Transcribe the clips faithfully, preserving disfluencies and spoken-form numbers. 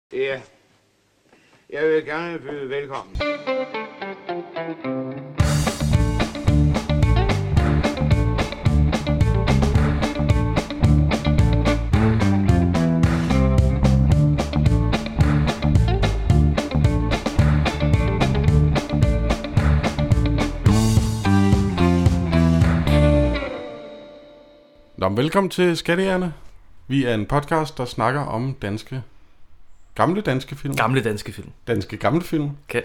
Ja, jeg vil gerne byde velkommen. Nå, velkommen til Skattejægerne. Vi er en podcast, der snakker om danske, gamle danske film. Gamle danske film. Danske gamle film. Okay.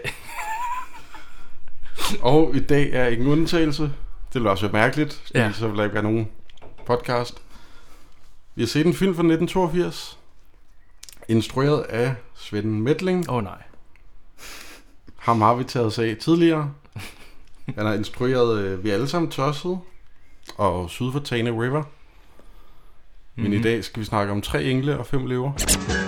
Og i dag er ikke en undtagelse. Det vil også være mærkeligt, fordi Ja. så vil der ikke være nogen podcast. Vi har set en film fra nitten toogfirs, instrueret af Svend Methling. Åh oh, nej. Ham har vi taget os af tidligere. Han har instrueret øh, Vi alle sammen tossede og Syd for Tana River. Men mm-hmm. i dag skal vi snakke om tre engle og fem løver.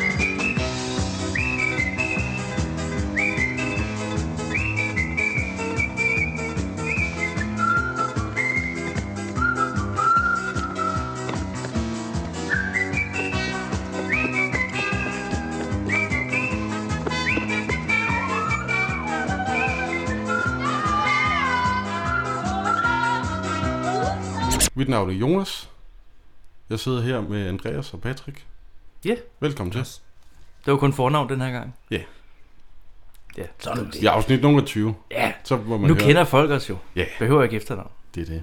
Mit navn er Jonas. Jeg sidder her med Andreas og Patrick. Ja. Yeah. Velkommen til. Det var kun fornavn den her gang. Ja. Yeah. Ja, sådan er det. Vi har afsnit nummer tyve. Ja, så må man nu høre. Kender folk os jo. Ja. Yeah. Behøver ikke efternavn. Det er det.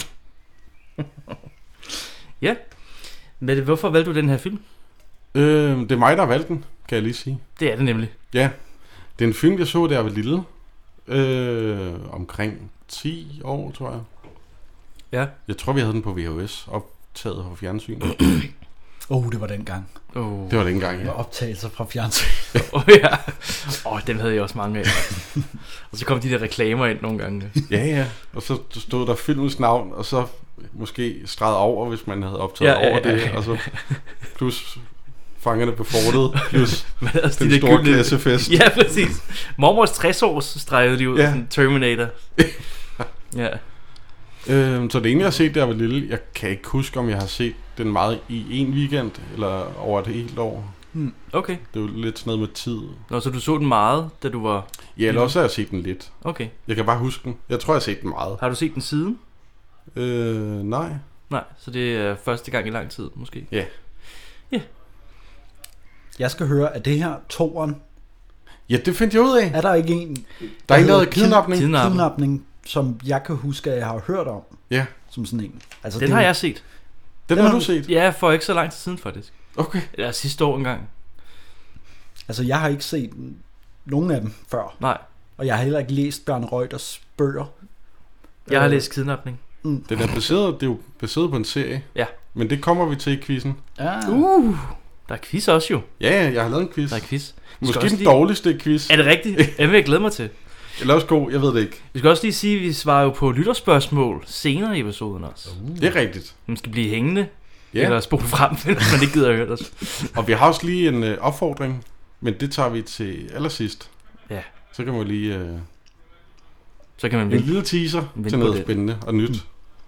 Ja. Men hvorfor valgte du den her film? Øh, det er mig, der har valgt den, kan jeg lige sige. Det er det nemlig. Ja. Det er en film, jeg så, da jeg var lille. Øh, omkring ti år, tror jeg. Ja. Jeg tror, vi havde den på V H S, optaget fra fjernsyn. Åh, oh, det var dengang. Oh. Det var dengang, ja. Optagelser fra fjernsyn. Åh, oh, ja. Åh, oh, dem havde jeg også mange af. Og så kom de der reklamer ind nogle gange. Ja, ja. Og så stod der filmens navn, og så måske streget over, hvis man havde optaget ja, over ja, ja, det. ja. Og så plus fangerne på fortet, plus altså, den de store gyldne... klassefest. Ja, præcis. Mormors tres års stregede de ud, ja. Sådan Terminator. Ja. Øhm, så det ene, jeg har set, da jeg var lille, jeg kan ikke huske, om jeg har set den meget i en weekend, eller over et helt år. Hmm. Okay. Det er jo lidt sådan noget med tid. Nå, så du så den meget, da du var... Ja, eller også har jeg set den lidt. Okay. Jeg kan bare huske den. Jeg tror, jeg har set den meget. Har du set den siden? Øh, nej. Nej, så det er første gang i lang tid, måske. Ja. Ja. Jeg skal høre, at det her toeren... Ja, det fandt jeg ud af. Er der ikke en... Der er ikke noget kidnapning. Kidnapning. Kidnapning, som jeg kan huske, at jeg har hørt om. Ja. Som sådan en. Altså, den det, har jeg set. Den, den har du set? Ja, for ikke så lang tid siden, faktisk. Okay. Eller sidste år engang. Altså, jeg har ikke set nogen af dem før. Nej. Og jeg har heller ikke læst Bjarne Reuters bøger. Jeg har øh, læst Kidnapning. Mm. Den er baseret, det er jo baseret på en serie. Ja. Men det kommer vi til i quizzen. Ja. Uh, der er quiz også jo. Ja, ja, jeg har lavet en quiz. Der er quiz. Måske den lige... dårligste quiz. Er det rigtigt? Jeg vil glæde mig til. Eller også god, jeg ved det ikke. Vi skal også lige sige, at vi svarer jo på lytterspørgsmål senere i episoden også. Uh. Det er rigtigt. Man skal blive hængende, yeah. eller spole frem, hvis man ikke gider at høre os. Og vi har også lige en øh, opfordring, men det tager vi til allersidst. Ja. Så kan man lige... Øh, så kan man en vinde. lille teaser vinde til noget det. Spændende og nyt. Mm.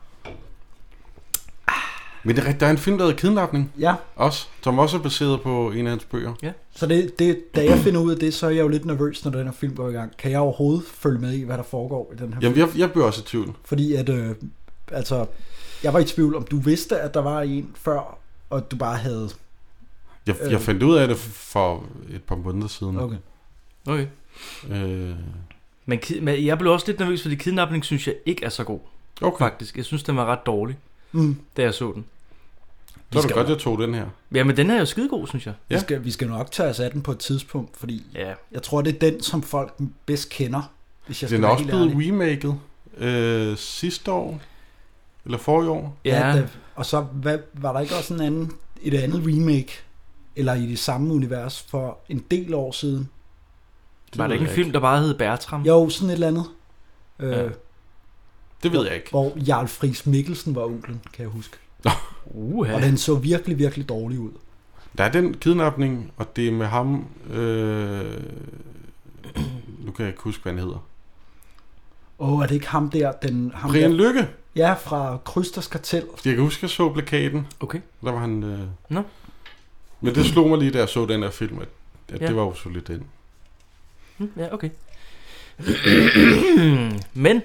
Men det er rigtigt, der er en film, der hedder Kidnapning. Ja. Også, som også er baseret på en af hans bøger. Ja. Så det, det, da jeg finder ud af det, så er jeg jo lidt nervøs, når den her film går i gang. Kan jeg overhovedet følge med i, hvad der foregår i den her Jamen, film? jeg, jeg bliver også i tvivl. Fordi at, øh, altså, jeg var i tvivl, om du vidste, at der var en før, og du bare havde... Jeg, øh, jeg fandt ud af det for et par måneder siden. Okay. Okay. Øh. Men, men jeg blev også lidt nervøs, fordi Kidnapning synes jeg ikke er så god. Okay. Faktisk. Jeg synes, den var ret dårlig, mm. da jeg så den. Så er det godt, jeg tog den her. Ja, men den er jo skidegod, synes jeg. Ja. Vi, skal, vi skal nok tage os af den på et tidspunkt, fordi ja. jeg tror, det er den, som folk bedst kender. Hvis jeg den er også blevet remaket øh, sidste år, eller forrige år. Ja, ja det, og så hvad, var der ikke også en anden, et andet remake, eller i det samme univers, for en del år siden? Det var der ikke en film, der bare hed Bertram? Jo, sådan et eller andet. Ja. Øh, det ved hvor, jeg ikke. Hvor Jarl Friis Mikkelsen var onklen, kan jeg huske. Uh-huh. Og den så virkelig, virkelig dårlig ud. Der er den kidnapning, og det er med ham... Øh, nu kan jeg ikke huske, hvad han hedder. Åh, oh, er det ikke ham der? Den, ham Brian der, Lykke? Ja, fra Krysters Kartel. Jeg kan huske, jeg så plakaten. Okay. Der var han... Øh, no. Men det slog mig lige, da jeg så den her film, at ja, Ja. det var jo selvfølgelig den. Hmm, ja, okay. Men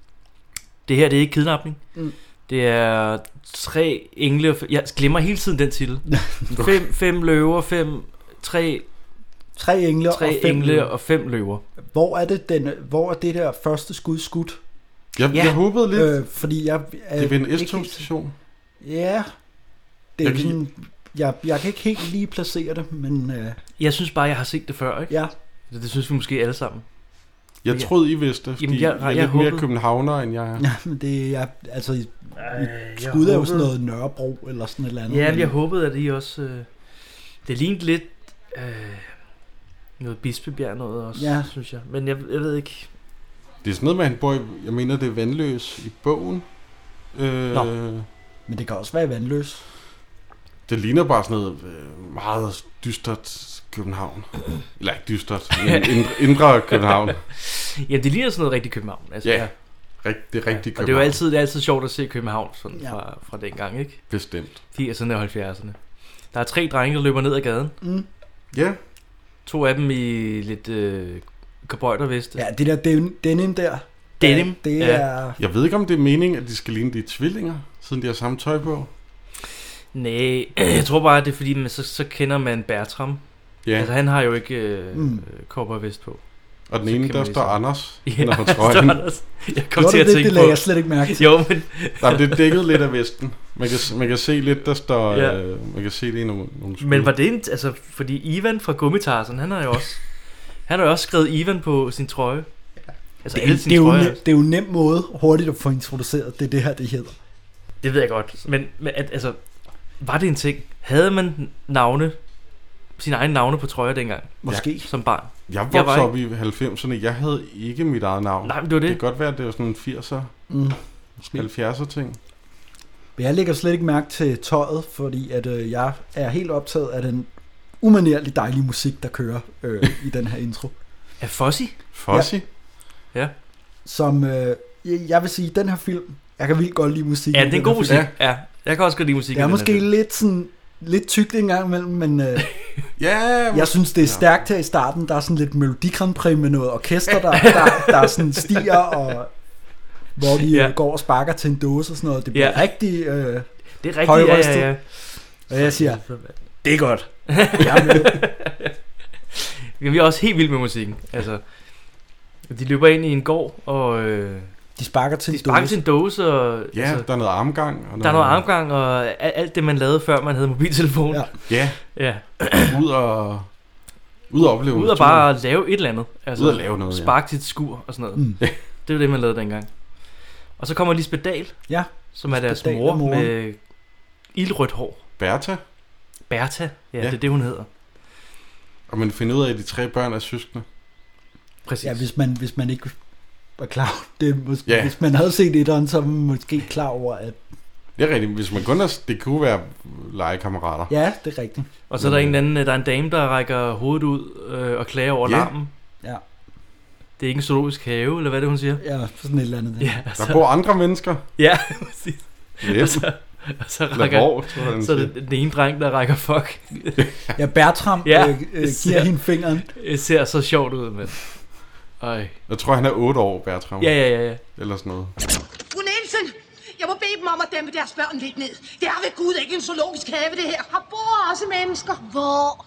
det her, det er ikke kidnapning. Mm. Det er tre engle. Jeg glemmer hele tiden den titel. fem, fem løver, fem, tre, Tre engle tre og fem engle løver. og fem løver. Hvor er det den, hvor er det der første skud skudt? Jeg, Ja. jeg håbede lidt, øh, Øh, fordi jeg er det er ved en ikke S tog-station. helt- Ja. Det er Jeg kan- sådan, jeg, jeg kan ikke helt lige placere det, men øh, Jeg synes bare, jeg har set det før, ikke? ja. Det, det synes vi måske alle sammen. Jeg Ja. troede, I vidste, fordi Jamen, jeg, jeg- jeg er jeg lidt mere håbede- københavner, end jeg er. Ja, men det er, altså, jeg skud er jo håbede- sådan noget Nørrebro, eller sådan et eller andet. Ja, men men- jeg håbede, at I også... Øh, det lignede lidt... Øh, noget Bispebjerg noget også, Ja. synes jeg. Men jeg, jeg ved ikke... Det er sådan noget med, at han bor i, jeg mener, det er Vandløs i bogen. Øh, Nå. Men det kan også være Vandløs. Det ligner bare sådan noget øh, meget dystert København. Eller ikke dystert, men indre, indre København. Ja, det ligner sådan noget rigtig København. Altså, Ja, Rigt, det er rigtig Og det er jo København. altid, det er altid sjovt at se København sådan Ja. fra, fra dengang, ikke? Bestemt. firserne og halvfjerdserne. Der er tre drenge, der løber ned ad gaden. Mm. Ja, To af dem i lidt øh, kabøjterveste. Ja, det der denim, denim der. Denim, Det ja. er... jeg ved ikke, om det er meningen, at de skal ligne de tvillinger, siden de har samme tøj på. Nej, jeg tror bare, at det er fordi, man, så, så kender man Bertram. Ja, Altså, han har jo ikke øh, Mm. mm. kabøjtervest på. og den så ene, kan der man står ligesom- Anders Ja, under på der trøjen. står Anders. Jeg kom Gjorde til du at det? tænke Det lagde på... jeg slet ikke mærke til. Jo, men... Nej, det er dækket lidt af vesten. Man kan, man kan se lidt, der står... Ja. Øh, man kan se det i nogle, nogle skud. Men var det en, altså, fordi Ivan fra Gummitarsen, han har jo også, han har jo også skrevet Ivan på sin trøje. Altså Det, alle det, sine er jo trøjer. nem, det er jo en nem måde hurtigt at få introduceret. Det er det her, det hedder. Det ved jeg godt. Men, men at, altså, var det en ting? Havde man navne, sine egne navne på trøjer dengang, Måske. som barn? Jeg Jeg voksede var op i halvfemserne. Jeg havde ikke mit eget navn. Nej, men det var Det det. kan godt være, at det var sådan en firser, Mm. halvfjerdser ting. Men jeg lægger slet ikke mærke til tøjet, fordi at, øh, jeg er helt optaget af den umanerligt dejlige musik, der kører øh, i den her intro. Er Fossi? Fossi? Ja. Som, øh, jeg jeg vil sige, den her film, jeg kan vildt godt lide musik. Ja, det er en god musik. Ja. ja. Jeg kan også godt lide musik. Det er måske lidt sådan lidt tykt en gang imellem, men øh, Ja, jeg synes, det er stærkt her i starten. Der er sådan lidt Melodi Grand Prix med noget orkester, der, der, der sådan stiger, og hvor de Ja. ja. går og sparker til en dåse og sådan noget. Det bliver Ja. rigtig... Øh, Det er rigtigt, ja, højrøstet. ja, ja. og jeg siger, det er godt. Jeg er med. Vi er også helt vilde med musikken. Altså, de løber ind i en gård, og øh, De sparker til de en sparker dåse. til en dåse, og Ja, altså, der er noget armgang. Og der er noget armgang, og alt alt det, man lavede, før man havde mobiltelefon. Ja. Ja, Ja. ud og, ud og opleve Ud og naturen. bare lave et eller andet. Altså, Ud og lave noget, ja. Sparke til et skur og sådan noget. Mm. Det var det, man lavede dengang. Og så kommer Lisbeth Dahl, Ja, som er deres Dahl mor er moren. med ildrødt hår. Bertha, Bertha, ja, Ja. det er det, hun hedder. og man finder ud af, at de tre børn er søskende. Præcis. ja hvis, man, hvis man ikke var klar over det. Måske, Ja. Hvis man havde set etteren, så var man måske klar over, at Det er rigtigt. Hvis man kun er, det kunne være legekammerater. ja, det er rigtigt. Og så er der en anden, der er en dame, der rækker hovedet ud øh, og klager over Ja. larmen. Ja, Det er ikke en zoologisk have, eller hvad er det, hun siger? ja sådan et eller andet. Ja, Der bor andre mennesker. ja, præcis. Og Yes. så, og så Eller rækker, hvor, tror jeg, den så er siger. det den ene dreng, der rækker fuck. Ja, Bertram Ja, øh, øh, det ser- giver hende fingeren. Det ser så sjovt ud, men... Øj. Jeg tror, han er otte år, Bertram. Ja, ja, ja, ja. Eller sådan noget. Fru Nielsen, jeg må bede dem om at dæmpe deres børn lidt ned. Det er ved Gud ikke en zoologisk have, det her. Her bor også mennesker. Hvor?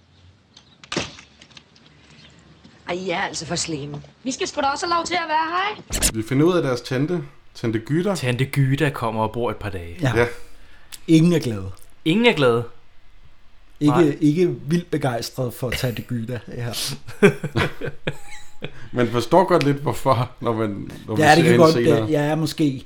Ej, I er altså for slemme. Vi skal sgu da også have lov til at være her, ikke? Vi finder ud af deres tante, tante Gytter. Tante Gyda kommer og bor et par dage. Ja. Ja. Ingen er glade. Ingen er glade. Nej. Ikke, ikke vildt begejstret for Tante Gyda her. Man forstår godt lidt, hvorfor, når man, når man Ja, det ser kan hende godt. senere. Det, ja, måske.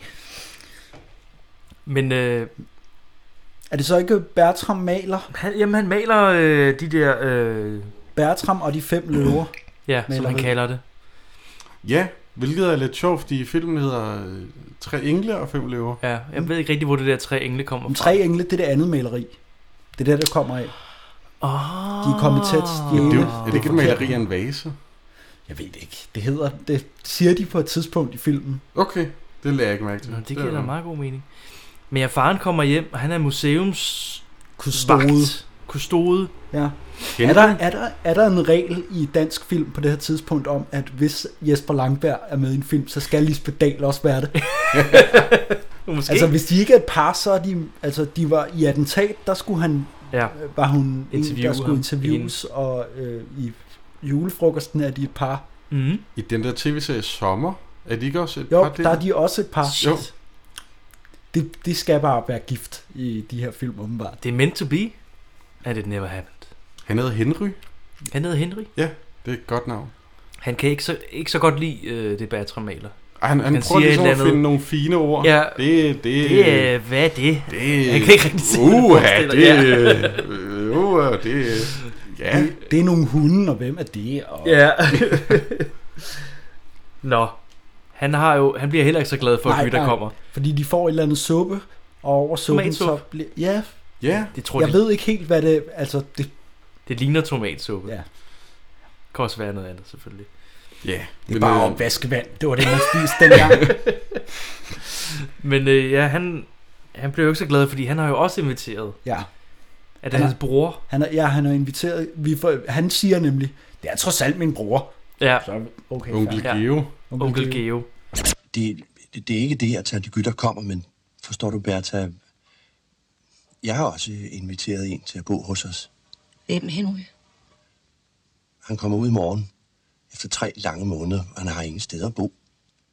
Men øh, Er det så ikke Bertram maler? han, jamen, han maler øh, de der... Øh, Bertram og de fem løver. ja, som han Maleri. kalder det. Ja, hvilket er lidt sjovt, fordi filmen hedder øh, Tre engle og fem løver. Ja, jeg ved ikke rigtig, hvor det der tre engle kommer Om fra. tre engle, det er det andet maleri. Det er der, der kommer af. Oh, De er kommet tæt. De Det er, jo, Ah. er det ikke et maleri af en vase? Jeg ved det ikke. Det hedder, det siger de på et tidspunkt i filmen. Okay, det lader jeg ikke mærke til. Nå, det giver da meget god mening. Men ja, faren kommer hjem, og han er museums... Kustode. Vagt. Kustode. Ja. Er der, er, der, er der en regel i dansk film på det her tidspunkt om, at hvis Jesper Langberg er med i en film, så skal Lisbeth Dahl også være det? Måske. Altså hvis de ikke er et par, så er de, altså de var i Attentat, der skulle han, Ja. var hun en, Interviewe der skulle ham. interviews, og øh, i Julefrokosten er de et par. Mm. I den der tv-serie Sommer, er de ikke også et Jo, par der er de også et par. Jo. Det, det skal bare være gift i de her film, åbenbart. Det er meant to be, and it never happened. Han hedder Henry. Han hedder Henry. Ja, det er et godt navn. Han kan ikke så, ikke så godt lide øh, det Bertram maler. Ej, han, han, Han prøver siger ligesom et at eller finde andet- nogle fine ord. Ja. Det, det, Det er, hvad er det? det, Han kan ikke rigtig se, hvad det Uha, forestiller. det, øh, uh, det, ja. Det, det er nogle hunde, og hvem er det? Og Ja. Nå. Han, har jo, han bliver heller ikke så glad for, Nej, at Gytter nej. kommer. Fordi de får et eller andet suppe, og over suppen så Tomatsuppe. bliver... Ja, Ja, Det tror jeg de, ved ikke helt, hvad det... Altså, det, det ligner tomatsuppe. ja. Det kan også være noget andet, selvfølgelig. ja. Det er Men, bare øh, opvaskevand. Det var det, man spiste dengang. Men øh, ja, han, han blev jo ikke så glad, fordi han har jo også inviteret. Ja. Er det Han er- hans bror? Han er, ja, han er inviteret... Vi får, han siger nemlig, det er trods alt min bror. Ja, Så, okay, Onkel Ja. Geo. onkel Geo. Det, det, det er ikke det, at Tante Gytter kommer, men forstår du, Bertha? Jeg har også inviteret en til at bo hos os. Hvem, Henry? Han kommer ud i morgen efter tre lange måneder, og han har ingen sted at bo.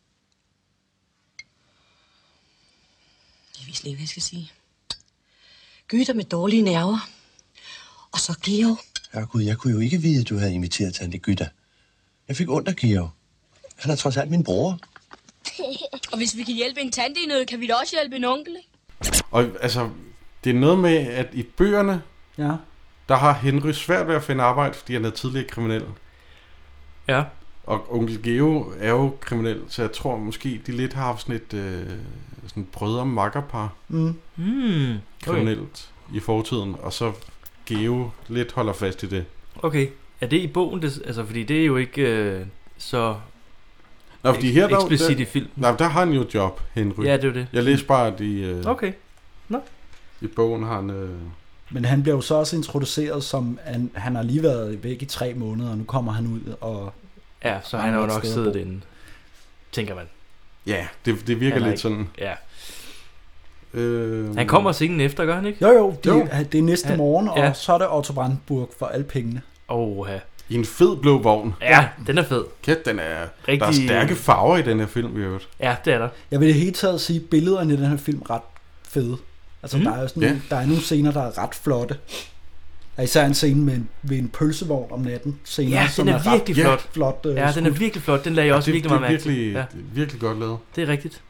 Jeg ved slet ikke, hvad jeg skal sige. Gytter med dårlige nerver. Og så Geo. Herregud, jeg kunne jo ikke vide, at du havde inviteret Tante Gytter. Jeg fik ondt af Geo. Han er trods alt min bror. Og hvis vi kan hjælpe en tante i nød, kan vi da også hjælpe en onkel, ikke? Og altså, det er noget med, at i bøgerne, Ja. der har Henry svært ved at finde arbejde, fordi han er tidligere kriminel. Ja. Og onkel Geo er jo kriminel, så jeg tror måske, de lidt har haft sådan et øh, sådan brødre makkerpar Mm. Hmm. Okay. kriminelt i fortiden, og så Geo lidt holder fast i det. Okay. Er det i bogen? Det, altså, fordi det er jo ikke øh, så Nå, fordi her, der, eksplicit der, i film. nej, der har han jo et job, Henry. Ja, det er jo det. Jeg læste bare, at i, øh, Okay. i bogen har han... Øh, Men han bliver jo så også introduceret som, han, han har lige været væk i tre måneder, og nu kommer han ud, og Ja, så Han han har jo har et nok sted at siddet bo. inde. Tænker man. ja, det, det virker Han er lidt ikke- sådan... Ja. Øh, Han kommer scenen efter, gør han ikke? jo jo, de, Jo. det er næste Ja. morgen, og Ja. så er det Otto Brandenburg for alle pengene. Oha. I en fed blå vogn. Ja, den er fed. Kæft, den er... Rigtig... Der er stærke farver i den her film, vi har hørt. Ja, det er der. Jeg vil i det hele taget sige, at billederne i den her film er ret fede. Altså, Mm. mm. der er jo sådan, Ja. yeah. der er nogle scener, der er ret flotte. Der er især en scene med en, ved en pølsevogn om natten. Senere, Ja, som den er virkelig Ja. flot. flot. Øh, Ja, den er skudt. virkelig flot. Den lagde jeg også det, virkelig det, meget er mærke virkelig, til. Ja, det er virkelig godt lavet. det er rigtigt.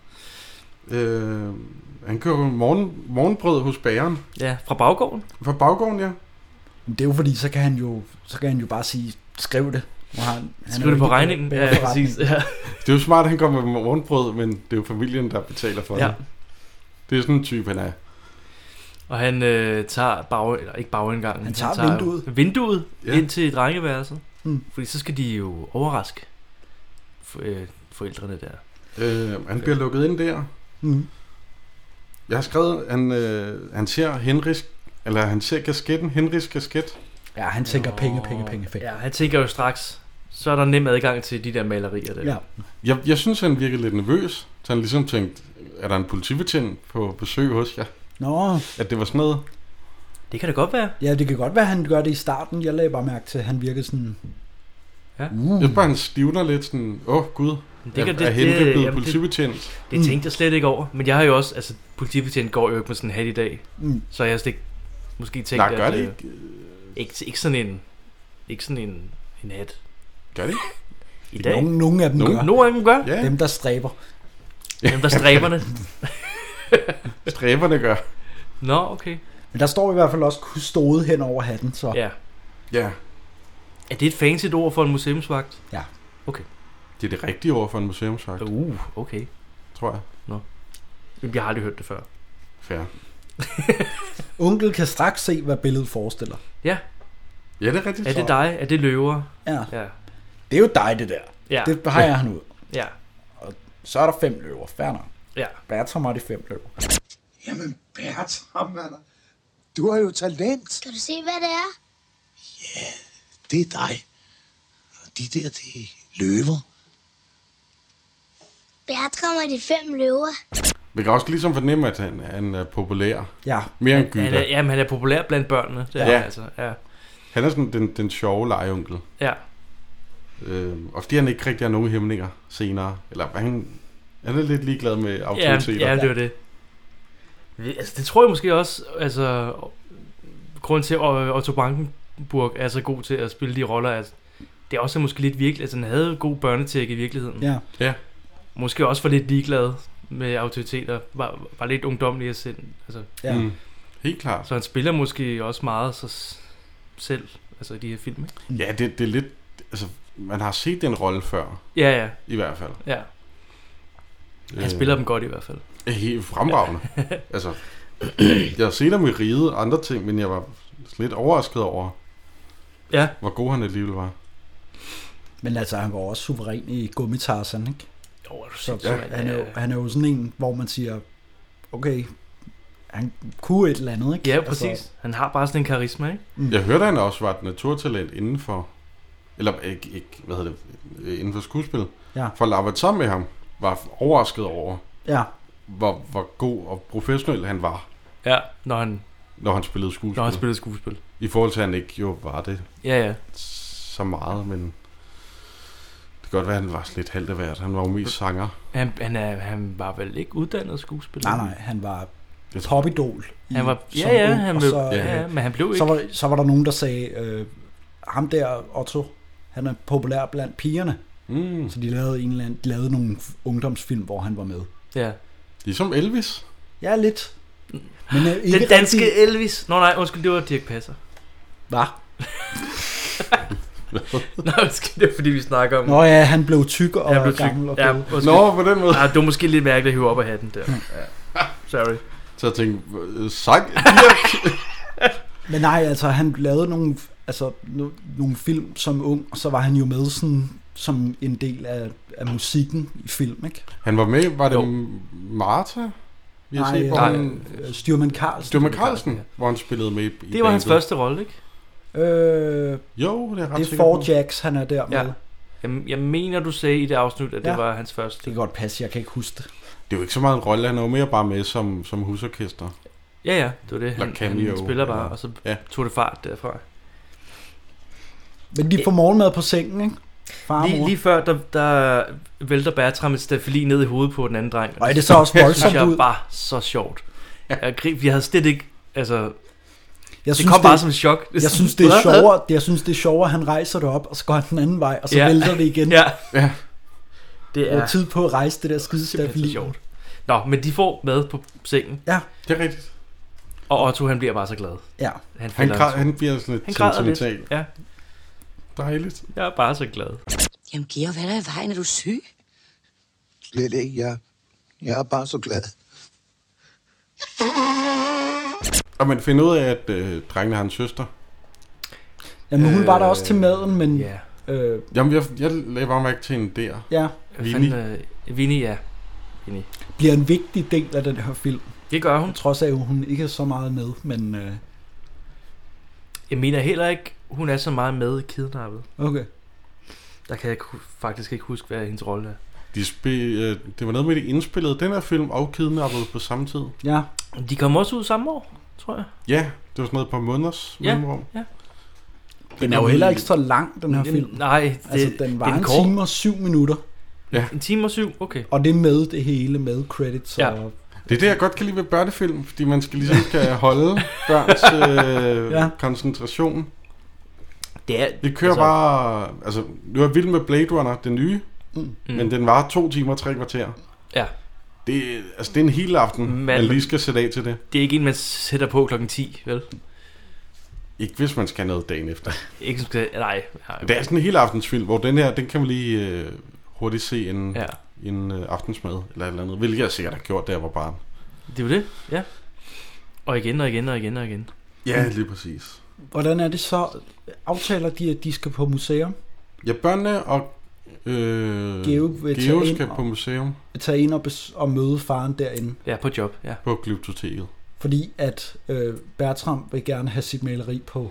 Øh, han kører morgen, morgenbrød hos bageren. Ja, fra baggården. Fra baggården, ja. Men det er jo fordi, så kan han jo, så kan han jo bare sige, skriv det. Og han, han er Skriv jo det på ikke regningen. bag Ja, forretning. præcis. Ja. Det er jo smart, at han kommer med morgenbrød, men det er jo familien, der betaler for Ja. det. Det er sådan en type, han er. Og han øh, tager bag, eller ikke bagindgangen. Han tager vinduet. Vinduet Ja. ind til drengeværelset. Mm. Fordi så skal de jo overraske for, øh, forældrene der. Øh, han bliver lukket ind der. Mm. Jeg har skrevet, han, øh, han ser Henrys, eller han ser kasketten, Henrys kasket. Ja, han tænker penge, penge, penge, penge. Ja, han tænker jo straks, så er der nem adgang til de der malerier der. Ja. Jeg, jeg synes, han virkede lidt nervøs. Så han ligesom tænkte, er der en politibetjent på besøg hos jer? Nå, At det var sådan noget. Det kan det godt være. ja, det kan godt være, at han gør det i starten. Jeg lagde bare mærke til, at han virkede sådan... Ja. Uh. Jeg bare, han stivner lidt sådan, åh oh, gud, Det, kan, er, det, er Henry det, blevet jamen, det, politibetjent? det tænkte jeg slet ikke over. Men jeg har jo også, altså politibetjent går jo ikke med sådan en hat i dag. Mm. Så jeg har slet ikke måske tænkt, Nej, gør at, det øh, ikke? ikke, ikke sådan en, ikke sådan en, en hat Gør det ikke? i dag. Nogle, nogle af dem Nogle- gør. Nogle af dem gør. Ja, Dem, der stræber. Dem der stræberne. stræberne gør. Nå, okay. Men der står i hvert fald også kustode hen over hatten, så... Ja. Ja, Er det et fancy ord for en museumsvagt? det er det rigtige ord for en museumsvagt, Uh, okay. tror jeg. Jamen, jeg har aldrig hørt det før. Fair. Onkel kan straks se, hvad billedet forestiller. Ja, Ja, det er rigtigt. er det dig? Er det løver? Ja. Ja. Det er jo dig, det der. Ja. Det har jeg han ud. Ja. Så er der fem løver. Fair nok. Ja. Bertram har de fem løver. Jamen, Bertram, du har jo talent. Skal du se, hvad det er? Ja, det er dig. Og de der, det er løver. Bertram og de fem løver. Vi kan også ligesom fornemme, at han, han er populær. Ja. Mere end Han er, Gyda. jamen, han er populær blandt børnene. Det er Ja. ja. Altså, ja. Han er sådan den, den sjove legeonkel. Ja. Øh, og fordi han ikke rigtig har nogen hæmninger senere. Eller han, han er lidt ligeglad med autoriteter. Ja, ja, det var det. Altså, det tror jeg måske også, altså, grunden til, at Otto Brandenburg er så god til at spille de roller, altså, det er også måske lidt virkelig, altså han havde god børnetæk i virkeligheden. Ja. Ja. Måske også var lidt ligeglad med autoriteter, var, var lidt ungdomlig af sind. Altså, Ja. Mm. Helt klart. så han spiller måske også meget sig s- selv, altså i de her film, ikke? Ja, det, det er lidt... Altså, man har set den rolle før, Ja, ja, i hvert fald. ja. Han spiller dem godt i hvert fald. Øh, helt fremragende. Altså, jeg har set ham i Riget og andre ting, men jeg var lidt overrasket over, Ja. hvor god han alligevel var. Men altså, han var også suveræn i Gummitarsen, ikke? Jo, er du Så sindssyg, mand. han, er jo, Ja. han er jo sådan en, hvor man siger, okay, han kunne et eller andet, ikke? Ja, præcis. Altså, han har bare sådan en karisma, ikke? Mm. Jeg hørte, at han også var et naturtalent inden for... Eller ikke, ikke hvad hedder det? Inden for skuespil. Ja. For at arbejde sammen med ham, var overrasket over, Ja, hvor, hvor god og professionel han var, Ja, når han, når han spillede skuespil. når han spillede skuespil. I forhold til, at han ikke jo var det Ja, ja. så meget, men... Det kan godt være, at han var lidt halvt af hvert. Han var jo mest sanger. Han, han, er, han var vel ikke uddannet skuespiller? nej, nej, han var Jeg tror- popidol. i- Han var, som ja, ja, ung, han og blev, så, ja, ja, men han blev så, ikke. var, så var der nogen, der sagde, øh, ham der, Otto, han er populær blandt pigerne. Mm. Så de lavede, en eller anden, de lavede nogle ungdomsfilm, hvor han var med. Ja. Ligesom Elvis. Ja, lidt. Men øh, ikke Den danske rigtig... Elvis. Nå nej, undskyld, det var Dirch Passer. Hvad? Nå, undskyld, det er fordi vi snakker om... Nå ja, han blev tyk og jeg blev tyk. gammel og Ja, død. undskyld. Nå, på den måde. Ah, det var måske lidt mærkeligt at hive op af hatten der. Ja. Sorry. Så jeg tænkte, øh, sang Dirch. Men nej, altså han lavede nogle, altså, no, nogle film som ung, og så var han jo med sådan, som en del af, af musikken i film, ikke? Han var med, var det Jo. Martha? Vi har Nej, set, hvor nej. han... øh, Styrmand Carlsen. Styrmand Carlsen, ja. hvor han spillede med i i Det var hans bandet. første rolle, ikke? Øh, Jo, det er jeg ret det er sikker Four på. Jacks, han er der med. Ja. Jeg, jeg mener, du sagde i det afsnit, at det Ja. var hans første. Det kan godt passe, jeg kan ikke huske det. Det er jo ikke så meget en rolle, han er jo mere bare med som, som husorkester. Ja, ja, det var det. Han, Eller cameo, han spiller bare, eller- og så ja. tog det fart derfra. Men de får morgenmad på sengen, ikke? Far og Lige, mor. lige før, der, der vælter Bertram et stafeli ned i hovedet på den anden dreng. Og er det så også Det voldsomt synes jeg ud? var så sjovt. Jeg grib, jeg havde slet ikke, altså, Jeg det kom bare som et chok. Jeg synes, det er sjovere, jeg synes, det er sjovere, at han rejser det op, og så går han den anden vej, og så Ja. vælter det igen. Ja, Ja. det Det er er tid på at rejse det der skide simpelthen stafeli. så sjovt. Nå, men de får mad på sengen, Ja, Det er rigtigt. og Otto han bliver bare så glad. ja. Han, Han, falder- græd, han bliver sådan lidt han græder lidt. sentimental. Ja, Dejligt. jeg er bare så glad. Jamen, Georg, hvad er der i vejen? Er du syg? Slet ikke, jeg, jeg er bare så glad. Og man finder ud af, at øh, drengene har en søster. Jamen, hun var der også til maden, men... Ja. Øh, Jamen, jeg, jeg lagde bare mærke til en der. ja, Hvad Vinnie. fanden, øh, Vinnie, ja. Vinnie. bliver en vigtig del af den her film. Det gør hun. Trods af, at hun ikke er så meget med, men... Øh, Jeg mener heller ikke, hun er så meget med i Kidnappet. okay. Der kan jeg ku- faktisk ikke huske, hvad hendes rolle er. De spe, øh, det var noget med, at de indspillede den her film og Kidnappet på samme tid. Ja, De kom også ud samme år, tror jeg. Ja, det var sådan noget på måneders Ja, mellemrum. ja. den er jo heller ikke så lang, den her film. Nej, det, Altså, den var det er en kort. time og syv minutter, En time og syv, okay. og det er med det hele, med credits Ja. og... Det er det, jeg godt kan lide ved børnefilm, fordi man skal ligesom skal holde børns øh, Ja. ja. koncentration. Det er, Vi kører altså, bare... Altså, nu er jeg vild med Blade Runner, den nye, Mm. mm. men den var to timer og tre kvarter. Ja, Det, altså, det er en hel aften, Man- man lige skal sætte af til det. det er ikke en, man sætter på klokken ti, vel? Ikke hvis man skal noget dagen efter. Ikke som skal, nej. nej. Det er sådan en hel aftensfilm, hvor den her, den kan man lige øh, hurtigt se inden, Ja, ja. en øh, aftensmad eller et eller andet. Hvilket jeg sikkert har gjort, da jeg var barn. det er jo det, ja. Og igen og igen og igen og igen. Ja, lige præcis. Hvordan er det så? Aftaler de, at de skal på museum? Ja, børnene og øh, Geo vil tage Geo ind skal og- på museum Tage ind og, bes- og møde faren derinde? Ja, på job, ja. på Glyptoteket. Fordi at øh, Bertram vil gerne have sit maleri på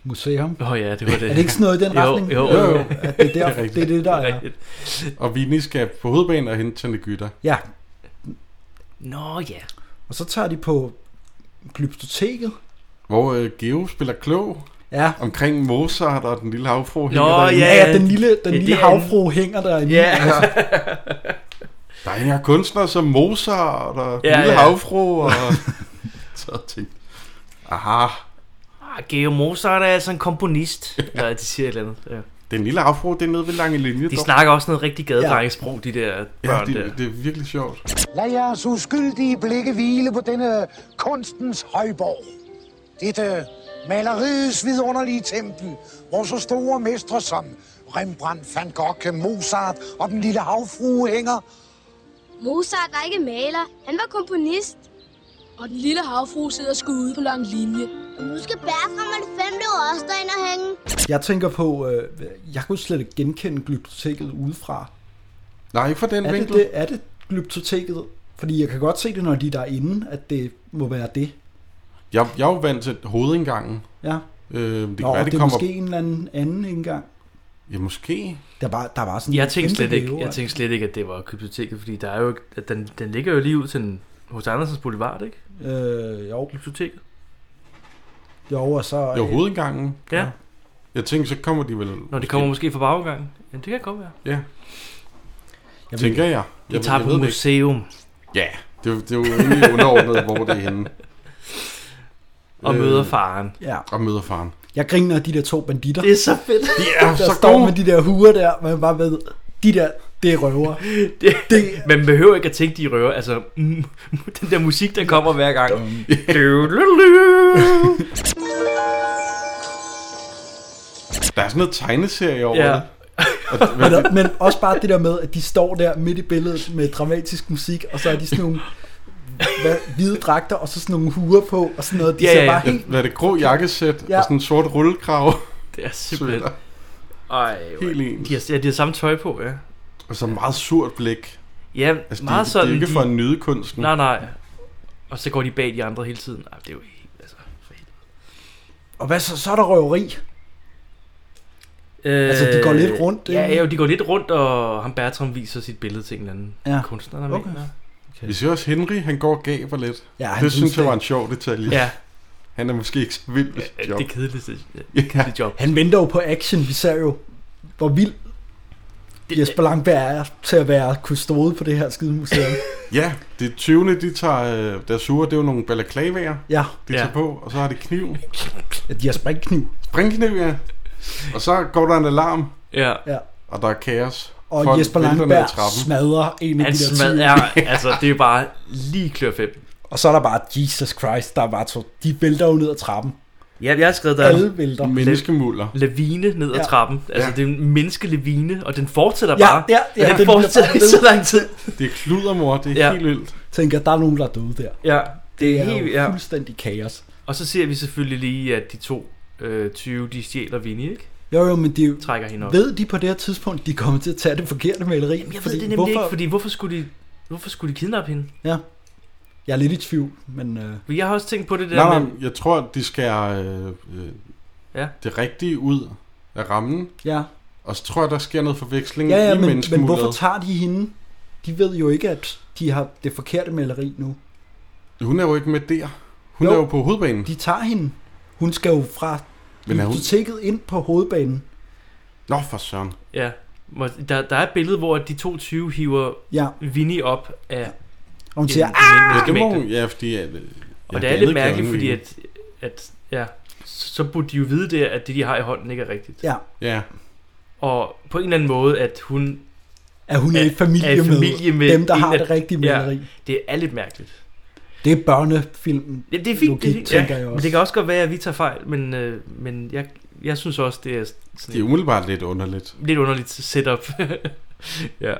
museum. Åh oh, ja, det var det. Er det ikke sådan noget i den retning? Jo, jo, jo. jo. At det, er der, Det er rigtigt. det er det, der er. Og Vinnie skal på hovedbanen og hente Tante Gytter. Ja. Nå ja. Og så tager de på glyptoteket. Hvor øh, Geo spiller klog. Ja. Omkring Mozart og den lille havfru. Nå, derinde. Ja, ja, den lille, den Ja, lille det er havfru hænger derinde. Ja. Altså, Der er ingen kunstnere som Mozart og den Ja, lille ja. havfru. Og så tænkte aha. Ah, Geo Mozart er altså en komponist. Ja, de siger et eller andet. Ja. Den lille havfru, det er nede ved Lange Linje. De dog. snakker også noget rigtig gadedrengesprog, de der Ja, børn det, der. det er virkelig sjovt. Lad jeres uskyldige blikke hvile på denne kunstens højborg. Dette maleriets vidunderlige tempel, hvor så store mestre som Rembrandt, Van Gogh, Mozart og den lille havfrue hænger. Mozart var ikke maler, han var komponist. Og den lille havfru sidder skude på lang linje. Og nu skal Bertram og de fem løver også derind og hænge. jeg tænker på, øh, jeg kunne slet ikke genkende glyptoteket udefra. Nej, ikke fra den Er det, vinkel. det, er det glyptoteket? Fordi jeg kan godt se det, når de er derinde, at det må være det. Jeg, jeg er jo vant til hovedindgangen. Ja. Øh, det kan Nå, være, det det er kommer... måske en eller anden anden indgang. Ja, måske. Der var, der var sådan Jeg en tænkte kæmpe slet ikke, have, jeg altså. tænkte slet ikke, at det var glyptoteket, fordi der er jo, at den, den ligger jo lige ud til en, hos Andersens Boulevard, ikke? Øh, jo. Glyptoteket. Jo, og så... Jo, hovedindgangen. Ja. Jeg tænkte, så kommer de vel... Når de kommer måske fra baggangen. Ja, det kan godt være. Ja. Jeg Tænker jeg. De Jeg, tager jeg på ved det museum. ikke. Ja, det, er jo- det er jo egentlig underordnet, hvor det er henne. Og Øh, møder faren. Ja. Og møder faren. Jeg griner af de der to banditter. Det er så fedt. De er der så står gode. med de der huer der, man bare ved, de der, det er røver. Det, Det- man behøver ikke at tænke, de røver. Altså, mm, den der musik, der kommer hver gang. Der er sådan noget tegneserie over Ja. det. Og, Men, hvad, der, men også bare det der med, at de står der midt i billedet med dramatisk musik, og så er de sådan nogle hvad, hvide dragter, og så sådan nogle huer på, og sådan noget. De Ja, ser ja, ja. bare helt... hvad er det? Grå jakkesæt Ja. og sådan en sort rullekrav. Det er simpelthen... Sweater. Ej, Helt ens. de har, ja, de har samme tøj på, ja. Og så meget surt blik. Ja, Altså, meget de, sådan... det er ikke de, for at nyde kunsten. Nej, nej. Og så går de bag de andre hele tiden. Ej, det er jo helt... Altså, for helvede. Og hvad så? Så er der røveri. Øh, Altså, de går lidt rundt, Ja, ikke? ja, jo, de går lidt rundt, og ham Bertram viser sit billede til en eller anden Ja. kunstner, der Okay. mener. Vi ser også Henry, han går og gaber lidt. Ja, han Det synes synes jeg det. var en sjov detalje. Ja, Han er måske ikke så vild med sit ja job. det er kedeligt, det, Ja. kedeligt job. Han venter jo på action. Vi ser jo, hvor vild Det- Jesper Langberg er til at være kustode på det her skide museum. Ja, det tyvende, de tager øh, deres uger, det er jo nogle balaklavaer, Ja, de Ja. tager på, og så har de kniv. at de har springkniv. Springkniv, ja. Og så går der en alarm, Ja, Ja. og der er kaos. Og Folk Jesper vælter ned ad Langberg trappen. smadrer en af han de der smad, tyve. ja, altså, det er jo bare lige klør fem. Og så er der bare Jesus Christ, der er bare to. De vælter jo ned ad trappen. Ja, jeg har skrevet, der er Alle vælter. Menneskemuller. lavine ned ad Ja. trappen. Altså, Ja. det er en menneskelavine, og den fortsætter Ja, bare. ja, ja, og den, den fortsætter bliver i bare så lang tid. Det er kludermor, det er Ja. helt vildt. Tænker, der er nogen, der er døde der. Ja, det Det er er helt... jo Ja. fuldstændig kaos. Og så ser vi selvfølgelig lige, at de to øh, tyve, de stjæler Vinnie, ikke? Jo, jo, men de Trækker hende op. ved de på det her tidspunkt, de kommer til at tage det forkerte maleri. Jamen, jeg ved det nemlig hvorfor? ikke, fordi hvorfor skulle de... Hvorfor skulle de kidnappe hende? Ja. Jeg er lidt i tvivl, men... Øh, For jeg har også tænkt på det der Nej, med... nej, jeg tror, at de skærer øh, øh, Ja. det rigtige ud af rammen. ja. Og så tror jeg, der sker noget forveksling Ja, ja, i men, men menneskemulleret. hvorfor tager de hende? De ved jo ikke, at de har det forkerte maleri nu. Hun er jo ikke med der. Hun Jo. er jo på hovedbanen. De tager hende. Hun skal jo fra Men er hun... biblioteket ind på hovedbanen. Nå, for søren. Ja. Hvor- Der, der er et billede, hvor de to tyve hiver Ja, Vinnie op af... og hun siger, en- ah! en Ja, det må menneskemængde. hun... Ja, fordi... At, Og det er lidt mærkeligt, fordi at, at... Ja, så burde de jo vide det, at det, de har i hånden, ikke er rigtigt. Ja, Ja, Og på en eller anden måde, at hun... at hun er, Er- i familie, er i familie med, med dem, der en har af- det rigtige ja. maleri. Det er lidt mærkeligt. Det er børnefilm. Ja, det er fint, Logik, det er fint. tænker Ja, jeg også. men det kan også godt være, at vi tager fejl, men, øh, men jeg, jeg synes også, det er sådan det er umiddelbart lidt underligt. et lidt underligt setup. Ja.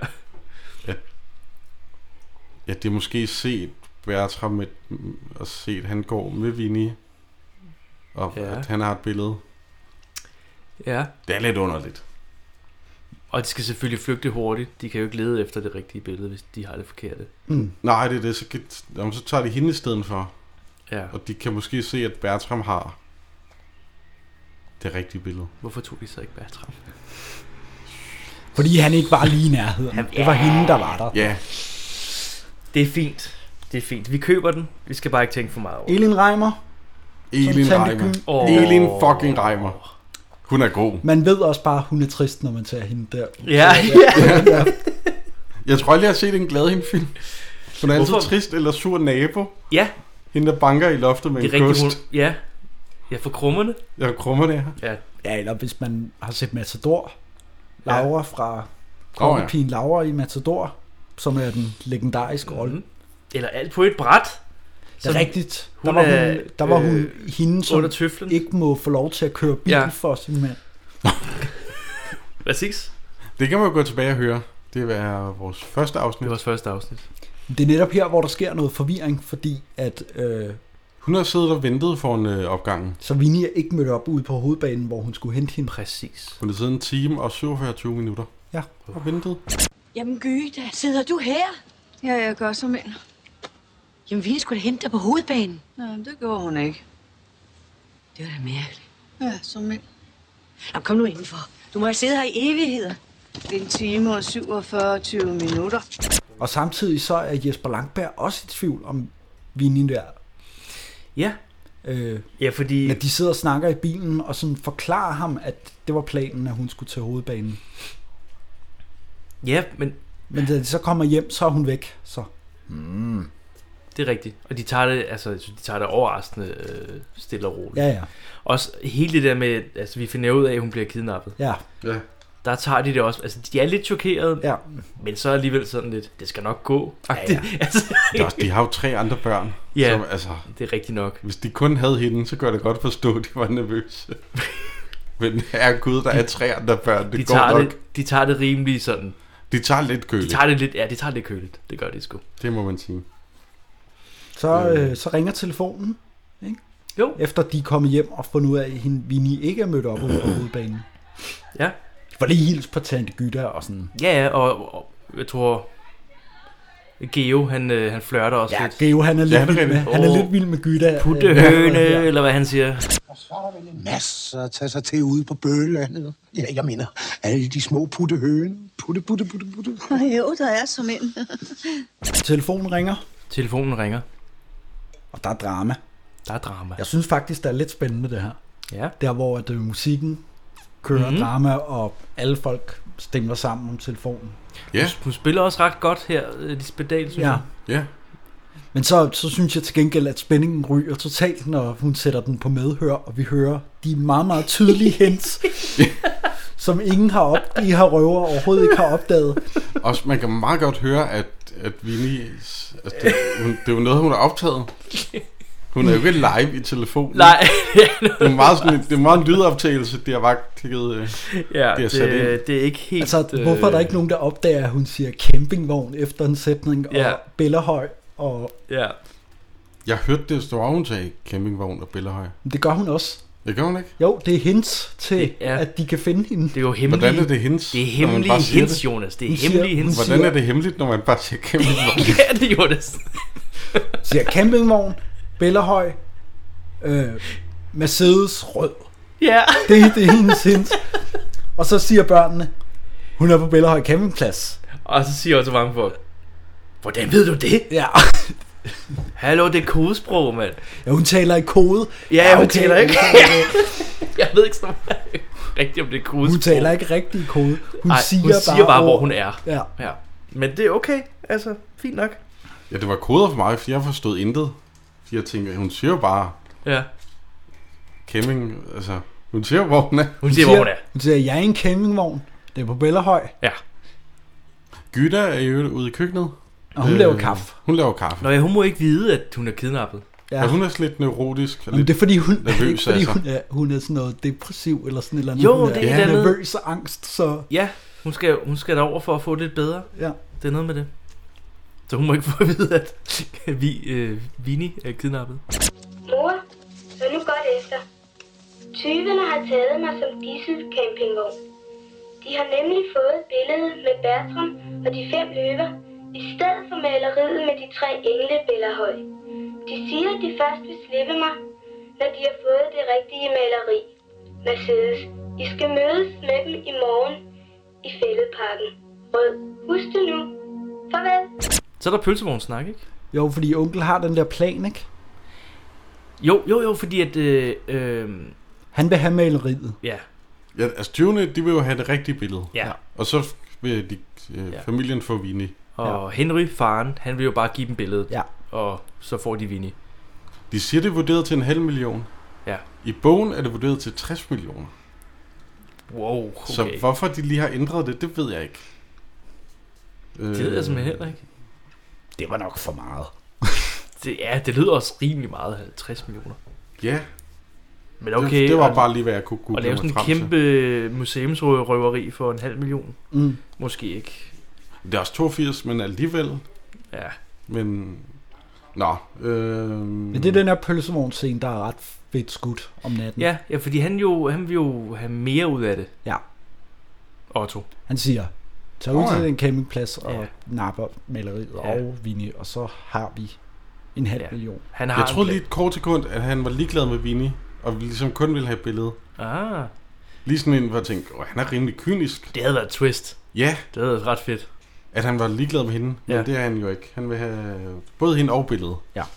Ja, det er måske set Bertram med, og set, han går med Vinnie. Og Ja. at han har et billede. Ja. Det er lidt underligt. Og de skal selvfølgelig flygte hurtigt. De kan jo ikke lede efter det rigtige billede, hvis de har det forkerte. Mm. Nej, det er det. Så, kan, jamen, så tager de hende i stedet for. Ja. Og de kan måske se, at Bertram har det rigtige billede. Hvorfor tog de så ikke Bertram? Fordi han ikke var lige i nærheden. Han, det var ja. hende, der var der. Ja. Det er fint. Det er fint. Vi køber den. Vi skal bare ikke tænke for meget over. Elin Reimer. Elin Reimer. Oh. Elin fucking Reimer. Hun er god. Man ved også bare, hun er trist, når man ser hende der. Ja, ja. ja. Jeg tror aldrig, jeg har set en glad hende film. Hun er altid trist eller sur nabo. Ja. Hende, der banker i loftet med det en kost. Hun... Ja. Ja, for krummerne. Ja, for krummerne, ja. ja. Ja, eller hvis man har set Matador. Laura ja. fra oh, Kokkepigen ja. Laura i Matador, som er den legendariske mm-hmm. rolle. Eller alt på et bræt. Det er rigtigt. Der var hun, der var hun øh, hende, som ikke må få lov til at køre bil ja. for sin mand. Præcis. Det kan man jo gå tilbage og høre. Det er vores første afsnit. Det er vores første afsnit. Det er netop her, hvor der sker noget forvirring, fordi at... Øh, hun har siddet og ventet foran øh, opgangen. Så Vinnie er ikke mødt op ude på hovedbanen, hvor hun skulle hente hende. Præcis. Hun har siddet en time og syvogfyrre minutter. Ja. Og ventet. Jamen Gyda, sidder du her? Ja, jeg gør som en. Jamen Vinnie skulle da hente dig på hovedbanen. Nej, det gjorde hun ikke. Det var da mærkeligt. Ja, som en. Jamen kom nu indenfor. Du må have siddet her i evigheder. Det er en time og syvogfyrre minutter. Og samtidig så er Jesper Langberg også i tvivl om Vinnie der. Ja. Øh, ja, fordi... At de sidder og snakker i bilen, og sådan forklarer ham, at det var planen, at hun skulle til hovedbanen. Ja, men... Men da de så kommer hjem, så er hun væk, så... Mm. Det er rigtigt. Og de tager det, altså, de tager det overraskende øh, stille og roligt. Ja, ja. Også hele det der med, altså vi finder ud af, at hun bliver kidnappet. Ja. Ja. Der tager de det også, altså de er lidt chokerede, ja. Men så alligevel sådan lidt, det skal nok gå. Ja, ja. altså, også, de har jo tre andre børn. Ja, som, altså, det er rigtigt nok. Hvis de kun havde hende, så gør det godt forstå, at de var nervøse. Men herregud, der er tre andre børn, det de går tager nok. Det, de tager det rimelig sådan. De tager lidt køligt. De tager det lidt, ja, de tager det køligt. Det gør de sgu. Det må man sige. Så, øh, så ringer telefonen, ikke? Jo. Efter de er kommet hjem og fundet ud af, at hende Vinnie ikke er mødt op ude på hovedbanen. Ja. For det er hils på Tante Gyda og sådan. Ja, ja, og, og jeg tror Geo, han, øh, han flørter også ja, lidt. Ja, Geo, han er lidt, ja, vild, med, han er lidt vild med Gyda. Puttehøne, øh, eller hvad han siger. Og så er der vel en masse at tage sig til ude på Bøgelandet. Ja, jeg mener, alle de små puttehøne. Putte, putte, putte, putte. Jo, der er som en. Telefonen ringer. Telefonen ringer. Og der er drama. Der er drama. Jeg synes faktisk, det er lidt spændende, det her. Ja. Der, hvor at, uh, musikken kører mm-hmm. drama, og alle folk stemmer sammen om telefonen. Ja. Hun, hun spiller også ret godt her, Lisbeth Dahl, synes ja. jeg. Ja. Men så, så synes jeg til gengæld, at spændingen ryger totalt, når hun sætter den på medhør, og vi hører de meget, meget tydelige hints, som ingen har op, de her røver overhovedet ikke har opdaget. Også man kan meget godt høre, at, at Vinnie, altså det, hun, det er jo noget, hun har optaget. Hun er jo ikke live i telefonen. Nej. det er meget sådan, det er meget en lydoptagelse, det har bare klikket, ja, det, det, det er ikke helt... Altså, hvorfor er der ikke nogen, der opdager, at hun siger campingvogn efter en sætning, ja. og Bellahøj, og... Ja. Jeg hørte det, så hun sagde campingvogn og Bellahøj. Det gør hun også. Det gør hun ikke? Jo, det er hints til, det er, at de kan finde hende. Det er jo hemmelige... Hvordan er det hints? Det er hemmelige hints, det? Jonas. Det er siger, hemmelige hints. Hvordan siger, er det hemmeligt, når man bare siger campingvogn? ja, det er Jonas. siger campingvogn, Bellahøj, øh, Mercedes rød. Ja. Det, det er hendes hint. Og så siger børnene, hun er på Bellahøj campingplads. Og så siger også mange folk, hvordan ved du det? Ja. Hallo, det er kodesprog, mand. Ja, hun taler i kode. Ja, ja hun okay, taler ikke. Jeg ved ikke så rigtigt, om det er kodesprog. Hun taler ikke rigtig i kode. Hun, Ej, siger, hun bare, siger bare, hvor hun er. Ja. ja. Men det er okay, altså, fint nok. Ja, det var koder for mig, for jeg forstod intet. For jeg tænker, hun siger bare... Ja. Camping, altså... Hun siger, hvor hun er. Hun, hun siger, hvor hun er. Hun siger, jeg er en campingvogn. Det er på Bellahøj. Ja. Gyda er jo ude i køkkenet. Og hun øh, laver kaffe. Hun laver kaffe. Nå ja, hun må ikke vide, at hun er kidnappet. Ja. Ja, hun er lidt neurotisk. Men det er fordi, hun, nervøs, fordi altså. hun, er, hun er sådan noget depressiv, eller sådan et eller andet. Jo, hun det er er ja. nervøs og angst, så... Ja, hun skal, hun skal derover for at få det lidt bedre. Ja. Det er noget med det. Så hun må ikke få at vide, at vi, øh, Vinnie er kidnappet. Mor, hør nu godt efter. Tyvene har taget mig som gidsel campingvogn. De har nemlig fået billedet med Bertram og de fem løver, i stedet for maleriet med de tre engle Bellahøj. De siger, at de først vil slippe mig, når de har fået det rigtige maleri. Mercedes. I skal mødes med dem i morgen i Fælledparken. Rød. Husk det nu. Farvel. Så er der pølsevognssnak, ikke? Jo, fordi onkel har den der plan, ikke? Jo, jo, jo, fordi at... Øh, øh, Han vil have maleriet. ja, Ja, altså tyvene, de vil jo have det rigtige billede. ja. Og så vil de, øh, Ja. familien få Vinnie. Og Henry, faren, han vil jo bare give dem billedet. Ja. Og så får de Vinnie. De siger, det er vurderet til en halv million. Ja. I bogen er det vurderet til tres millioner. Wow, okay. Så hvorfor de lige har ændret det, det ved jeg ikke. Det ved jeg simpelthen heller ikke. Det var nok for meget. Det, ja, det lyder også rimelig meget, halvtreds millioner. Ja. Men okay. Det, det var og, bare lige, hvad jeg kunne google og lave sådan en mig frem kæmpe museumsrøveri for en halv million. Mm. Måske ikke. Det er også toogfirs, men alligevel. Ja. Men... Nå. Øh... Men det er den her pølsevognsscene, der er ret fedt skudt om natten. Ja, ja, fordi han jo han vil jo have mere ud af det. Ja. Otto. Han siger, tag ud Oh, til ja. den campingplads og Ja. napper maleriet Ja. og Vinnie, og så har vi en halv Ja. million. Han har Jeg troede en lige et kort sekund, at han var ligeglad med Vinnie, og ligesom kun ville have et billede. Ah, Lige sådan en, hvor jeg tænkte, åh, han er rimelig kynisk. det havde været et twist. Ja, Det havde været ret fedt. at han var ligeglad med hende, men Ja. det er han jo ikke. Han vil have både hende og billedet.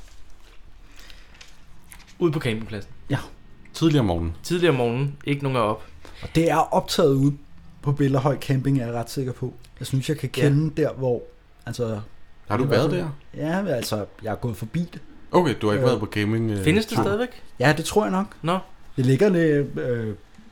Ude på campingpladsen. Tidligere om morgenen. Tidligere om morgenen. Ikke nogen er op. Og det er optaget ude på Bellahøj Camping, er jeg ret sikker på. Jeg synes, jeg kan kende ja. der, hvor... Altså, Har du det været var- der? Ja, men altså, jeg er gået forbi det. Okay, du har ikke Øh, været på gaming. Øh, Findes det tur. stadigvæk? Ja, det tror jeg nok. Nå. Det ligger lidt... Øh,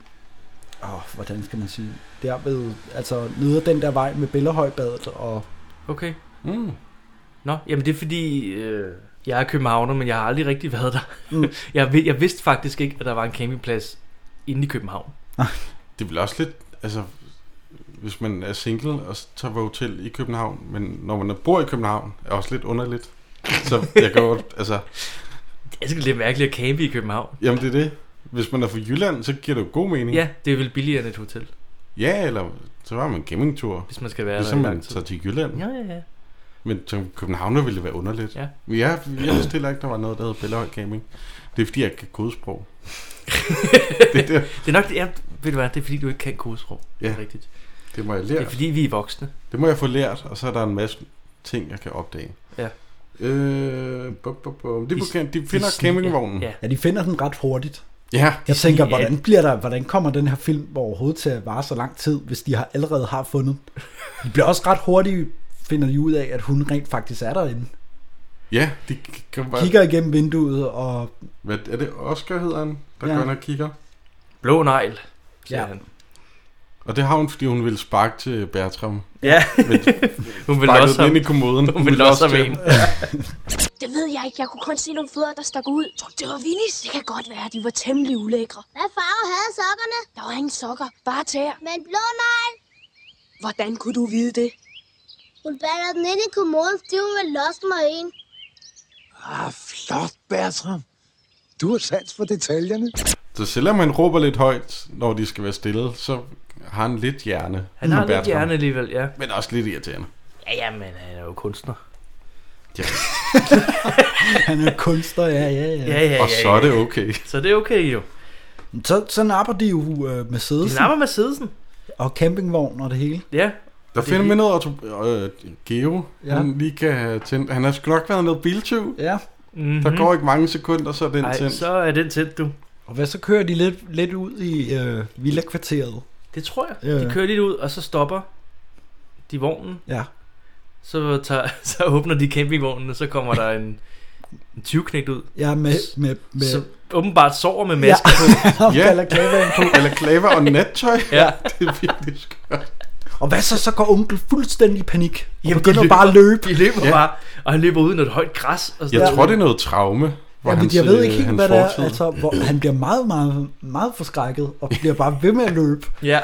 åh, hvordan skal man sige? Der ved, altså nede af den der vej med Bellahøjbadet og... Okay. Mm. Nå, jamen det er fordi, øh, jeg er københavner, men jeg har aldrig rigtig været der. Mm. jeg, vid- jeg vidste faktisk ikke, at der var en campingplads inde i København. Det er vel også lidt, altså, hvis man er single og tager på hotel i København, men når man bor i København, er også lidt underligt. Så jeg kan godt, altså, Det er sgu lidt mærkeligt at campe i København. jamen det er det. Hvis man er fra Jylland, så giver det jo god mening. Ja, det er vel billigere end et hotel, Ja, eller så var man en campingtur. hvis man skal være Ligesom der i man lang tid. tager til Jylland. Ja, ja, ja. Men som københavner ville det være underligt. Ja. Men jeg, jeg vidste heller ikke, der var noget, der hedder Bellahøj Camping. Det er fordi, jeg ikke kan kodesprog. det, er det, Det er nok det, ja, ved du hvad, det er fordi, du ikke kan kodesprog. Ja. Det er rigtigt. det må jeg Det er lære. fordi, vi er voksne. Det må jeg få lært, og så er der en masse ting, jeg kan opdage. Ja. Øh, bu, bu, bu. De, De- de, de finder de- campingvognen. Ja. Ja, de finder den ret hurtigt. Ja. Jeg tænker, Ja. hvordan bliver der, hvordan kommer den her film overhovedet til at vare så lang tid, hvis de har allerede har fundet? De bliver også ret hurtigt, finder de ud af, at hun rent faktisk er derinde. Ja, de kan bare... Kigger igennem vinduet, og Hvad, er det Oscar, hedder han, der Ja. ja. går ind og kigger? Blå negl, siger Ja. han. Og det har hun, fordi hun ville sparke til Bertram. Ja, Men hun vil sparkede også den ind i have, kommoden. hun vil også have en. Det ved jeg ikke. Jeg kunne kun se nogle fødder, der stak ud. Tror du, det var Vinnies? Det kan godt være, de var temmelig ulækre. Hvad farve havde sokkerne? Der var ingen sokker. Bare tæer. Men blå negl. Hvordan kunne du vide det? Hun baller den ind i kommoden, fordi hun vil losse mig en. Ah, flot, Bertram. Du har sans for detaljerne. Så selvom han råber lidt højt, når de skal være stille, så har han lidt hjerne. Han har lidt Bertram. hjerne alligevel, ja. Men også lidt irriterende. Ja, ja, men han er jo kunstner. Ja. han er kunstner, ja, ja, ja. Ja, ja, ja. Og så er det okay. Så det er okay jo. Så, så napper de jo uh, Mercedesen. De napper Mercedesen. Og campingvogn og det hele. Ja. Der finder man noget, Otto, øh, Geo, Ja. han lige kan have tændt. Han har sgu nok været noget biltyv. Ja. Mm-hmm. Der går ikke mange sekunder, så er den Ej, tændt. så er den tændt, du. Og hvad så kører de lidt, lidt ud i øh, villa-kvarteret? Det tror jeg. Ja. De kører lidt ud, og så stopper de vognen. Ja. Så, tager, så åbner de campingvognen, og så kommer der en, en tyveknægt ud. Ja, med... med, med Så åbenbart sover med maske ja. på. Ja, eller klavaen på. Eller klaver og nattøj. Ja. Det er virkelig skørt. Og hvad så? Så går onkel fuldstændig i panik. Og Jamen, begynder de bare at løbe. De løber Ja. bare, og han løber ud i noget højt græs. Og sådan Jeg noget. tror, det er noget traume. Hvor Ja, men hans, jeg ved ikke øh, helt, hans hvad det er. fortid- Altså, hvor han bliver meget, meget, meget forskrækket, og bliver bare ved med at løbe. Ja.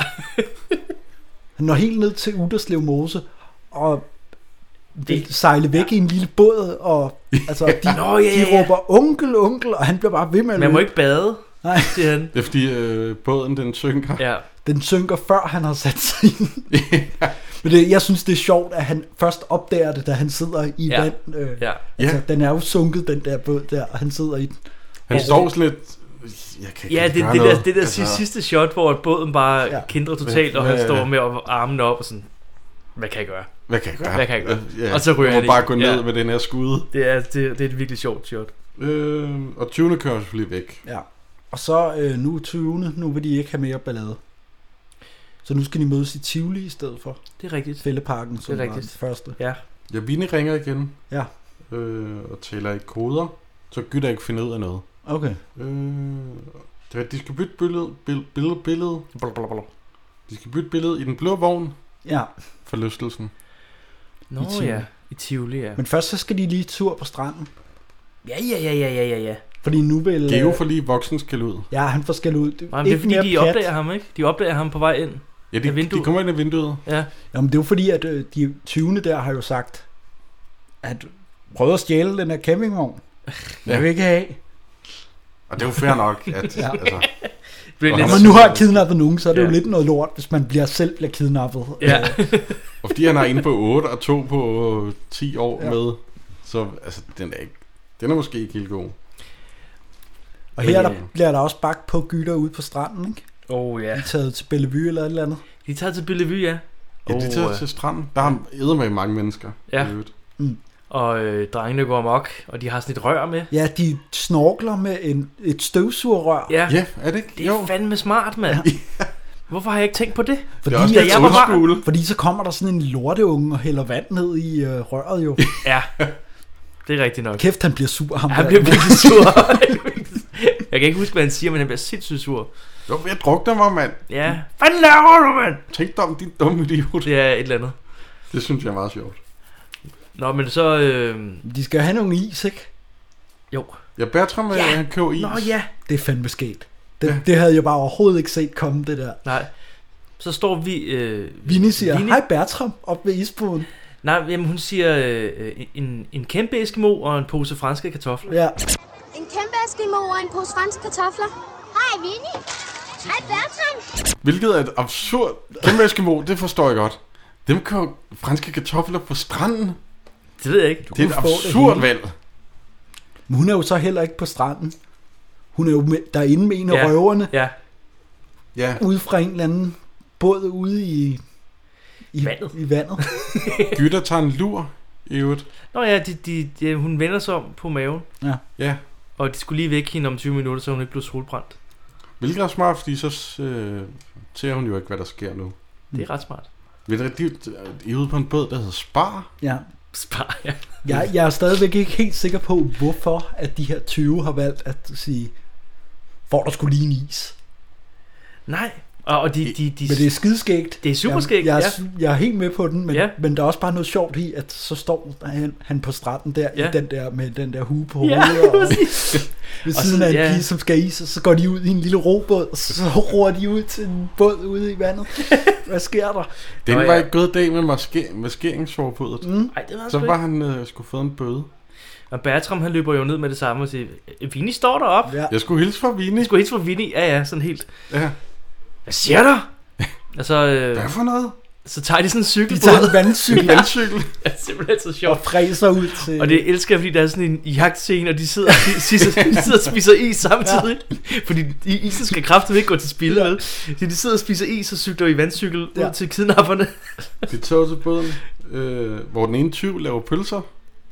Han når helt ned til Uderslev Mose, og vil sejle væk i en lille båd, og altså, de, Nå, ja, ja, de ja. råber onkel, onkel, og han bliver bare ved med at Man løbe. må ikke bade, Nej, siger han. Det er fordi øh, båden den synker. Ja. den synker før han har sat sig i den. Men det, jeg synes, det er sjovt, at han først opdager det, da han sidder i Ja. vand. Øh, Ja. altså, Ja. den er jo sunket, den der båd der, og han sidder i den. Han Ja. står sådan lidt Jeg kan ja, det, det, det, der, det der altså... sidste shot, hvor båden bare ja. kindrer totalt, og han står med armene op og sådan, hvad kan jeg gøre? Hvad kan jeg gøre? Hvad kan jeg gøre? Ja, og så ryger han bare gå ned ja. med den her skud. Det er, det, det er et virkelig sjovt shot. Øh, og tyvende kører selvfølgelig væk. Ja. Og så øh, nu tyvende, nu vil de ikke have mere ballade. Så nu skal de mødes i Tivoli i stedet for. Det er rigtigt. Fælleparken, som det er var rigtigt. den første. Ja. Ja, Vinnie ringer igen. Ja. Øh, og taler i koder. Så Gytter ikke finde ud af noget. Okay. Øh, det er, de skal bytte billede, billede, billede, billede. De skal bytte billede i den blå vogn. Ja. Forlystelsen. Nå I ja, i Tivoli, ja. Men først så skal de lige tur på stranden. Ja, ja, ja, ja, ja, ja, ja. Fordi nu vil... Geo får lige voksen skal ud. Ja, han får skal ud. Det, Nej, det er fordi, de pjat. opdager ham, ikke? De opdager ham på vej ind. Ja, de, de kommer ind af vinduet. Ja. Jamen, det er jo fordi, at øh, de tyvende der har jo sagt, at prøv at stjæle den her campingvogn. Ja. Jeg vil ikke have. Og det er jo fair nok. At, ja. altså, Når man nu har kidnappet nogen, så er det ja. jo lidt noget lort, hvis man bliver selv bliver kidnappet. Ja. Og fordi han har en på otte og to på ti år ja. med, så altså, den er ikke, den er måske ikke helt god. Og her der bliver der også bagt på Gytter ude på stranden, ikke? Oh ja. De er taget til Bellevue eller et eller andet. De er taget til Bellevue, ja. Ja, de er taget oh, til stranden. Der har æder med mange mennesker. Ja. Mm. Og øh, drengene går amok, og de har sådan et rør med. Ja, de snorkler med en, et støvsugerrør. Ja. Ja, er det ikke? Det er jo fandme smart, mand. Ja. Hvorfor har jeg ikke tænkt på det? Fordi, det er også jeg var bare, fordi så kommer der sådan en lorteunge og hælder vand ned i øh, røret jo. Ja, det er rigtigt nok. Kæft, han bliver sur. Ham han bliver virkelig sur. Jeg kan ikke huske, hvad han siger, men han bliver sindssygt sur. Du er ved at drukne mig, mand. Ja. Hvad laver du, mand? Tænk dig om, din dumme idiot. Det er et eller andet. Det synes jeg er meget sjovt. Nå, men så... Øh... De skal have nogle is, ikke? Jo. Ja, Bertram, ja. han køber is. Nå ja. Det er fandme sket. Det, ja. det havde jeg bare overhovedet ikke set komme, det der. Nej. Så står vi... Øh, Vinnie siger, Vinnie. Hej Bertram, op ved isboden. Nej, jamen, hun siger øh, en, en kæmpe eskimo og en pose franske kartofler. Ja. En kæmpe eskimo og en pose franske kartofler. Hej Vinnie. Hej Bertram. Hvilket er et absurd... Kæmpe eskimo, det forstår jeg godt. Dem køber franske kartofler på stranden. Det ved jeg ikke. Du det er et absurd det valg. Men hun er jo så heller ikke på stranden. Hun er jo med, derinde med en af ja. røverne. Ja. Ja. Ude fra en eller anden båd ude i... I vandet. I vandet. Gytter tager en lur i øvrigt. Nå ja, de, de, de, hun vender sig om på maven. Ja. Ja. Og de skulle lige vække hende om tyve minutter, så hun ikke blev solbrændt. Hvilket er smart, fordi så øh, ser hun jo ikke, hvad der sker nu. Det er ret smart. Ved du, de, de er ude på en båd, der hedder Spar. Ja. Spar, ja. Jeg, jeg er stadigvæk ikke helt sikker på, hvorfor at de her tyve har valgt at sige, får der skulle lige en is. Nej. Og de, de, de, men det er skideskægt. Det er super skægt, jeg, jeg, ja. er, jeg er helt med på den, men, ja. men der er også bare noget sjovt i, at så står han, han på stranden der, ja. i den der, med den der hue på ja, hovedet, og ved og siden af en ja. pige, som skal is, og så går de ud i en lille robåd, og så roer de ud til en båd ude i vandet. Hvad sker der? Den var ikke gået dag med maske- maskeringsforbuddet. Mm. Ej, det var så var han øh, skulle få en bøde. Og Bertram, han løber jo ned med det samme og siger, Vinnie står deroppe. Ja. Jeg skulle hilse fra Vinnie. Jeg skulle hilse fra Vinnie, ja ja, sådan helt. Ja. Hvad siger du? Og så, øh, hvad for noget? Så tager de sådan en cykel. De tager en vandcykel. Ja. vandcykel. Ja, simpelthen så sjovt. Og fræser ud til... Og det elsker jeg, fordi der er sådan en jagtscene, og de sidder, de, sidder, de sidder og spiser is samtidig. Ja. Fordi isen skal kraftigt ikke gå til spilde, vel? Så de sidder og spiser is og cykler i vandcykel ja. ud til kidnapperne. De tager til båden, øh, hvor den ene tyv laver pølser.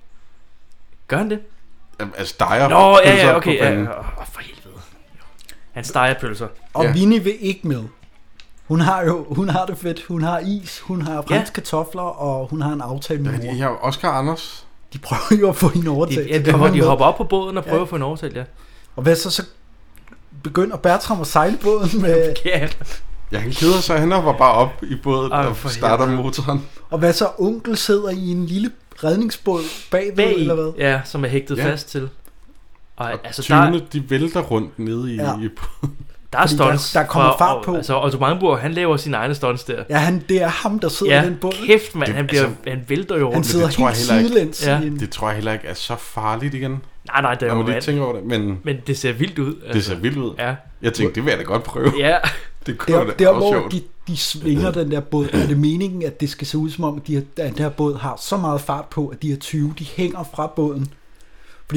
Gør han det? Jamen, altså steger Nå, ja, ja, okay. Ja, ja. Oh, for helvede. Han steger pølser. Og ja. Vinnie vil ikke med. Hun har jo, hun har det fedt. Hun har is, hun har franske ja. kartofler, og hun har en aftale med mor. Ja, Oscar Anders. De prøver jo at få hende overtalt. De, ja, de, de, de hopper op på båden og prøver ja. at få hende overtalt, ja. Og hvad så, så begynder Bertram at sejle båden med... Ja. Ja, han keder sig. Han var bare op i båden Ej, og starter helvede. motoren. Og hvad så, onkel sidder i en lille redningsbåd bagved, Bag, eller hvad? Ja, som er hægtet ja. fast til. Og, og altså, tyvene, der... de vælter rundt nede i, ja. i båden. Der er stunts. Der, der kommer fra, fart på. Og, altså, Otto Brandenburg, han laver sine egne stunts der. Ja, han, det er ham, der sidder ja, i den båd. Kæft, mand. Han, bliver, altså, han vælter jo rundt. Han sidder helt sidelæns. Ja. Det tror jeg heller ikke er så farligt igen. Nej, nej, det er jo lige tænke over det, men... Men det ser vildt ud. Altså. Det ser vildt ud. Ja. Jeg tænkte, det vil jeg da godt prøve. Ja. Det kunne der, da der, også hvor sjovt. De, de svinger den der båd, er det meningen, at det skal se ud som om, at, de her, at den her båd har så meget fart på, at de her tyve, de hænger fra båden. Fordi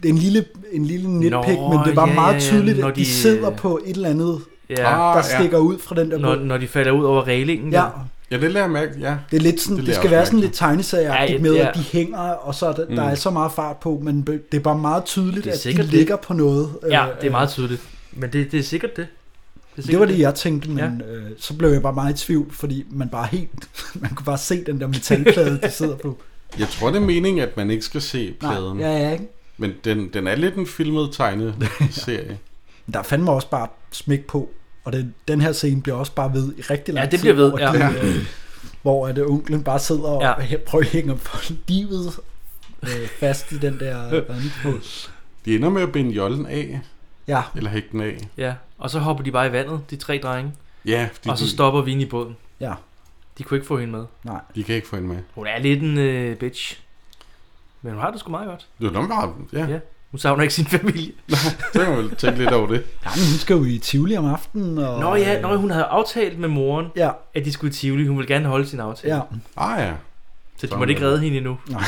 det er en lille, en lille nitpick, Nå, men det var ja, meget ja, ja, tydeligt, når at de, de, sidder øh, på et eller andet, Ja. der Ah, stikker ja. ud fra den der Når, båd. når de falder ud over reglingen. Ja, der. Ja, det lader jeg mærke, ja. det er lidt sådan, Det det, lader det skal jeg være også sådan mærke lidt tegneserieagtigt Ja, med, ja. at de hænger, og så er der, Mm. der er så meget fart på, men det er bare meget tydeligt, Det er at de sikkert det. ligger på noget. Ja, øh, det er meget tydeligt. Men det, det er sikkert det. Det, er Det var sikkert det, jeg tænkte, men ja. øh, så blev jeg bare meget i tvivl, fordi man bare helt, man kunne bare se den der metalplade, de sidder på. Jeg tror, det er meningen, at man ikke skal se pladen. Nej, ja, ja, ikke? Men den, den er lidt en filmet tegneserie. Der er fandme også bare smæk på, og den, den her scene bliver også bare ved i rigtig lang Ja, det tid, bliver ved, hvor ja. de, øh, hvor at onklen bare sidder og Ja. ja. prøver at hænge for livet øh, fast i den der vandbåd. De ender med at binde jollen af. Ja. Eller hægte den af. Ja, og så hopper de bare i vandet, de tre drenge. Ja, fordi og så de- stopper Vinnie i båden. Ja. De kunne ikke få hende med. Nej. De kan ikke få hende med. Hun er lidt en øh, bitch. Men hun har det sgu meget godt. Det er nok bare, ja. ja. Hun savner ikke sin familie. Nej, så kan man vel tænke lidt over det. Ja, men hun skal jo i Tivoli om aftenen. Og, Nå ja, når hun havde aftalt med moren, ja. at de skulle i Tivoli. Hun ville gerne holde sin aftale. Ja. Ah ja. Så de måtte ikke redde hende endnu. Nej.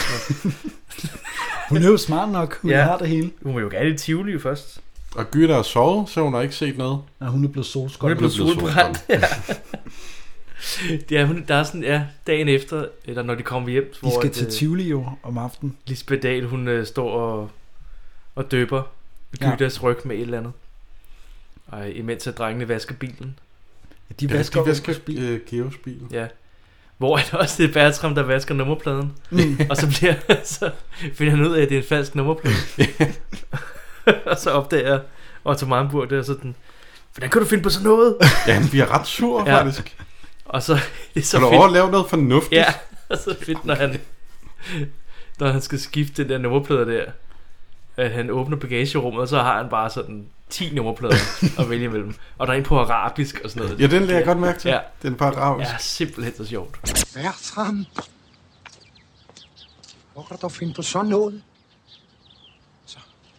Hun er jo smart nok. Hun Ja. har det hele. Hun må jo gerne i Tivoli først. Og Gyda har sovet, så hun har ikke set noget. Ja, hun er blevet solskoldet. Hun er blevet solbrændt. Ja. Ja, hun, der er sådan, ja, dagen efter, eller når de kommer hjem, De hvor skal at, til øh, Tivoli jo om aftenen. Lisbeth Dahl, hun øh, står og, og døber Ja. Gydas ryg med et eller andet. Og imens at drengene vasker bilen. Ja, de vasker ja, de vasker Onkels bil. øh, Geos bil. Ja. Hvor er det også det Bertram, der vasker nummerpladen. Mm. Og så, bliver, så finder han ud af, at det er en falsk nummerplade. Og så opdager Otto Marmburg det, og sådan, hvordan kan du finde på sådan noget? Ja, han bliver ret sur, Ja. faktisk. Og så, det er så Kan du fedt. over at lave noget fornuftigt? Ja, og så fedt, når han, når han skal skifte den der nummerplade der, at han åbner bagagerummet, og så har han bare sådan ti nummerplader at vælge imellem. Og der er en på arabisk og sådan noget. Ja, den lader jeg godt mærke til. Ja. Den på arabisk. Ja, simpelthen så sjovt. Bertram, hvor kan du dog finde på sådan noget? Så.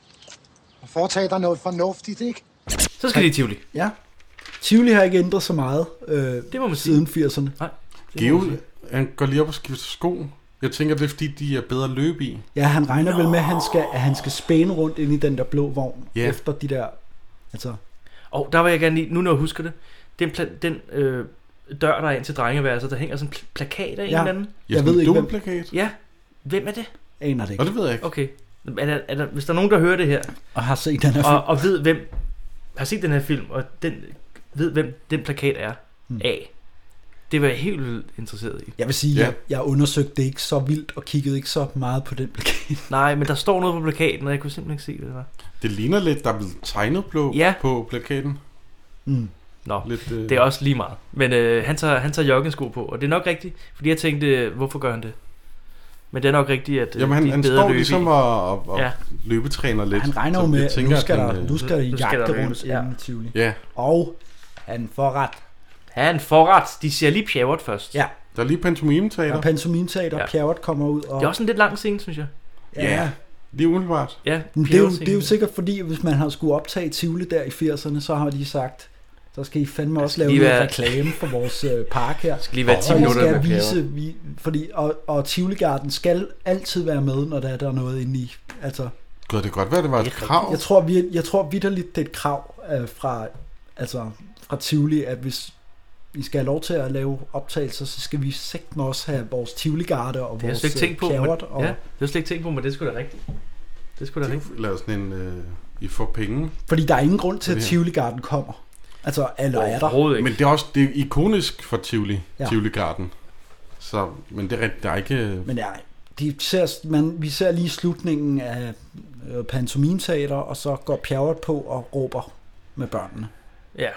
Og foretage dig noget fornuftigt, ikke? Så skal de i Tivoli. Ja. Tivoli har ikke ændret så meget øh, Det må man sige. siden firserne. Nej. Geo, han går lige op og skifter sko. Jeg tænker, det er fordi, de er bedre at løbe i. Ja, han regner Nå. vel med, at han skal, at han skal spæne rundt ind i den der blå vogn. Ja. Efter de der... Altså, Og der vil jeg gerne lige, nu når jeg husker det, den, pla- den øh, dør, der er ind til drengeværelset, der hænger sådan en pl- plakat af en Ja. eller anden. Ja, Jeg sådan ved en ikke, hvem- dobbeltplakat. Ja, hvem er det? aner det ikke. Og det ved jeg ikke. Okay. Er der, er der, hvis der er nogen, der hører det her, Og har set den her film. og, og ved hvem, har set den her film, og den, ved hvem den plakat er Hmm. af, det var jeg helt vildt interesseret i. Jeg vil sige, Ja. jeg, jeg undersøgte det ikke så vildt, og kiggede ikke så meget på den plakat. Nej, men der står noget på plakaten, og jeg kunne simpelthen ikke se, hvad det var. Det ligner lidt, der er blevet tegnet på, Ja. på plakaten. Mm. Nå, Lidt, øh... det er også lige meget. Men øh, han tager, han tager joggensko på, og det er nok rigtigt, fordi jeg tænkte, hvorfor gør han det? Men det er nok rigtigt, at øh, Jamen, han, de er han bedre står at løbe ligesom i. og, og, og Ja. løbetræner lidt. Han regner jo Så med, jeg at tænker, nu skal, at der, han, øh, nu skal Nu skal jagte der rundt løbes, ja. inden i Tivoli. Ja, Og han får ret. Han får ret. De ser lige pjævret først. Ja, der er lige pantomime-teater. og pantomimteater, Ja. ja. Pjerrot kommer ud. Og, Det er også en lidt lang scene, synes jeg. Ja, lige umiddelbart. Ja, Men det, er jo, Pjerrot-scenen. det er jo sikkert fordi, hvis man har skulle optage Tivoli der i firserne, så har de sagt, så skal I fandme også lave lige noget være- reklame for vores øh, park her. skal lige være ti Og I minutter skal med vise, vi, fordi, og, og Tivoli Garden skal altid være med, når der er der noget inde i. Altså, Gud, det kan godt være, det var et krav. jeg tror, vi, jeg tror vitterligt, det er et krav øh, fra, altså, fra Tivoli, at hvis vi skal have lov til at lave optagelser, så skal vi sætte med også have vores Tivoli-garde og Det har jeg vores slet ikke tænkt på. Men, Pjerrot. Og, ja, det har jeg slet ikke tænkt på, men det skulle da rigtigt. Det skulle da rigtigt. Lave sådan en, øh, I får penge. Fordi der er ingen grund til, at Det her. Tivoli-garden kommer. Altså, eller er der. Overhovedet ikke. Men det er også det er ikonisk for Tivoli, Ja. ja. Tivoli Garden. Så, men det er rigtigt, der er ikke... Men ja, de ser, man, vi ser lige slutningen af øh, pantomimteater, og så går Pjerrot på og råber med børnene. Ja.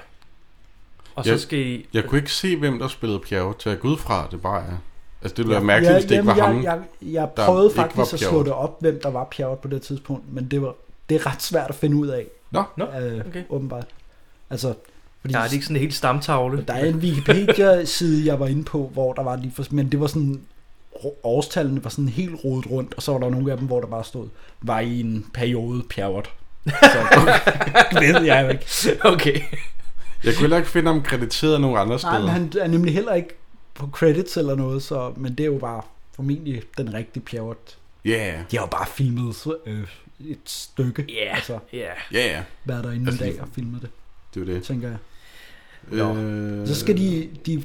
Og Jeg- så skal I... Jeg kunne ikke se, hvem der spillede Pjerrot, til at gå ud fra, det bare er... Altså, det ville være Ja, mærkeligt, hvis det ikke jamen, var jeg, ham. Jeg, jeg der prøvede ikke var faktisk at slå Pjerrot. det op, hvem der var Pjerrot på det tidspunkt, men det var det er ret svært at finde ud af. Nå, Nå, øh, okay. Åbenbart. Altså, fordi Der er det ikke sådan en helt stamtavle. der er en Wikipedia-side, jeg var inde på, hvor der var lige for, men det var sådan, årstallene var sådan helt rodet rundt, og så var der nogle af dem, hvor der bare stod, var i en periode Pjerrot. Så det ved jeg jo ikke. Okay. Jeg kunne heller ikke finde ham krediteret nogen andre Nej, steder. men han er nemlig heller ikke på credits eller noget, så, men det er jo bare formentlig den rigtige Pjerrot. Ja. Yeah. De har jo bare filmet øh, et stykke. Ja, yeah. altså, ja. Yeah. Ja, yeah. Været der inden en dag og filmet det. Det er det. Tænker jeg. Øh... Så skal de, de,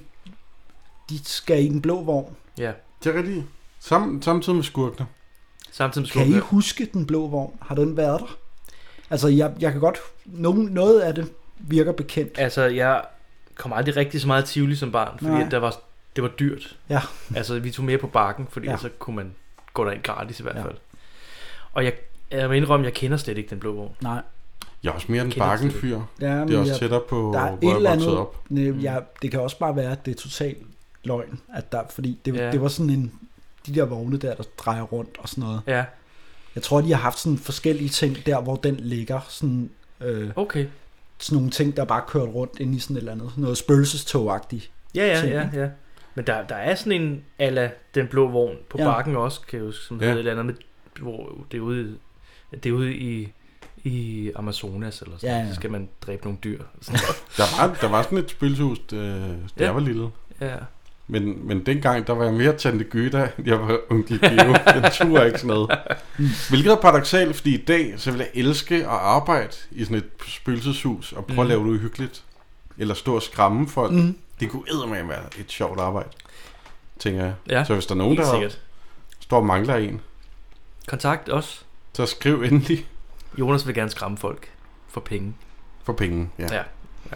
de skal i den blå vogn. Ja. Det er rigtigt. Sam, samtidig med skurkene. Samtidig med Kan skurkene. I huske den blå vogn? Har den været der? Altså, jeg, jeg kan godt... Nogen, noget af det virker bekendt. Altså, jeg kom aldrig rigtig så meget Tivoli som barn, fordi Nej. at der var, det var dyrt. Ja. Altså, vi tog mere på Bakken, fordi Ja. så kunne man gå derind gratis i hvert Ja. fald. Og jeg, jeg vil indrømme, jeg kender slet ikke den blå vogn. Nej. Jeg er også mere en Kender Bakkenfyr. Ja, men det er også jeg- tættere på, der er hvor et jeg eller voksede andet, op. Nej, jeg, det kan også bare være, at det er totalt løgn. At der, fordi det, Ja. det var sådan en... De der vogne der, der drejer rundt og sådan noget. Ja. Jeg tror, de har haft sådan forskellige ting der, hvor den ligger. Sådan, øh, Okay. sådan nogle ting, der bare kørt rundt ind i sådan et eller andet. Noget spøgelsestog-agtigt. Ja, ja, ting, ja, ikke? ja. Men der, der er sådan en ala den blå vogn på Ja. Bakken også, kan jeg huske, som Ja. hedder et eller andet med, hvor det er ude, det er ude i, i Amazonas eller sådan Ja, noget. ja. Så skal man dræbe nogle dyr. Sådan noget. Der var, der var sådan et spilsehus, øh, da Ja. jeg var lille. Ja. Men, men dengang, der var jeg mere Tante Gyda, end jeg var onkel Geo. Den turde ikke sådan noget. Hvilket er paradoksalt, fordi i dag, så vil jeg elske at arbejde i sådan et spøgelseshus, og prøve mm. at lave det uhyggeligt. Eller stå og skræmme folk. Mm. Det kunne eddermame være et sjovt arbejde, tænker jeg. Ja, så hvis der er nogen, helt der sikkert. står og mangler en, Kontakt os. så skriv endelig. Jonas vil gerne skræmme folk for penge. For penge, ja. Ja.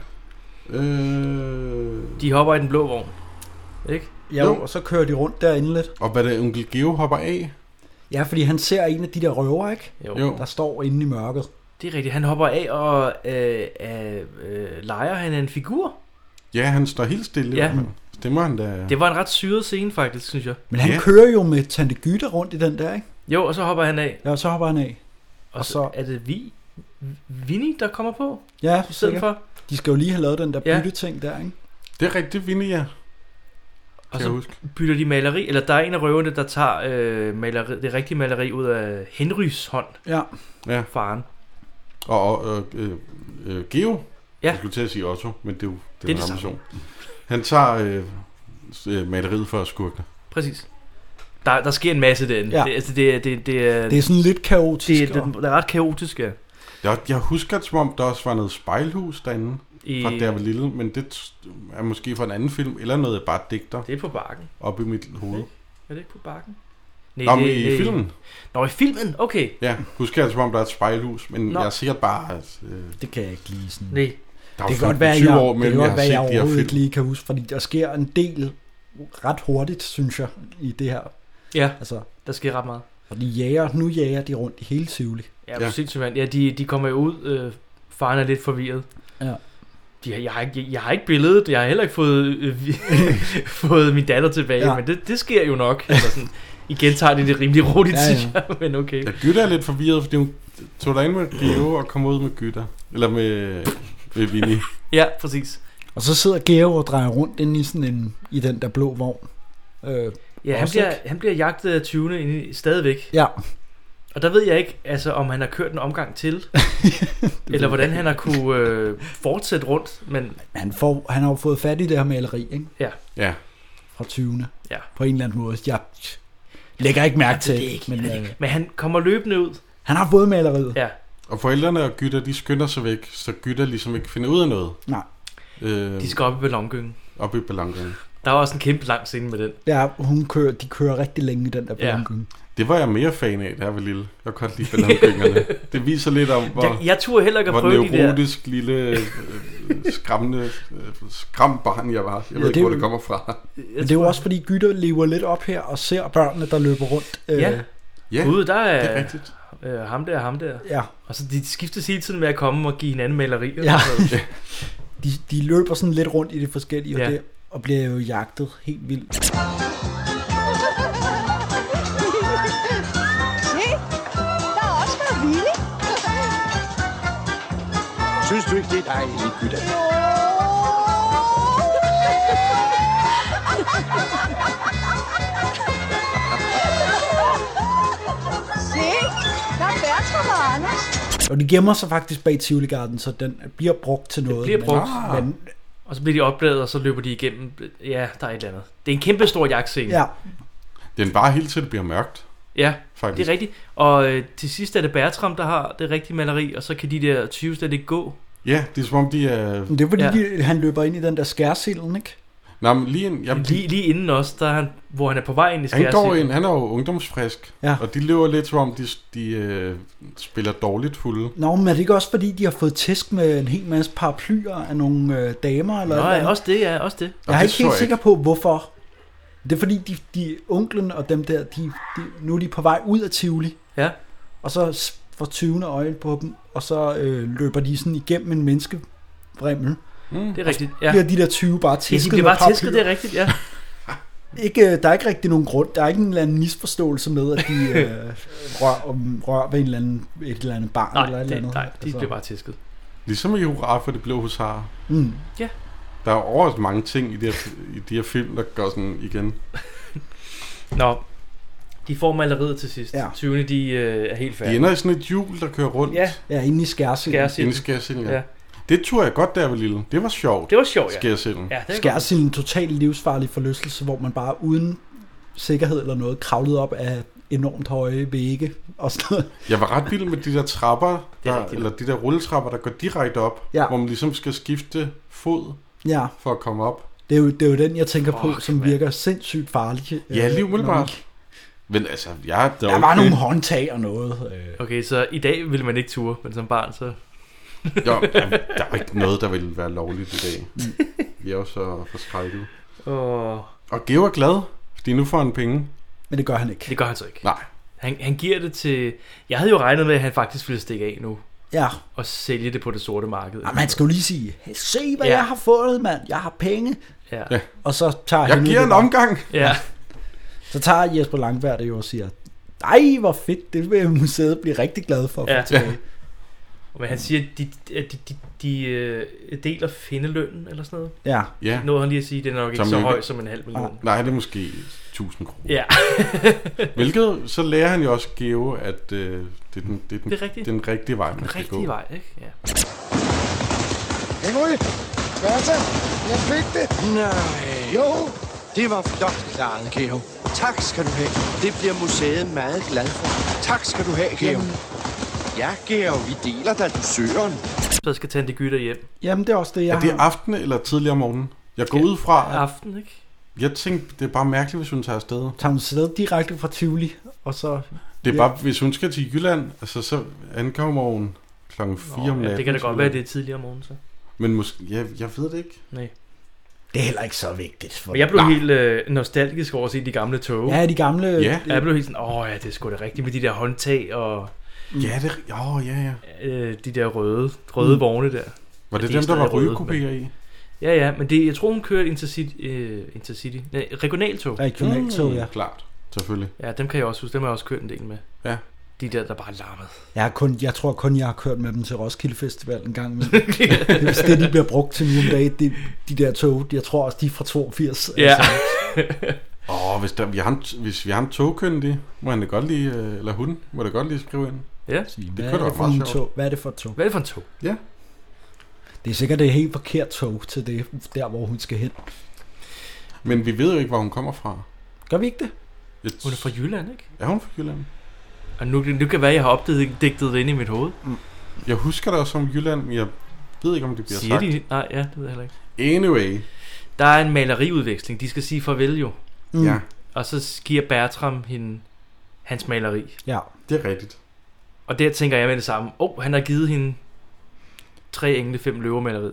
ja. Øh... De hopper i den blå vogn. Ikke? Ja, jo. Og så kører de rundt derinde lidt. Og hvad det onkel Geo hopper af? Ja, fordi han ser en af de der røver, ikke? Jo. Jo. Der står inde i mørket. Det er rigtigt. Han hopper af og øh, øh, øh, leger han en figur. Ja, han står helt stille. Ja. Ja. Stemmer han da? Det var en ret syret scene faktisk, synes jeg. Men han Ja. kører jo med Tante Gyda rundt i den der, ikke? Jo, og så hopper han af. Ja, og så hopper han af. Og så er det vi, Vinnie, der kommer på. Ja, I stedet sikkert. for. De skal jo lige have lavet den der Ja. bytteting der, ikke? Det er rigtigt, Vinnie, ja. Og Kan så jeg huske. bytter de maleri, eller der er en af røverne, der tager øh, maleri, det rigtige maleri ud af Henrys hånd. Ja. Ja. Faren. Og, og øh, øh, Geo, Ja. jeg skulle til at sige Otto, men det er jo Det er den det samme samme. person. Han tager øh, øh, maleriet for skurkene. Præcis. Der, der sker en masse derinde. Ja. Det, altså, det, det, det, er, Det er sådan lidt kaotisk. det, det, det er ret kaotisk, ja. Jeg, jeg husker det, som om der også var noget spejlhus derinde, I- fra da jeg var lille, men det t- er måske fra en anden film, eller noget, jeg bare digter Det er på Bakken. op i mit hoved. Er det ikke på Bakken? Nå, men i filmen? Nå, i filmen? Okay. Ja, husker jeg, som om der er et spejlhus, men Nå. jeg er sikkert bare... At, øh, Det kan jeg ikke lige sådan. Nej. Der er Det jo kan godt være, tyve jeg, år det mellem, kan jeg godt har være, set jeg de her overhovedet film. ikke lige kan huske, fordi der sker en del ret hurtigt, synes jeg, i det her. Ja, Altså, der sker ret meget. og de jager, nu jager de rundt i hele Tivoli. Ja, Ja. ja. sindssygt mand. Ja, de, de kommer jo ud. Øh, faren er lidt forvirret. Ja. De, har- jeg, har ikke, jeg har ikke billedet. Jeg har heller ikke fået, øh, vi- fået min datter tilbage. Ja. Ja. Men det, det sker jo nok. Altså sådan, igen tager de det rimelig roligt, Ja, ja, ja. ja. synes jeg. Men okay. Ja, Gyda er lidt forvirret, fordi hun tog derind med Geo og kom ud med Gyda. Eller med, med Vinnie. Ja, præcis. Og så sidder Geo og drejer rundt inde i sådan en, i den der blå vogn. Øh, Ja, han også, bliver, ikke? han bliver jagtet af tyvene inde i- stadigvæk. Ja, Og der ved jeg ikke, altså, om han har kørt en omgang til. eller hvordan han har kunne øh, fortsætte rundt. Men han, får, han har jo fået fat i det her maleri, ikke? ja, Ja. Fra tyvene. Ja. På en eller anden måde. Jeg lægger ikke mærke til det er ikke, men men, øh, men han kommer løbende ud. han har fået maleriet. Ja, Og forældrene og Gyda, de skynder sig væk, så Gyda ligesom ikke finder ud af noget. Nej. Øh, de skal op i ballongyngen. op i ballongyngen. Der var også en kæmpe lang scene med den. Ja, hun kører, de kører rigtig længe i den der Ja. ballongynge. Det var jeg mere fan af, da jeg var lille. Jeg kunne godt lide ballongyngerne. Det viser lidt om, hvor, Jeg, jeg turde heller ikke at hvor prøve de der. neurotisk lille, øh, skræmmende, øh, skræmt barn jeg var. Jeg Ja, ved ikke, det er hvor jo- det kommer fra. Men det er jo også fordi Gytter lever lidt op her og ser børnene, der løber rundt. Øh, Ja. Ja, Gud, der er, det er rigtigt. Øh, ham der, ham der. ja. Og så de skiftes hele tiden med at komme og give hinanden malerier. Ja. Så, De, de løber sådan lidt rundt i det forskellige, Ja. og, det, og bliver jo jagtet helt vildt. Se, der er også noget Willy. Synes du ikke, det er dejligt, Gyda? Se, der er Bertram og Anders. Og de gemmer sig faktisk bag Tivoli Garden, så den bliver brugt til noget. bliver brugt. Men, men, og så bliver de opdaget, og så løber de igennem. Ja, der er et eller andet. Det er en kæmpe stor jagtscene. ja, Den bare helt til det bliver mørkt. Ja, faktisk. det er rigtigt. Og øh, til sidst er det Bertram, der har det rigtige maleri, og så kan de der tyve slet ikke gå. Ja, det er som om de er... Men det er fordi, Ja. de, han løber ind i den der skærsilden, ikke? Nå, men lige, en, jamen, Lige, lige inden også, der er han, hvor han er på vej ind i han går skærsilden. ind, han er jo ungdomsfrisk, Ja. og de løber lidt som om, de, de øh, spiller dårligt fulde. Nå, men er det ikke også fordi, de har fået tæsk med en hel masse paraplyer af nogle øh, damer? Eller Nå, et eller ja, andet? også det, ja, også det. Jeg er det ikke så helt jeg sikker på, hvorfor. Det er fordi, de, de onklen og dem der, de, de, nu er de på vej ud af Tivoli. Ja. Og så s- får tyvene øje på dem, og så øh, løber de sådan igennem en menneskevrimmel. Mm. Det er rigtigt, Ja. ja. Bliver de der tyve bare Ja, de tæsket bliver med bare tæsket, paraplyer. det er rigtigt, ja. Ikke, øh, der er ikke rigtig nogen grund. Der er ikke en eller anden misforståelse med, at de øh, rører, om, rører ved en eller anden, et eller andet barn. Nej, eller et eller det, andet. nej, de Altså, bliver bare tæsket. Ligesom i Hurra for det blå husar. Mm. Ja. Der er over mange ting i de her, i de her film, der går sådan igen. Nå, de får maleriet til sidst. Ja. tyvene, de øh, er helt De færdige. ender i sådan et hjul, der kører rundt. Ja. Ja, inde i skærsilden. Skærsilden. Inde i skærsilden, ja. Ja. ja. Det tror jeg godt, der var lille. Det var sjovt. Det var sjovt, ja. Skærsilden. Ja, det er Skærsilden en totalt livsfarlig forlystelse, hvor man bare uden sikkerhed eller noget kravlede op af enormt høje vægge og sådan noget. Jeg var ret vild med de der trapper, Det er der, rigtigt. eller de der rulletrapper, der går direkte op, Ja. hvor man ligesom skal skifte fod Ja, for at komme op. det er jo, det er jo den, jeg tænker på, Fuck, som mand. virker sindssygt farlig. Ja, øh, lige når umiddelbart. man- Men altså, jeg... Der, Der var nogle håndtag og noget. Øh. Okay, så i dag ville man ikke ture, men som barn, så... Jo, der, der er ikke noget, der ville være lovligt i dag. Vi er jo så forskrækket. Åh, Og Geo er glad, fordi nu får han penge. Men det gør han ikke. det gør han så ikke. Nej. Han, han giver det til... Jeg havde jo regnet med, at han faktisk ville stikke af nu Ja, og sælge det på det sorte marked. og man skal jo lige sige, hey, se hvad Ja. jeg har fået, mand. Jeg har penge. Ja. Ja. Og så tager Jeg Helvede giver det en bare. omgang. Ja. Så tager Jesper Langberg det jo og siger, ej, hvor fedt, det vil museet blive rigtig glad for at Ja. få tilbage. Men han siger, at de, at de, de, de øh, deler findelønnen eller sådan noget. Ja, Ja. Nåede han lige at sige, at det er nok ikke Som så ikke- høj som en halv million. Nej, det er måske tusind kroner. Ja. Hvilket, så lærer han jo også Geo, at øh, det, er den, det, er den, Det er rigtigt. den rigtige vej, man Den skal gå. rigtige vej, ikke? Ja. Henry, Bertha, jeg fik det. Nej. Jo, Det var flot klaret, Geo. Tak skal du have. Det bliver museet meget glad for. Tak skal du have, Geo. Ja, Geo, vi deler da dusøren. Så skal Tante Gytter hjem. jamen det er også det, jeg Er det har. aften eller tidligere om morgenen? Jeg går ud fra, at Aften, ikke? jeg tænkte, det er bare mærkeligt, hvis hun tager afsted. Tager hun sted direkte fra Tivoli, og så... Det er Ja. bare, hvis hun skal til Jylland, altså så ankommer hun klokken fire om Nå, natten. ja, det kan da godt være, det er tidligere om morgenen, så. Men måske, ja, jeg ved det ikke. Nej. Det er heller ikke så vigtigt. For Men jeg blev Nej. helt øh, nostalgisk over at se de gamle tog. Ja, de gamle... Ja. Jeg blev helt sådan, åh ja, det er sgu da rigtigt med de der håndtag og Ja, det er, åh, ja, ja. øh, de der røde, røde Mm. vogne der. Var det de er dem, der var stadig røde, rygekopéer i? Ja, ja, men det, jeg tror, hun kørte Intercity, øh, Intercity, nej, regionaltog. Regionaltog, ja. Klart, selvfølgelig. Ja, dem kan jeg også huske, dem har jeg også kørt en del med. Ja. De der, der bare larmede. Jeg, har kun, jeg tror kun, jeg har kørt med dem til Roskilde Festival en gang. Men hvis det, de bliver brugt til nu om dagen, de, de der tog, jeg tror også, de er fra toogfirs. Ja. Åh, oh, hvis, der, vi har en, hvis vi har en togkyndig, må han det godt lige, øh, eller hun, må det godt lige skrive ind. Ja. Sige, Det hvad, kunne da er være det for meget en sjovt. tog? Hvad er det for et tog? Hvad er det for en tog? Ja. Det er sikkert det helt forkert tog til det, der hvor hun skal hen. Men vi ved jo ikke, hvor hun kommer fra. Gør vi ikke det? Jeg, Hun er fra Jylland, ikke? er hun fra Jylland? Og nu, nu kan være, at jeg har opdigtet digtet det ind i mit hoved. Jeg husker det også som Jylland, men jeg ved ikke, om det bliver Siger sagt. de? Nej, ja, det ved jeg heller ikke. Anyway. Der er en maleriudveksling. De skal sige farvel jo. Mm. Ja, Og så giver Bertram hende hans maleri. Ja. det er rigtigt. Og der tænker jeg med det samme. Åh, oh, han har givet hende tre engle, fem løver maleriet.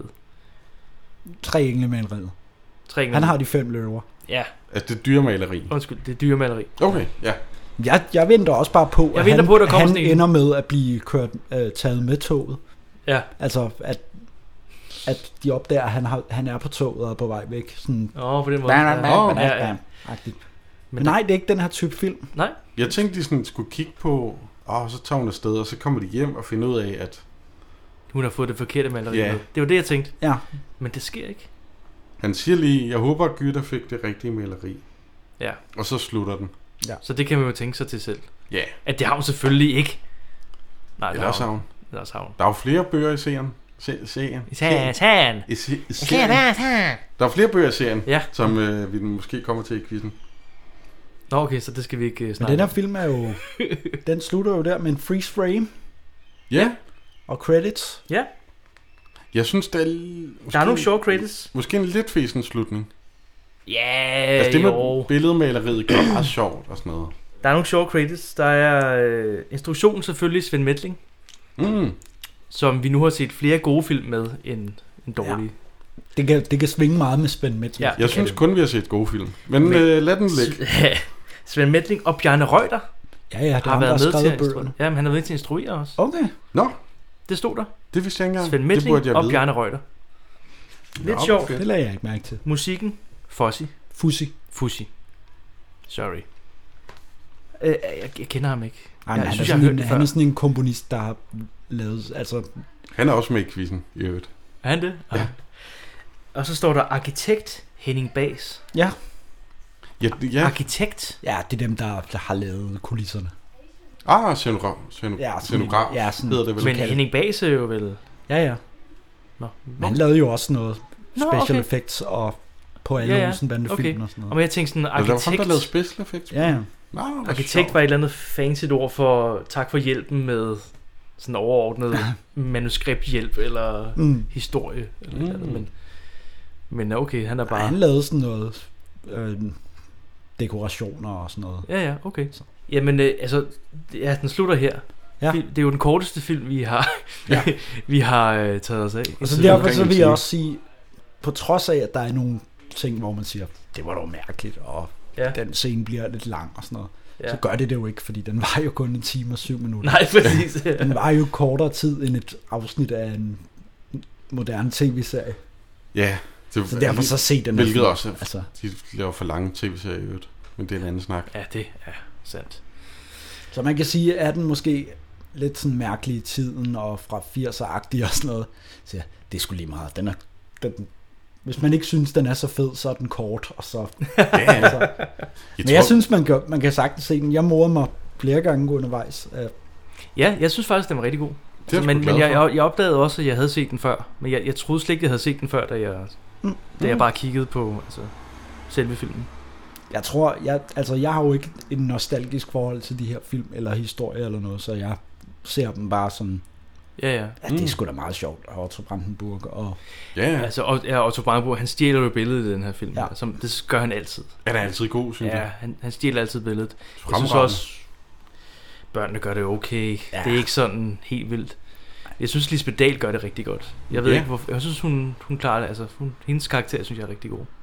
Tre engle med en red. Tre engle. Han har de fem løver. Ja, Altså, det er dyremaleri. undskyld, det er dyre maleri. Okay, ja. Jeg, jeg venter også bare på, Jeg at venter han, på, at der kommer han sådan en. ender med at blive kørt, øh, taget med toget. Ja. Altså, at, at de opdager, at han, har, han er på toget og er på vej væk. Sådan, Åh, oh, på den måde. bam, bam, bam, Ja, bam, ja, ja. agtigt. Men Men nej, det er ikke den her type film. Nej, Jeg tænkte, de sådan skulle kigge på, og så tager hun afsted, og så kommer de hjem og finder ud af, at hun har fået det forkerte maleri Ja. med. Det var det, jeg tænkte. Ja. Men det sker ikke. han siger lige, jeg håber, at Gytter fik det rigtige maleri. Ja. Og så slutter den. Så det kan man jo tænke sig til selv. Ja, At det har hun selvfølgelig ikke. Nej, det eller også har har hun. hun. Det også har hun. Der er jo flere bøger i serien. Se, serien. Satan. I, se, i serien. Der er flere bøger i serien, Ja. som øh, vi måske kommer til i quizzen. Nå okay, så det skal vi ikke uh, Men snakke den her om. film er jo... den slutter jo der med en freeze frame. Ja. Og credits. Ja. Jeg synes, det er... Måske, Der er nogle sjove credits. Måske en lidt fesen slutning. Ja, altså det med jo. billedmaleriet gør meget sjovt og sådan noget. Der er nogle sjove credits. Der er øh, instruktionen selvfølgelig Svend Methling. Mm. Som vi nu har set flere gode film med end en dårlig. Ja. Det, kan, det kan svinge meget med Svend Methling. Ja, jeg synes kun, vi har set gode film. Men, Men øh, lad den ligge. Svend Methling og Bjarne Reuter. Ja, ja, det har ham, været der med til at bøgerne. instruere. Ja, men han har været med til at instruere også. Okay. Nå. Det stod der. Det vidste jeg ikke engang. Svend Methling og Bjarne Reuter. Lidt Nå, sjovt. okay. Det lagde jeg ikke mærke til. Musikken. Fossi. Fussi. Fussi. Sorry. Øh, jeg, jeg kender ham ikke. Ej, jeg han, synes, er jeg har hørt en, det han før. er sådan en komponist, der har lavet... Altså, Han er også med i quizzen, i øvrigt. Er han det? Ja. Og så står der arkitekt Henning Baes. ja. Ja, ja. Arkitekt? Ja, det er dem, der, der har lavet kulisserne. Ah, scenograf. Sceno- Ja, sådan- scenograf ja, sådan- hedder det vel. Men Henning Baes er jo vel... Ja, ja. Nå, Men han lavede jo også noget Nå, special okay. effects og på alle Ja, ja. Olsen-bandefilm Okay. og sådan noget. Og men jeg tænkte sådan, Eller der var ham, arkitekt... der lavede special effects. Ja, ja. Nå, hvor Arkitekt sjovt. var et eller andet fancy ord for tak for hjælpen med sådan overordnet manuskripthjælp eller Mm. historie. Eller Mm. mm. andet, men, men okay, han er bare... Ej, han lavede sådan noget øh, dekorationer og sådan noget. Ja, ja, okay. Jamen, øh, altså, ja, den slutter her. Ja. Fil- Det er jo den korteste film, vi har, Ja. vi har øh, taget os af. Og så det derfor omkring så en vil jeg time. også sige, på trods af, at der er nogle ting, hvor man siger, det var dog mærkeligt, og Ja. den scene bliver lidt lang og sådan noget, Ja. så gør det det jo ikke, fordi den var jo kun en time og syv minutter. Nej, præcis. Den var jo kortere tid end et afsnit af en moderne tv-serie. Ja. Det, Så derfor så se den her Hvilket film. også, Altså. de laver for lange tv-serier i øvrigt. Men det er en anden snak. Ja, det er sandt. Så man kan sige, at den måske lidt sådan mærkelig i tiden, og fra firserne-agtig og sådan noget. Så ja, det er sgu lige meget. Den er, den, hvis man ikke synes, den er så fed, så er den kort, og så... Ja. altså. Jeg Men tror- jeg synes, man kan, man kan sagtens se den. Jeg morede mig flere gange undervejs. Uh, Ja, jeg synes faktisk, den var rigtig god. er jeg Så, sgu men glad men jeg, for. jeg, jeg opdagede også, at jeg havde set den før. Men jeg, jeg troede slet ikke, jeg havde set den før, da jeg, Mm. da jeg Mm. bare kiggede på altså, selve filmen. Jeg tror, jeg, altså jeg har jo ikke en nostalgisk forhold til de her film, eller historier eller noget, så jeg ser dem bare sådan, Ja, ja. ja, det er sgu da meget sjovt, og Otto Brandenburg, og Ja, ja. Altså, og, ja, Otto Brandenburg, han stjæler jo billedet i den her film. Ja. Ja. Som, det gør han altid. Han er altid god, synes Ja, jeg. han, han stjæler altid billedet. Jeg synes Fremragende. også, børnene gør det okay. Ja. Det er ikke sådan helt vildt. Jeg synes, Lisbeth Dahl gør det rigtig godt. Jeg ved Ja. ikke, hvorfor. Jeg synes, hun, hun klarer det. Altså, hun, hendes karakter, synes jeg er rigtig god.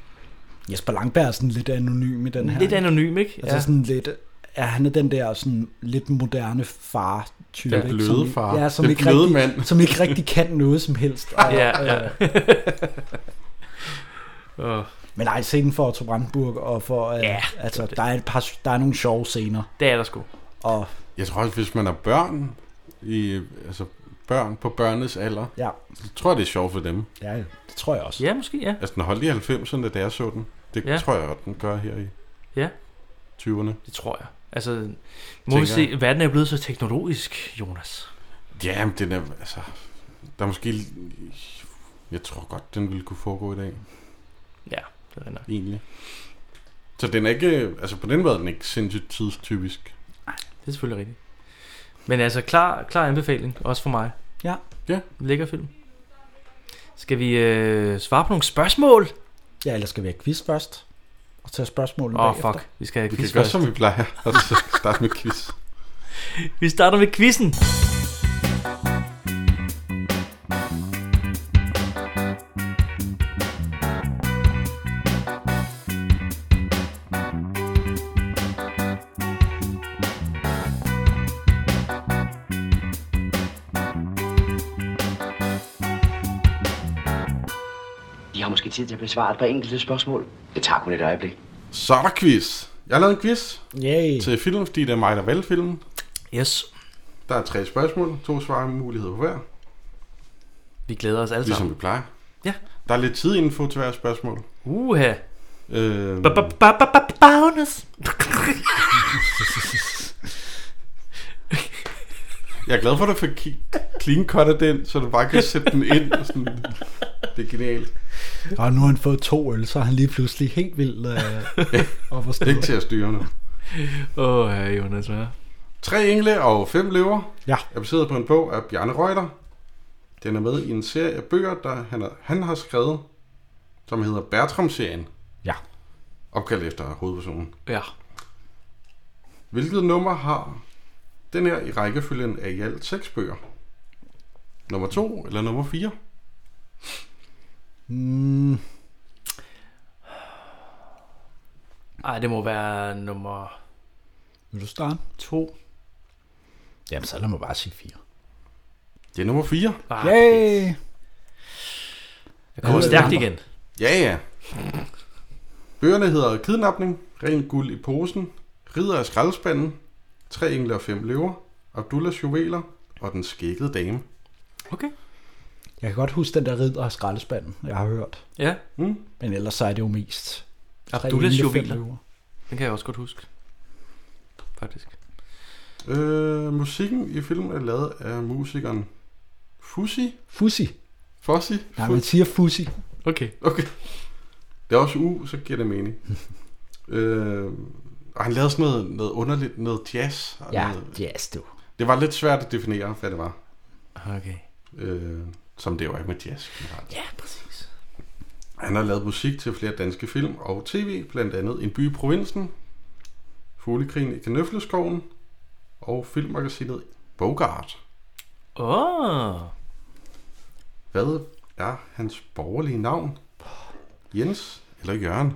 Jesper Langberg er sådan lidt anonym i den her. Lidt anonym, ikke? Altså sådan lidt, ja, han er den der sådan lidt moderne far-type. Den ikke? bløde som, far. Ja, som Den ikke, bløde rigtig, mand. som ikke rigtig kan noget som helst. Og, Ja, ja. øh, Åh, men nej, scenen for Otto Brandenburg, og for, øh, Ja, altså, der er, et par, der er nogle sjove scener. det er der sgu. Og Jeg tror også, hvis man er børn, i, altså børn på børnenes alder, ja, så tror jeg, det er sjovt for dem. ja, det tror jeg også. Ja, måske, ja. Altså, den holdt i halvfemserne, da jeg så den. Det Ja. tror jeg, at den gør her i Ja, tyverne. det tror jeg. Altså, må vi Tænker se, verden er blevet så teknologisk, Jonas. Ja, men den er, altså, der er måske, jeg tror godt, den ville kunne foregå i dag, Ja, det er nok. egentlig. Så den er ikke, altså på den måde er den ikke sindssygt tidstypisk. Det er selvfølgelig rigtigt. Men altså, klar, klar anbefaling, også for mig. Ja. Ja. Lækker film. Skal vi øh, svare på nogle spørgsmål? Ja, eller skal vi have quiz først? Og tage spørgsmålene Åh, oh, bagefter? fuck. Vi skal have Vi quiz kan gøre, først. som vi plejer, og så starte med quiz. Vi starter med quizzen. De har måske tid til at besvare et par enkelte spørgsmål. Det tager kun et øjeblik. Så er der quiz. Jeg har lavet en quiz Yay. til film, fordi det er mig, der valgte filmen. Yes. Der er tre spørgsmål, to svarmuligheder på hver, Vi glæder os alle ligesom sammen. vi plejer. Ja. Der er lidt tidinfo til hver spørgsmål. Uha. Øh, Bonus. jeg er glad for, at du fik clean cuttet den, så du bare kan sætte den ind. Og sådan. Det er genialt. Og nu har han fået to øl, så er han lige pludselig helt vild øh, op og stå. Ikke til at styre nu. Åh, oh, Jonas, hvad? Tre engle og fem løver ja. er baseret på en bog af Bjarne Reuter. Den er med i en serie af bøger, der han, er, han har skrevet, som hedder Bertram-serien. Ja. Opkaldt efter hovedpersonen. Ja. Hvilket nummer har den her i rækkefølgen af i alt seks bøger? Nummer to eller nummer fire? Mm. Ej, det må være nummer... Vil du starte? To. Jamen, så lad mig bare sige fire. Det er nummer fire. Ah, Yay! Jeg kommer stærkt igen. Ja, ja. Bøgerne hedder Kidnapning, Ren guld i posen, Ridder af skraldespanden, Tre engle og fem løver, Abdullahs juveler og Den skæggede dame. Okay. Jeg kan godt huske den der ridder af skraldespanden, jeg har hørt. Ja. Mm. Men ellers så er det jo mest Abdullahs juveler. Den kan jeg også godt huske. Faktisk. Øh, musikken i filmen er lavet af musikeren Fuzzy. Fuzzy. Fuzzy. Nej, man siger Fuzzy. Okay. Okay. Det er også U, så giver det mening. øh, og han lavede sådan noget, noget underligt, noget jazz. Ja, noget, jazz, du. Det var lidt svært at definere, hvad det var. Okay. Øh, som det jo er med jazz. Ja, præcis. Han har lavet musik til flere danske film og tv, blandt andet En by i provinsen, Fuglekrigen i Kanøfleskoven og filmmagasinet Bogart. Åh. Oh. Hvad er hans borgerlige navn? Jens eller Jørgen?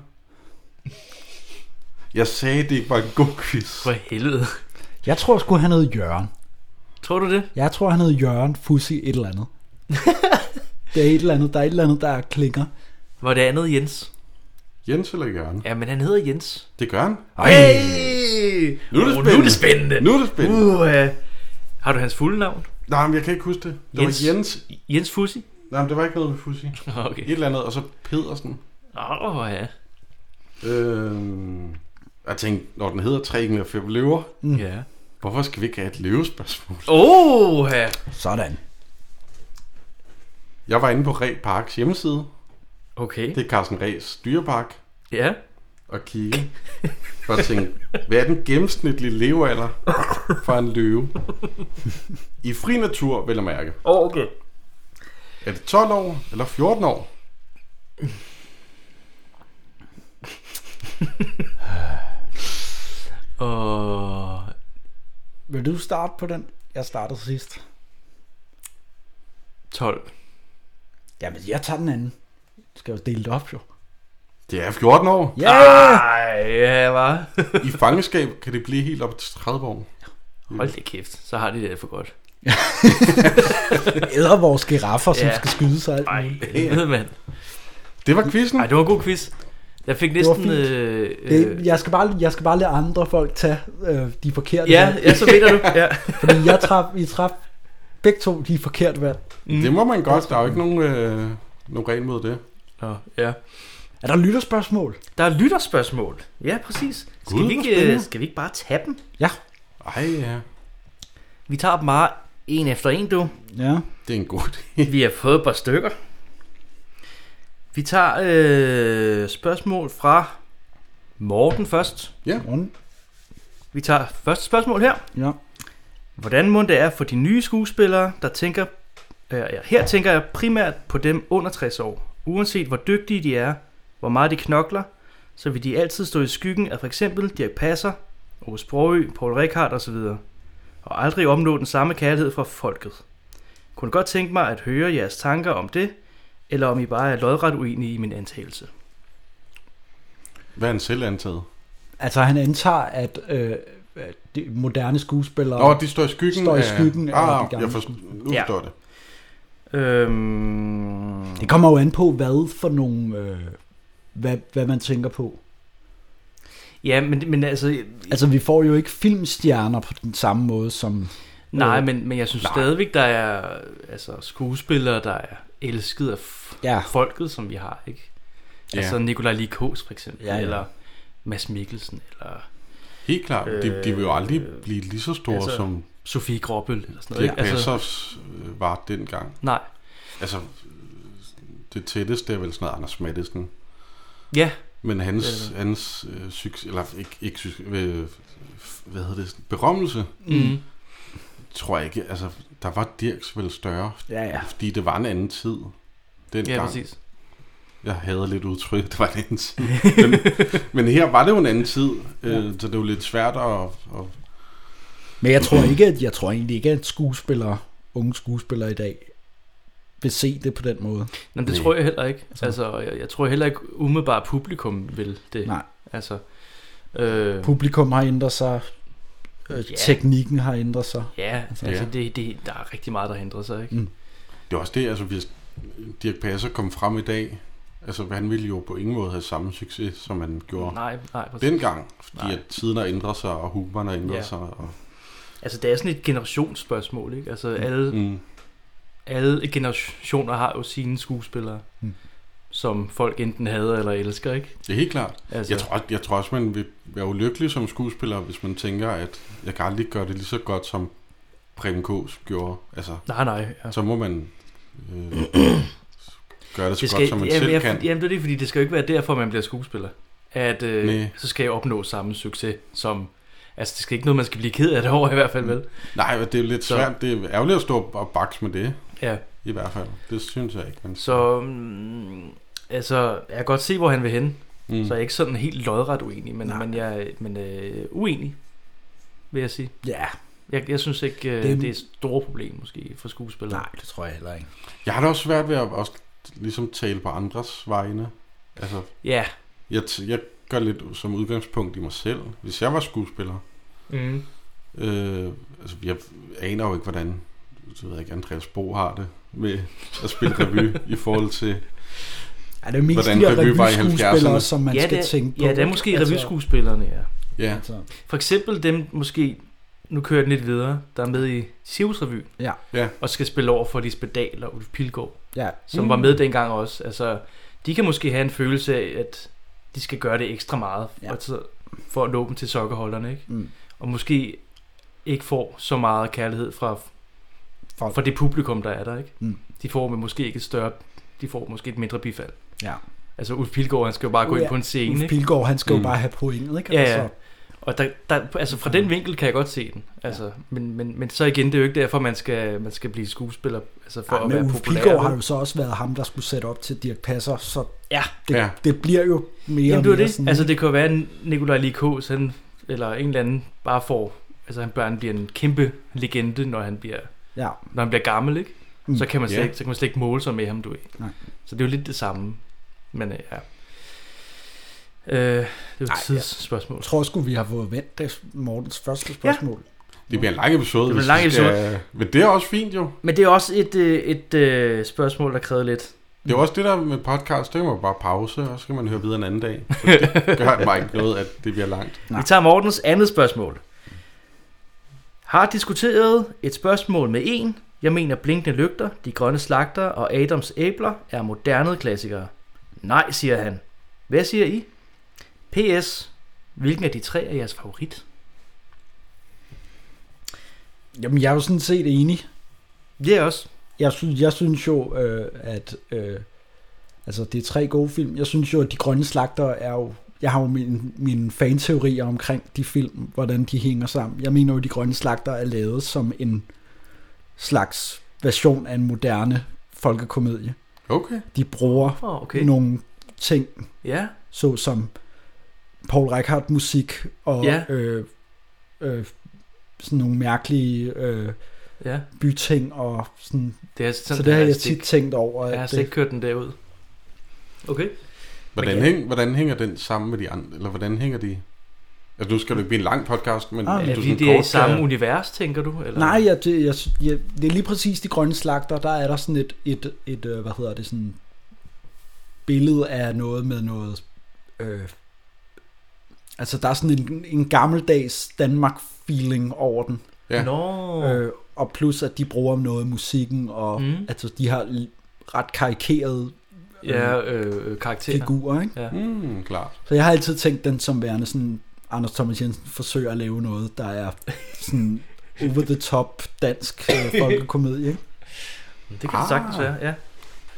Jeg sagde, det ikke var en god quiz. For helvede. Jeg tror sgu, han hed Jørgen. Tror du det? Jeg tror, han hed Jørgen Fuzzy et eller andet. Det er et eller andet, der er et eller andet, der klinger. Var det andet Jens? Jens eller Jørgen? Ja, men han hedder Jens. Det gør han. Hey! Nu er det oh, spændende. Nu er det spændende. Nu er det spændende. Uh, har du hans fulde navn? Nej, men jeg kan ikke huske det. Det Jens, var Jens. Jens Fuzzy? Nej, men det var ikke noget med Fuzzy. Okay. Et eller andet, og så Pedersen. Åh, oh, ja. Øh, jeg tænkte, når den hedder Tre engle og fem løver, mm. ja. Hvorfor skal vi ikke have et løvespørgsmål? Åh, oh, ja. Sådan. Jeg var inde på Reh Parks hjemmeside. Okay. Det er Carsten Rehs dyrepark. Ja. Og kigge. For at tænke, hvad er den gennemsnitlige levealder for en løve? I fri natur, vel at mærke. Åh, oh, okay. Er det tolv år eller fjorten år? Og... Vil du starte på den? Jeg startede sidst. tolv. Jamen, jeg tager den anden. Skal jo dele det op, jo. Det er fjorten år. Ja! Yeah! Ej, ja, hva? I fangeskab kan det blive helt op til tredive år. Hold det kæft, så har de det for godt. Æder vores giraffer, som ja. skal skyde sig alt. Ej, ja. mand. Det var quizzen. Ej, det var en god quiz. Jeg fik næsten... Øh, det, jeg, skal bare, jeg skal bare lade andre folk tage øh, de forkerte ja, valg. Ja, så ved du. Ja. Fordi jeg traf, I traf begge to de forkerte valg. Mm. Det må man godt. Der er jo ikke nogen, øh, nogen regel mod det. Nå, ja. Er der lytterspørgsmål? Der er lytterspørgsmål. Ja, præcis. Skal, God, vi ikke, skal vi ikke bare tage dem? Ja. Ej, ja. Vi tager dem bare en efter en, du. Ja. Det er en god idé. Vi har fået et par stykker. Vi tager øh, spørgsmål fra Morten først. Ja. Vi tager første spørgsmål her. Ja. Hvordan må det er for de nye skuespillere, der tænker... Øh, ja, her tænker jeg primært på dem under tres år. Uanset hvor dygtige de er, hvor meget de knokler, så vil de altid stå i skyggen af for eksempel Dirch Passer, Ove Sprogøe, Poul Reichhardt osv. Og aldrig opnå den samme kærlighed fra folket. Kunne godt tænke mig at høre jeres tanker om det, eller om I bare er lodret uenige i min antagelse. Hvad er en selv antaget? Altså han antager, at øh, de moderne skuespillere... Nå, de står i skyggen, står i skyggen af... af Ah, de jeg forstår, nu ja. forstår det. Øhm... Det kommer jo an på, hvad for nogle... Øh, hvad, hvad man tænker på. Ja, men, men altså... Altså, vi får jo ikke filmstjerner på den samme måde som... Nej, øh, men, men jeg synes nej. stadigvæk, der er altså, skuespillere, der er elsket af f- ja. folket, som vi har, ikke? Ja. Altså Nikolaj Lie Kaas for eksempel, ja, ja. eller Mads Mikkelsen, eller... Helt klart. Øh, de, de vil jo aldrig blive lige så store altså, som... Sofie Gråbøl, eller sådan noget, Dirch ikke? Passer Altså, var dengang. Nej. Altså, det tætteste er vel sådan noget Anders Matthesen. Ja. Men hans, hans øh, succes, eller ikke, ikke succes, øh, hvad hedder det, berømmelse, mm. tror jeg ikke, altså, der var Dirks vel større, ja, ja. fordi det var en anden tid dengang. Ja, præcis. Jeg havde lidt udtryk, det var en anden tid. men, men her var det jo en anden tid, øh, ja. så det var lidt svært at... at men jeg tror ikke, at jeg tror egentlig ikke, at skuespillere, unge skuespillere i dag, vil se det på den måde. Jamen, det Nej. tror jeg heller ikke. Altså, jeg, jeg tror heller ikke umiddelbart publikum vil det. Nej. Altså, øh, publikum har ændret sig, øh, ja. teknikken har ændret sig. Ja, altså, ja. altså det, det, der er rigtig meget, der har ændret sig, ikke? Mm. Det er også det, altså hvis Dirch Passer kom frem i dag, altså han ville jo på ingen måde have samme succes, som han gjorde nej, nej, præcis. dengang, fordi nej. at tiden har ændret sig, og humoren har ændret ja. sig. Og... Altså det er sådan et generationsspørgsmål, ikke? Altså alle... Mm. Alle generationer har jo sine skuespillere, hmm. som folk enten hader eller elsker, ikke? Det er helt klart. Altså. Jeg, tror, jeg tror også, man vil være ulykkelig som skuespiller, hvis man tænker, at jeg kan aldrig gøre det lige så godt, som Preben Kaas gjorde. Altså, nej, nej. Ja. Så må man øh, gøre det så det skal, godt, som man jamen, selv jeg, kan. Jamen det er det, fordi det skal jo ikke være derfor, man bliver skuespiller. At øh, så skal jeg opnå samme succes som... Altså, det skal ikke noget, man skal blive ked af det over i hvert fald, vel? Nej, det er lidt så. svært. Det er ærgerligt at stå og bakse med det. Ja. I hvert fald. Det synes jeg ikke. Men... Så, mm, altså, jeg kan godt se, hvor han vil hen. Mm. Så jeg er ikke sådan helt lodret uenig, men, men jeg men, øh, uenig, vil jeg sige. Ja. Jeg, jeg synes ikke, øh, det... det er et stort problem, måske, for skuespillere. Nej, det tror jeg heller ikke. Jeg har da også svært ved at også, ligesom tale på andres vegne. Altså, ja. Jeg, jeg gør lidt som udgangspunkt i mig selv. Hvis jeg var skuespiller, mm. øh, altså, jeg aner jo ikke, hvordan jeg ved ikke, Andreas Bo har det med at spille revy i forhold til ja, det er mest de der revyskuespillere, som man ja, skal det, tænke på. Ja, det er måske altså, revyskuespillerne, ja. Ja. Altså. For eksempel dem måske, nu kører den lidt videre, der er med i Sirius Revy, ja. Ja. og skal spille over for Lisbeth Dahl og Ulf Pilgaard, ja. som mm. var med dengang også. Altså, de kan måske have en følelse af, at de skal gøre det ekstra meget, ja. for, for at nå dem til sokkerholderne, ikke? Mm. Og måske ikke får så meget kærlighed fra, fra det publikum, der er der, ikke? Mm. De får måske ikke et større, de får måske et mindre bifald. Ja. Altså Ulf Pilgaard, han skal jo bare gå uh, ja. ind på en scene, Ulf ikke? Pilgaard, han skal mm. jo bare have pointet, ikke? Ja, altså. ja. Og der, der, altså fra den vinkel kan jeg godt se den. Altså, ja. men, men, men så igen, det er jo ikke derfor, man skal, man skal blive skuespiller, altså for ja, at være Ulf populær. Pilgaard har jo så også været ham, der skulle sætte op til Dirch Passer, så ja. Det, ja. det bliver jo mere Jamen, og det mere det. sådan. Altså det kan jo være, at Nikolaj Lie Kaas, han, eller en eller anden, bare får, altså han, han bliver en kæmpe legende, når han bliver, ja. når han bliver gammel, ikke? Mm. Så kan man slet, yeah. ikke, så kan man slet ikke måle sig med ham, du ved. Nej. Så det er jo lidt det samme. Men ja. Øh, det er jo et tidsspørgsmål. Jeg tror sgu, vi har fået vendt det Mortens første spørgsmål. Ja. Det bliver en lang episode. Det bliver en lang episode. Skal... Men det er også fint jo. Men det er også et, et, et, et spørgsmål, der kræver lidt. Det er også det der med podcast, det kan man bare pause, og så kan man høre videre en anden dag. Så det gør mig ikke noget, at det bliver langt. Nej. Vi tager Mortens andet spørgsmål. Har diskuteret et spørgsmål med en. Jeg mener Blinkende Lygter, De Grønne Slagter og Adams Æbler er moderne klassikere. Nej, siger han. Hvad siger I? P S. Hvilken af de tre er jeres favorit? Jamen, jeg er jo sådan set enig. Det er også. Jeg synes, jeg synes jo, øh, at øh, altså, det er tre gode film. Jeg synes jo, at De Grønne Slagter er jo... Jeg har jo mine, mine fanteorier omkring de film, hvordan de hænger sammen. Jeg mener jo, at De Grønne Slagter er lavet som en slags version af en moderne folkekomedie. Okay. De bruger oh, okay. nogle ting, ja. såsom Paul Reichhardt musik og ja. øh, øh, sådan nogle mærkelige øh, ja. byting og sådan. Det er sådan, så det har jeg tit tænkt over. Jeg har slet ikke kørt den derud. Okay. Hvordan, hæng, hvordan hænger den sammen med de andre? Eller hvordan hænger de? Altså nu skal det ikke blive en lang podcast, men ah, du er sådan det kort, i samme kan... univers, tænker du? Eller? Nej, ja, det, jeg, jeg, det er lige præcis De Grønne Slagter. Der er der sådan et, et, et, et hvad hedder det, sådan billede af noget med noget øh, altså der er sådan en, en gammeldags Danmark-feeling over den. Ja. No. Øh, og plus at de bruger noget musikken og mm. altså de har ret karikerede ja, øh, karakterer. figurer, ikke? Ja. Mm, klart. Så jeg har altid tænkt den som værende sådan, Anders Thomas Jensen forsøger at lave noget, der er sådan over the top dansk øh, folkekomedie, ikke? Det kan ah. sagtens være, ja.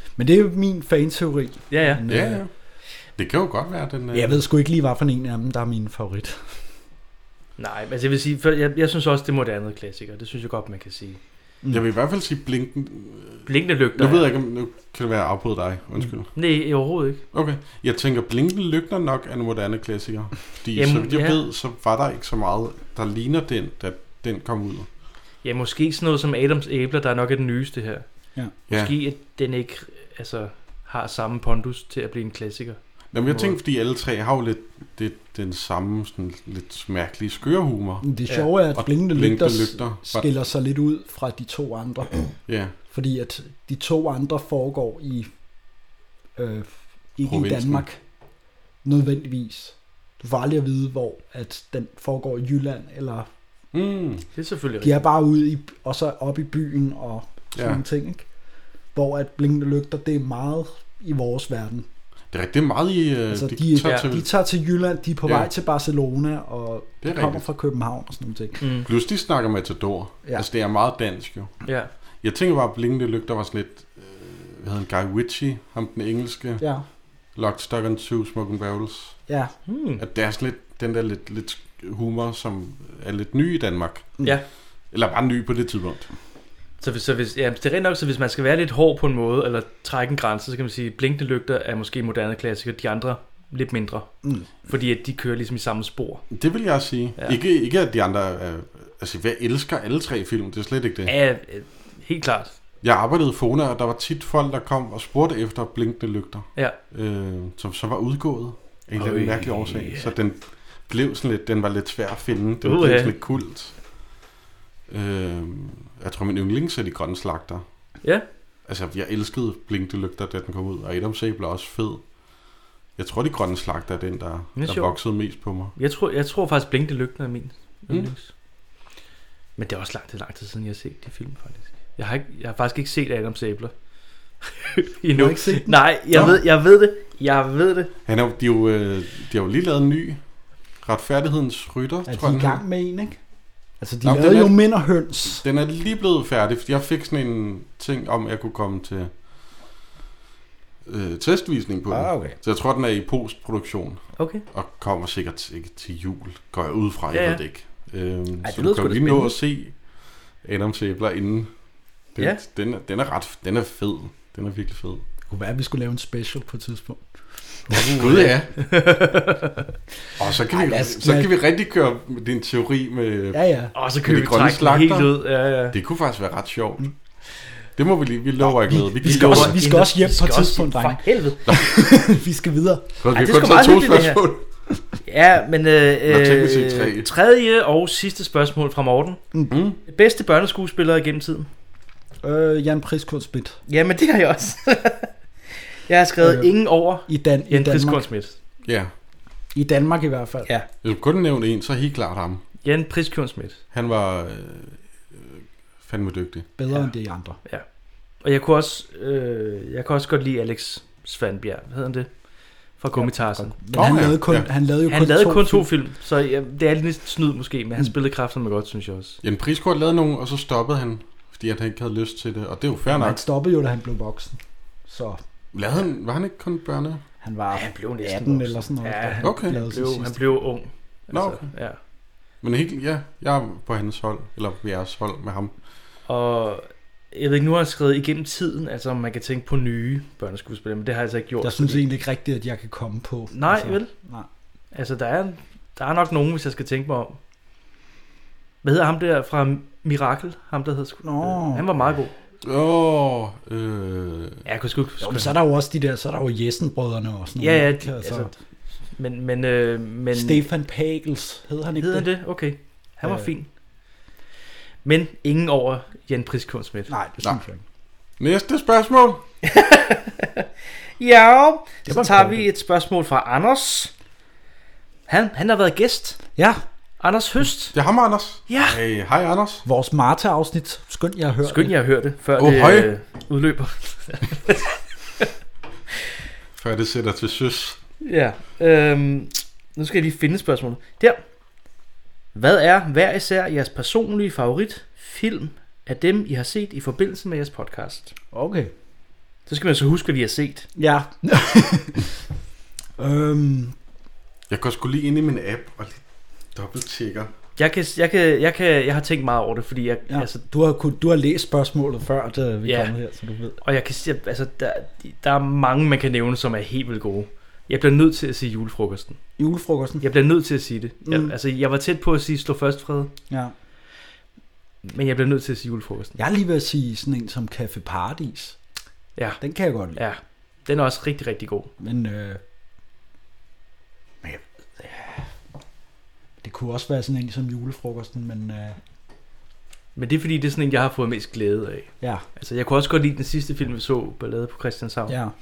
Men det er jo min fanteori. Ja, ja. Men, Ja, ja. Det kan jo godt være, den... Jeg ved sgu ikke lige, hvad for en af dem, der er min favorit. Nej, altså jeg vil sige, for jeg, jeg synes også, det er moderne klassiker. Det synes jeg godt, man kan sige. Mm. Jeg vil i hvert fald sige blinken... Blinkende lygter. Nu ved jeg ikke, om nu kan det være afbrudt dig. Undskyld. Nej, overhovedet ikke. Okay. Jeg tænker, blinkende lygter nok er en moderne klassiker. Fordi Jamen, så vidt jeg ja. ved, så var der ikke så meget, der ligner den, da den kom ud. Ja, måske sådan noget som Adams æbler, der er nok er den nyeste her. Ja. Måske at den ikke altså, har samme pondus til at blive en klassiker. Jamen, jeg tænker, fordi alle tre har jo lidt det, den samme sådan lidt mærkelige skøre humor. Det sjove er, at Og blinkende lygter, lygter skiller sig lidt ud fra de to andre. Ja. Fordi at de to andre foregår i øh, ikke Provinsen. i Danmark nødvendigvis. Du får aldrig at vide, hvor at den foregår i Jylland, eller Mm. Det er selvfølgelig de er rigtigt. bare ude i, og så op i byen og sådan Ja. nogle ting, ikke? Hvor at blinkende lygter, det er meget i vores verden. Det er rigtigt meget i... Uh, Altså, de, de, tager de, til, de tager til Jylland, de er på Ja. vej til Barcelona, og Det er de kommer rigtigt. fra København og sådan nogle ting. Mm. Plus de snakker Matador. Ja. Altså, det er meget dansk jo. Ja. Jeg tænker bare, at blinkende lygter var sådan lidt... Øh, hvad hedder han? Guy Ritchie, ham den engelske. Ja. Lock, Stock and Two Smoking Barrels. Ja. Hmm. At det er sådan lidt, den der lidt, lidt humor, som er lidt ny i Danmark. Ja. Eller bare ny på det tidspunkt. Så hvis, så hvis, ja, det er rent nok, så hvis man skal være lidt hård på en måde, eller trække en grænse, så kan man sige, blinkende lygter er måske moderne klassikere, de andre lidt mindre. Mm. Fordi at de kører ligesom i samme spor. Det vil jeg sige. Ja. Ikke, ikke at de andre... Er, altså, jeg elsker alle tre film. Det er slet ikke det. Ja, øh, helt klart. Jeg arbejdede i Fona, og der var tit folk, der kom og spurgte efter blinkende lygter. Ja. Øh, som så var udgået. Af en eller Øj, anden mærkelig årsag. ja. Så den blev sådan lidt... Den var lidt svær at finde. Den Uh, blev ja. sådan lidt kult. Øh, jeg tror, min yndlings er De Grønne Slagter. Ja. Altså, jeg elskede blinkende lygter, da den kom ud. Og Adams æble er også fed. Jeg tror, De Grønne Slagter er den, der, Det er der sjovt. voksede mest på mig. Jeg tror, jeg tror faktisk, blinkende lygter er min Mm. yndlings. Men det er også lang tid, lang tid siden, jeg har set de film, faktisk. Jeg har, ikke, jeg har faktisk ikke set Adams æbler. Endnu. Du har ikke set den? Nej, jeg Nå. ved, jeg ved det. Jeg ved det. Han er, jo- de, er jo, øh, de har jo lige lavet en ny Retfærdighedens Rytter, Er tror de jeg. i den gang med en, ikke? Altså, de Nå, lavede den er- jo Mænd og Høns. Den er lige blevet færdig, fordi jeg fik sådan en ting om, at jeg kunne komme til øh, testvisning på Ah, den. okay. Så jeg tror, den er i postproduktion. Okay. Og kommer sikkert ikke til jul, går jeg ud fra, jeg Ja, ja. ved det ikke. Øhm, Ej, så det du lyder kan sgu jo da lige nå spændende. at se Adams æbler inden. Den, Ja. den, er, den er ret, den er fed. Den er virkelig fed. Det kunne være, at vi skulle lave en special på et tidspunkt. Gud ja. Og så kan, Ej, vi, lad os- så lad- kan vi rigtig køre med din teori med, Ja, ja. Og så med kan vi de grønne trække den slagter. helt ud. Ja, ja. Det kunne faktisk være ret sjovt. Det må vi lige, vi lover ikke noget. Vi skal, også, vi skal også hjem Vi på et skal også- tidspunkt, for drenge. helvede. Vi skal videre. Godt, Ej, vi det har er kun sgu meget taget to hyggeligt, det her. spørgsmål. Ja, men øh, Nå, teknisk set tre. øh, tredje og sidste spørgsmål fra Morten. Mm. Bedste børneskuespillere gennem tiden? Øh, Jan Priskorn Schmidt. Jamen, det har jeg også. Jeg har skrevet Øh, ingen over I, Dan- i Jan Danmark. Priskorn Schmidt. Ja. I Danmark i hvert fald. Ja. Hvis du kun nævne en, så er helt klart ham. Jan Priskorn Schmidt. Han var øh, øh, fandme dygtig. Bedre Ja. end de andre. Ja. Og jeg kunne også, øh, jeg kunne også godt lide Alex Svanbjerg. Hvad hedder han det? Fra Gummitarsen. Men han, lavede kun, ja. han lavede jo Han kun, lavede to, kun to film. film, så ja, det er lidt snyd måske, men han spillede kræfterne godt, synes jeg også. Jan Priskort lavede nogen, og så stoppede han, fordi han ikke havde lyst til det. Og det er jo fair Men nok. han stoppede jo, da han blev voksen. Så Lavede han, var han ikke kun børne? han var Ja, han blev næsten atten voksen. eller sådan noget. Ja, da han okay. lavede Han sin blev, sidste. han blev ung. Nå, okay. Ja. Men helt, ja, jeg er på hans hold, eller på jeres hold med ham. Og jeg ved ikke, nu har jeg skrevet igennem tiden, altså om man kan tænke på nye børneskuespillere, men det har jeg altså ikke gjort. Jeg synes fordi- egentlig ikke rigtigt, at jeg kan komme på. Nej, altså, vel? Nej. Altså, der er, der er nok nogen, hvis jeg skal tænke mig om. Hvad hedder ham der fra Mirakel? Ham, der hedder... Nå. Han var meget god. Åh, oh, øh... Ja, jeg kunne sgu ikke... Jo, men så er der jo også de der, så er der jo Jessen-brødrene og sådan Ja, ja, noget. de, altså, men, men, øh, men... Stefan Pagels, hedder han ikke Hedder det? han det? Okay. Han var Øh. fin. Men ingen over Jan Priskorn Schmidt. Nej, det synes jeg ikke. Næste spørgsmål. Ja, Det så var tager en vi et spørgsmål fra Anders. Han, han har været gæst. Ja, Anders Høst. Det er ham, Anders. Ja. Hey, hej, Anders. vores Marta-afsnit. Skønt, jeg har hørt Skønt, det. jeg har hørt det, før Åh, det høj. øh, udløber. Før det sætter til søs. Ja, øhm, nu skal jeg lige finde spørgsmålet. Der. Hvad er hver især jeres personlige favoritfilm af dem, I har set i forbindelse med jeres podcast? Okay. Så skal man så huske, hvad vi har set. Ja. øhm. Jeg går sgu lige ind i min app og lige dobbelttjekker. Jeg kan, jeg kan, jeg kan, jeg har tænkt meget over det, fordi jeg, ja, altså, du har du har læst spørgsmålet før, da vi ja, kom her, så du ved. Og jeg kan sige, altså, der, der er mange man kan nævne, som er helt vildt gode. Jeg bliver nødt til at sige Julefrokosten. Julefrokosten. Jeg bliver nødt til at sige det. Mm. Jeg, altså, jeg var tæt på at sige Slå først, Fred. Ja. Men jeg bliver nødt til at sige Julefrokosten. Jeg er lige ved at sige sådan en som Café Paradis. Ja. Den kan jeg godt lide. Ja. Den er også rigtig, rigtig god. Men øh, men ja, det kunne også være sådan en som Julefrokosten, men øh, Men det er fordi, det er sådan en, jeg har fået mest glæde af. Ja. Altså, jeg kunne også godt lide den sidste film, vi så, Ballade på Christianshavn. Ja.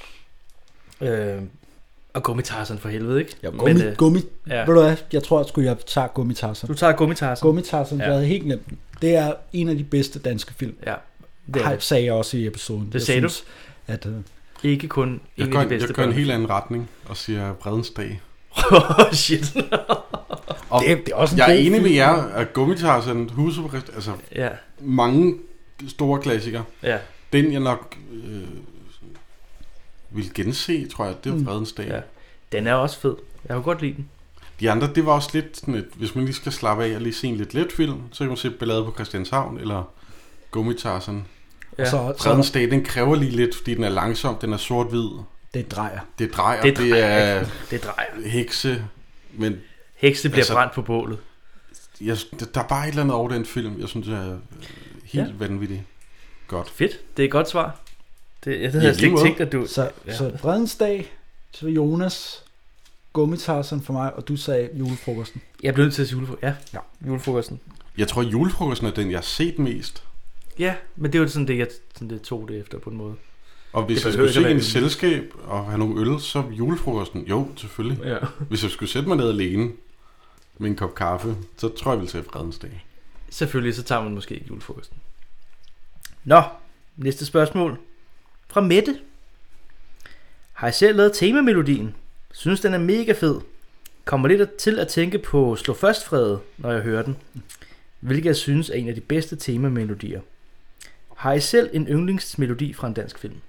Øh, og Gummitarsen for helvede, ikke? Ja, gummi, Men, øh, gummi. Ja. Ved du hvad, jeg tror, at skulle jeg tager Gummitarsen. Du tager Gummitarsen. Gummitarsen, Ja. jeg havde helt glemt. Det er en af de bedste danske film. Ja. Det er Har, det. sagde jeg også i episoden. Det jeg sagde synes, du. At, øh, Ikke kun Jeg en går, af de bedste jeg går en børn. helt anden retning og siger Vredens Dag. Oh, shit. Og det, det er også en jeg er god enig film. med jer, at Gummitarsen, Huset på Christ, altså Ja. mange store klassikere. Ja. Den jeg nok øh, vil gense, tror jeg, det er Mm. Vredens Dag. Ja. Den er også fed. Jeg kunne godt lide den. De andre, det var også lidt sådan et, hvis man lige skal slappe af og lige se en lidt let film, så kan man se Ballade på Christianshavn eller Gummitarsen. Ja. Så, Vredens Dag, den kræver lige lidt, fordi den er langsom, den er sort-hvid. Det drejer. Det drejer, Det det, drejer, er det drejer. hekse, men... Hekse bliver brændt på bålet. Jeg, der er bare et eller andet over den film, jeg synes er helt Ja. vanvittigt godt. Fedt, det er et godt svar. Det, jeg havde Ja, jeg slet ikke lige tænkt, at du... Så, ja. så Vredens Dag, så Jonas, Gummitarsen for mig, og du sagde Julefrokosten. Jeg blev nødt til at sige julefrokosten. Ja, ja. Julefrokosten. Jeg tror, Julefrokosten er den, jeg har set mest. Ja, men det var sådan det, jeg sådan det tog det efter på en måde. Og hvis Det jeg behøver skulle ikke se at en være- selskab og have nogle øl, så Julefrokosten, jo, selvfølgelig. Ja. Hvis jeg skulle sætte mig ned alene med en kop kaffe, så tror jeg, jeg ville tage Vredens Dag. Selvfølgelig, så tager man måske ikke julefrokosten. Nå, næste spørgsmål. Fra Mette. Har jeg selv lavet temamelodien? Synes den er mega fed. Kommer lidt til at tænke på Slå først, Frede, når jeg hører den. Hvilket jeg synes er en af de bedste temamelodier. Har I selv en yndlingsmelodi fra en dansk film?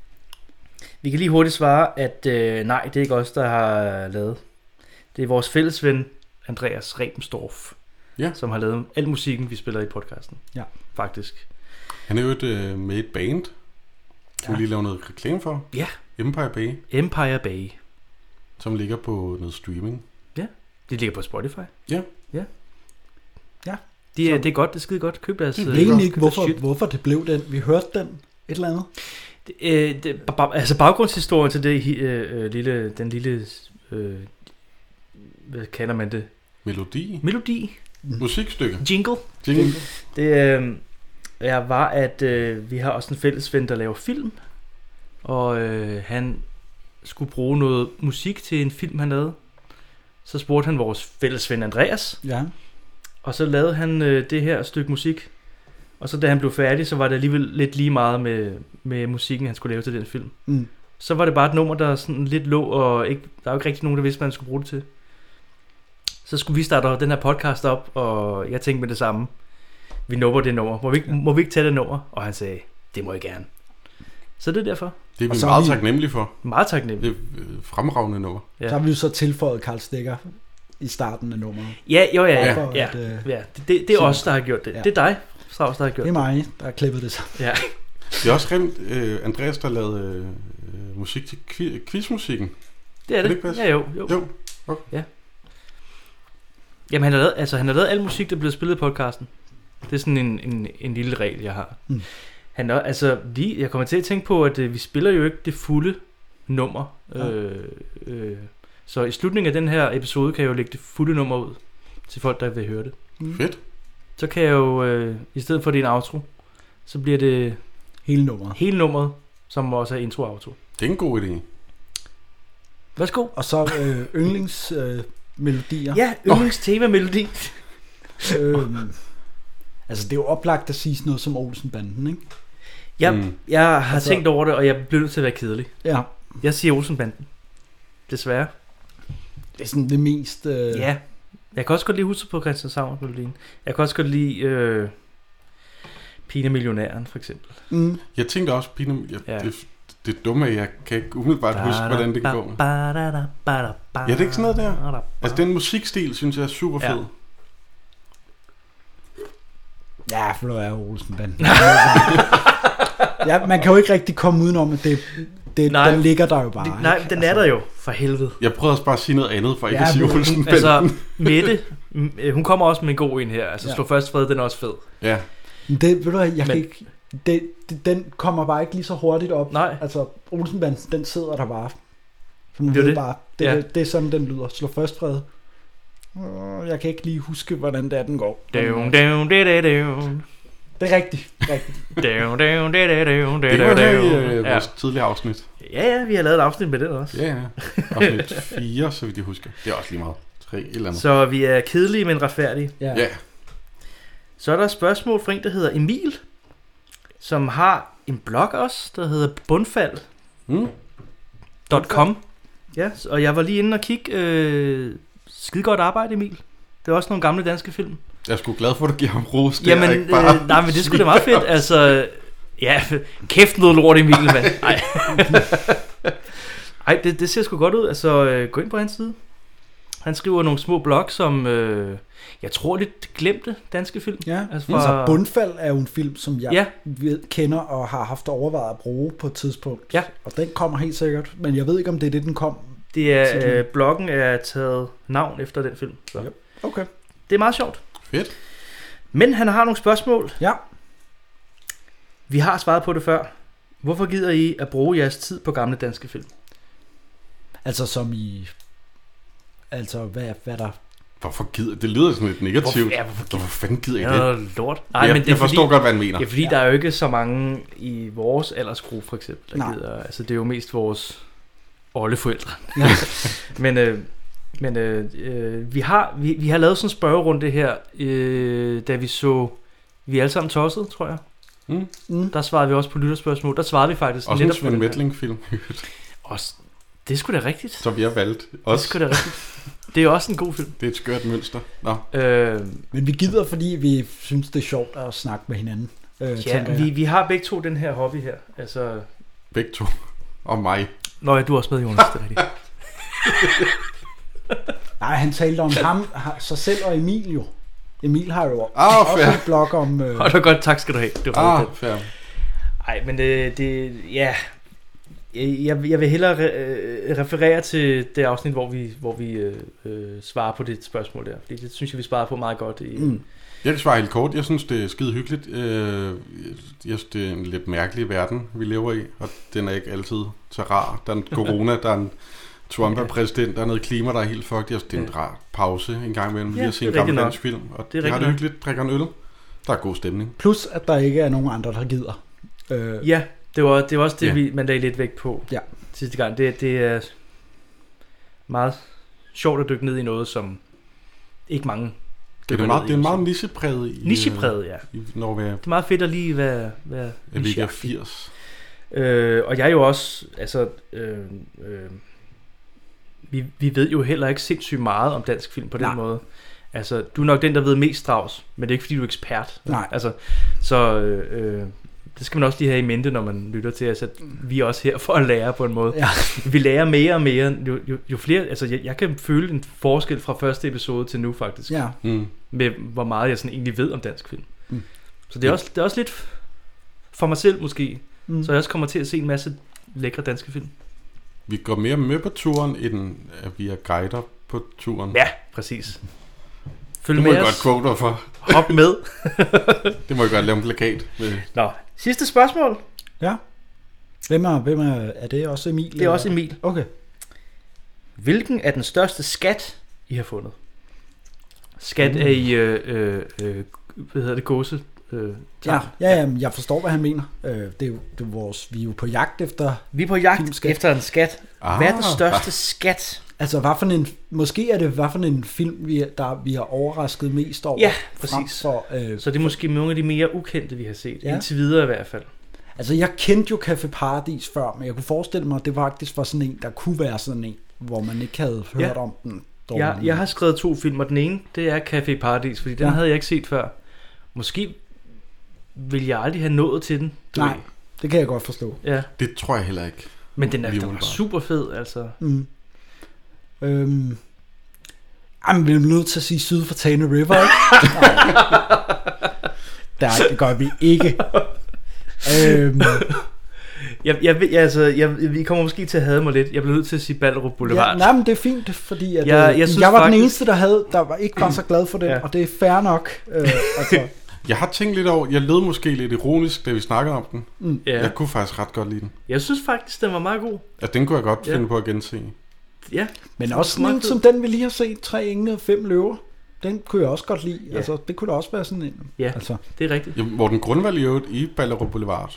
Vi kan lige hurtigt svare, at øh, nej, det er ikke os, der har lavet. Det er vores fælles ven, Andreas Rebensdorf, ja. som har lavet al musikken, vi spiller i podcasten. Ja. Faktisk. Han er jo et, øh, med et band, som Ja. vi lige laver noget reklame for. Ja. Empire Bay. Empire Bay. Som ligger på noget streaming. Ja, det ligger på Spotify. Ja. Ja. Ja. De er, Så- det er godt, det er skide godt. Køb deres... Jeg øh, ved egentlig ikke, køb deres hvorfor, shit. hvorfor det blev den. Vi hørte den et eller andet. Det, øh, det, ba- ba- altså baggrundshistorien til det, hi- øh, øh, lille, den lille... Øh, hvad kalder man det? Melodi. Melodi. Musikstykke. Jingle. Jingle. Det øh, er, var, at øh, vi har også en fælles ven, der laver film. Og øh, han skulle bruge noget musik til en film, han lavede. Så spurgte han vores fælles ven Andreas. Ja. Og så lavede han øh, det her stykke musik. Og så da han blev færdig, så var det alligevel lidt lige meget med, med musikken, han skulle lave til den film. Mm. Så var det bare et nummer, der sådan lidt lå, og ikke, der var jo ikke rigtig nogen, der vidste, hvad han skulle bruge det til. Så skulle vi starte den her podcast op, og jeg tænkte med det samme. Vi nupper det nummer. Må vi, ikke, må vi ikke tage det nummer? Og han sagde, det må jeg gerne. Så det er derfor. Det er Og vi så meget har vi- taknemmelige for. Meget taknemmelig. Det er øh, fremragende nummer. Ja. Så har vi jo så tilføjet Karl Stikker i starten af nummeret. Ja, jo, ja, ja. For ja, at, øh, ja. Det, det, det er os, der har gjort det. Ja. Det er dig, Strauss, der har gjort Det er mig, der har klippet det sammen. Ja. Det er også rent øh, Andreas, der lavede øh, øh, musik til kvi- quizmusikken. Det er det. ikke passe? Ja, jo, jo. Jo. Okay. Ja. Jamen, han har lavet, altså, han har lavet al musik, der er blevet spillet i podcasten. Det er sådan en, en, en lille regel, jeg har. Mm. Han er, altså, lige, jeg kommer til at tænke på, at øh, vi spiller jo ikke det fulde nummer. Ja. Øh, øh, så i slutningen af den her episode, kan jeg jo lægge det fulde nummer ud til folk, der vil høre det. Mm. Fedt. Så kan jeg jo, øh, i stedet for det er en outro, så bliver det hele nummeret. Hele nummeret, som også er intro og outro. Det er en god idé. Værsgo. Og så øh, yndlings øh, melodier. Ja, yndlings tema melodi. øhm, altså det er jo oplagt at sige sådan noget som Olsenbanden, ikke? Jeg, mm. jeg har Altså- tænkt over det, og jeg bliver nødt til at være kedelig. Ja. Jeg siger Olsenbanden. Desværre. Det er sådan det mest... Øh... Ja. Jeg kan også godt lide huske på Christianshavn melodien. Jeg kan også godt lide øh, Pina Millionæren, for eksempel. Mm. Jeg tænkte også, Pina, jeg, Ja. det, Det dumme er, jeg kan ikke umiddelbart huske, hvordan det går. Ja, det er ikke sådan noget der. Altså, den musikstil, synes jeg er super fed. Ja. Ja, for du er Olsen-banden. Ja, man kan jo ikke rigtig komme udenom, at det, det, Nej. den ligger der jo bare. Det, nej, ikke? den er der jo, for helvede. Jeg prøvede også bare at sige noget andet, for ikke Ja, at sige men- Olsen-banden. Altså, Mette, m- hun kommer også med en god en her. Altså, Ja. Slå først fred, den er også fed. Ja. Men det, ved du hvad, jeg Men- kan ikke... Det, det, den kommer bare ikke lige så hurtigt op. Nej. Altså, Olsenbanden, den sidder der bare. Så man Det er ved det. bare, det, Ja. det, det er sådan, den lyder. Slå først fred. Åh, Jeg kan ikke lige huske, hvordan det er, den går. Down, down, da, da, down. Det er rigtigt. rigtigt. Down, down, da, da, down, da, Det da, var her i down. øh, Ja. vores tidligere afsnit. Ja, ja, vi har lavet et afsnit med den også. Ja, ja. Afsnit fire, så vidt jeg husker. Det er også lige meget. tre eller andet. Så vi er kedelige, men retfærdige. Ja. Ja. Så er der et spørgsmål fra en, der hedder Emil, som har en blog også, der hedder bundfald punktum com. Ja, og jeg var lige inde og kigge. Øh, skide godt arbejde, Emil. Det er også nogle gamle danske film. Jeg er sgu glad for, at du giver ham ros. Det Jamen, er ikke bare... øh, nej, men det er sgu da meget fedt. Altså, ja, kæft noget lort, Emil, mand. Ej, Ej det, det ser sgu godt ud. Altså, øh, gå ind på hans side. Han skriver nogle små blogs som, øh, jeg tror lidt glemte danske film. Ja, altså, fra... fra, så Bundfald er jo en film, som jeg Ja. ved, kender og har haft overvejet at bruge på et tidspunkt. Ja. Og den kommer helt sikkert, men jeg ved ikke, om det er det, den kom. det er, til. øh, bloggen er taget navn efter den film. Så. Ja. Okay. Det er meget sjovt. Fedt. Men han har nogle spørgsmål. Ja. Vi har svaret på det før. Hvorfor gider I at bruge jeres tid på gamle danske film? Altså som i... Altså, hvad, hvad der... Hvorfor gider... Det lyder sådan lidt negativt. Hvorfor- ja, hvorfor gider- Hvorfor fanden gider I Ja, det? noget lort. Nej, jeg, men det er jeg forstår fordi- godt, hvad han mener. Ja, fordi ja. der er jo ikke så mange i vores aldersgruppe, for eksempel, der Nej. gider. Altså, det er jo mest vores oldeforældre. Ja. men øh, men øh, øh, vi, har, vi, vi har lavet sådan en spørgerunde her, øh, da vi så Vi er alle sammen tosset, tror jeg. Mm. Mm. Der svarede vi også på lytterspørgsmål. Der svarede vi faktisk også en netop på Svend den her. Methling-film. Også, det er sgu da rigtigt. Som vi har valgt. Det er Også. sgu da rigtigt. Det er også en god film. Det er et skørt mønster. Nå. Øh, Men vi gider, fordi vi synes, det er sjovt at snakke med hinanden. Øh, ja, tænker jeg. vi, vi har begge to den her hobby her. Altså, Begge to. Og mig. Nå ja, du er også med, Jonas. Det er rigtigt. Nej, han talte om ham, sig selv og Emil jo. Emil har jo Ah, også fair. en blog om... Øh... Hold da godt, tak skal du have. Det var Ah, rigtig fedt. fair. Ej, men det, det ja, jeg, jeg vil hellere re, øh, referere til det afsnit, hvor vi, hvor vi øh, øh, svarer på det spørgsmål der, fordi det synes jeg, vi svarer på meget godt. I, Mm. Jeg kan svare helt kort. Jeg synes, det er skide hyggeligt. Øh, Jeg synes, det er en lidt mærkelig verden, vi lever i, og den er ikke altid så rar. Der er en corona, der er en Trump er præsident, der er noget klima, der er helt fucked. Jeg synes, det er en rar pause en gang imellem. Vi Ja, har set det en er gammel rigtigt dansk nok. film, og Det er det har det rigtigt hyggeligt. Drikker en øl. Der er god stemning. Plus, at der ikke er nogen andre, der gider. Øh, Ja, det var, det var også det, Ja. vi, man lagde lidt vægt på Ja. sidste gang. Det, det er meget sjovt at dykke ned i noget, som ikke mange Det er, dykker meget, ned det er i. meget nichepræget i, Nichepræget, ja. i når vi er, Det er meget fedt at lige være, være at vi ikke er nicheagtig. firs. Øh, og jeg er jo også, altså, øh, øh, vi, vi ved jo heller ikke sindssygt meget om dansk film på den Nej. måde. Altså, du er nok den, der ved mest, Strauss, men det er ikke, fordi du er ekspert. Nej. Altså, så øh, øh, det skal man også lige have i mente, når man lytter til os, at vi er også her for at lære på en måde. Ja. Vi lærer mere og mere, jo, jo, jo flere, altså jeg, jeg kan føle en forskel fra første episode til nu faktisk, Ja. Mm. med hvor meget jeg sådan egentlig ved om dansk film. Mm. Så det er, også, det er også lidt for mig selv måske, Mm. så jeg også kommer til at se en masse lækre danske film. Vi går mere med på turen, end at vi er guider på turen. Ja, præcis. Følg Det må med jeg os. godt quote dig for. Hop med. Det må jeg godt lave en plakat med. Nå, sidste spørgsmål. Ja. Hvem er, hvem er, er det også Emil? Det er også Emil. Okay. Hvilken er den største skat, I har fundet? Skat Mm. er i, øh, øh, øh, hvad hedder det, gåse? Øh, Ja, ja, ja, jeg forstår, hvad han mener. Øh, det er jo, det er vores, vi er jo på jagt efter... Vi er på jagt filmskat. efter en skat. Ah. Hvad er den største skat? Altså, hvad for en, måske er det, hvad for en film, vi, der, vi har overrasket mest over. Ja, frem præcis. For, øh, Så det er måske nogle af de mere ukendte, vi har set. Ja. Indtil videre i hvert fald. Altså, jeg kendte jo Café Paradis før, men jeg kunne forestille mig, at det faktisk var sådan en, der kunne være sådan en, hvor man ikke havde hørt Ja. om den. Jeg, jeg har skrevet to film, og den ene, det er Café Paradis, fordi den Ja. havde jeg ikke set før. Måske ville jeg aldrig have nået til den. Du Nej. ved. Det kan jeg godt forstå. Ja. Det tror jeg heller ikke. Men den er, den var super fed, altså. Mm. Øhm. Jamen, vi er nødt til at sige Syd for Tane River, ikke? Nej, det gør vi ikke. øhm. Jeg, jeg, jeg, altså, jeg, vi kommer måske til at hade mig lidt. Jeg bliver nødt til at sige Ballerup Boulevard. Ja, nej, men det er fint, fordi at, jeg, jeg, jeg, jeg var faktisk... den eneste, der, havde, der var ikke var så glad for den, ja. Og det er fair nok. Øh, altså. Jeg har tænkt lidt over, jeg lød måske lidt ironisk, da vi snakkede om den. Mm. Ja. Jeg kunne faktisk ret godt lide den. Jeg synes faktisk, den var meget god. Ja, den kunne jeg godt ja. finde på at gense. Ja. Men også sådan en som den, vi lige har set, Tre engle og fem løver. Den kunne jeg også godt lide. Ja. Altså, det kunne da også være sådan en. Ja, altså. det er rigtigt. Ja, Morten Grundvald i øvrigt i Ballerup Boulevard.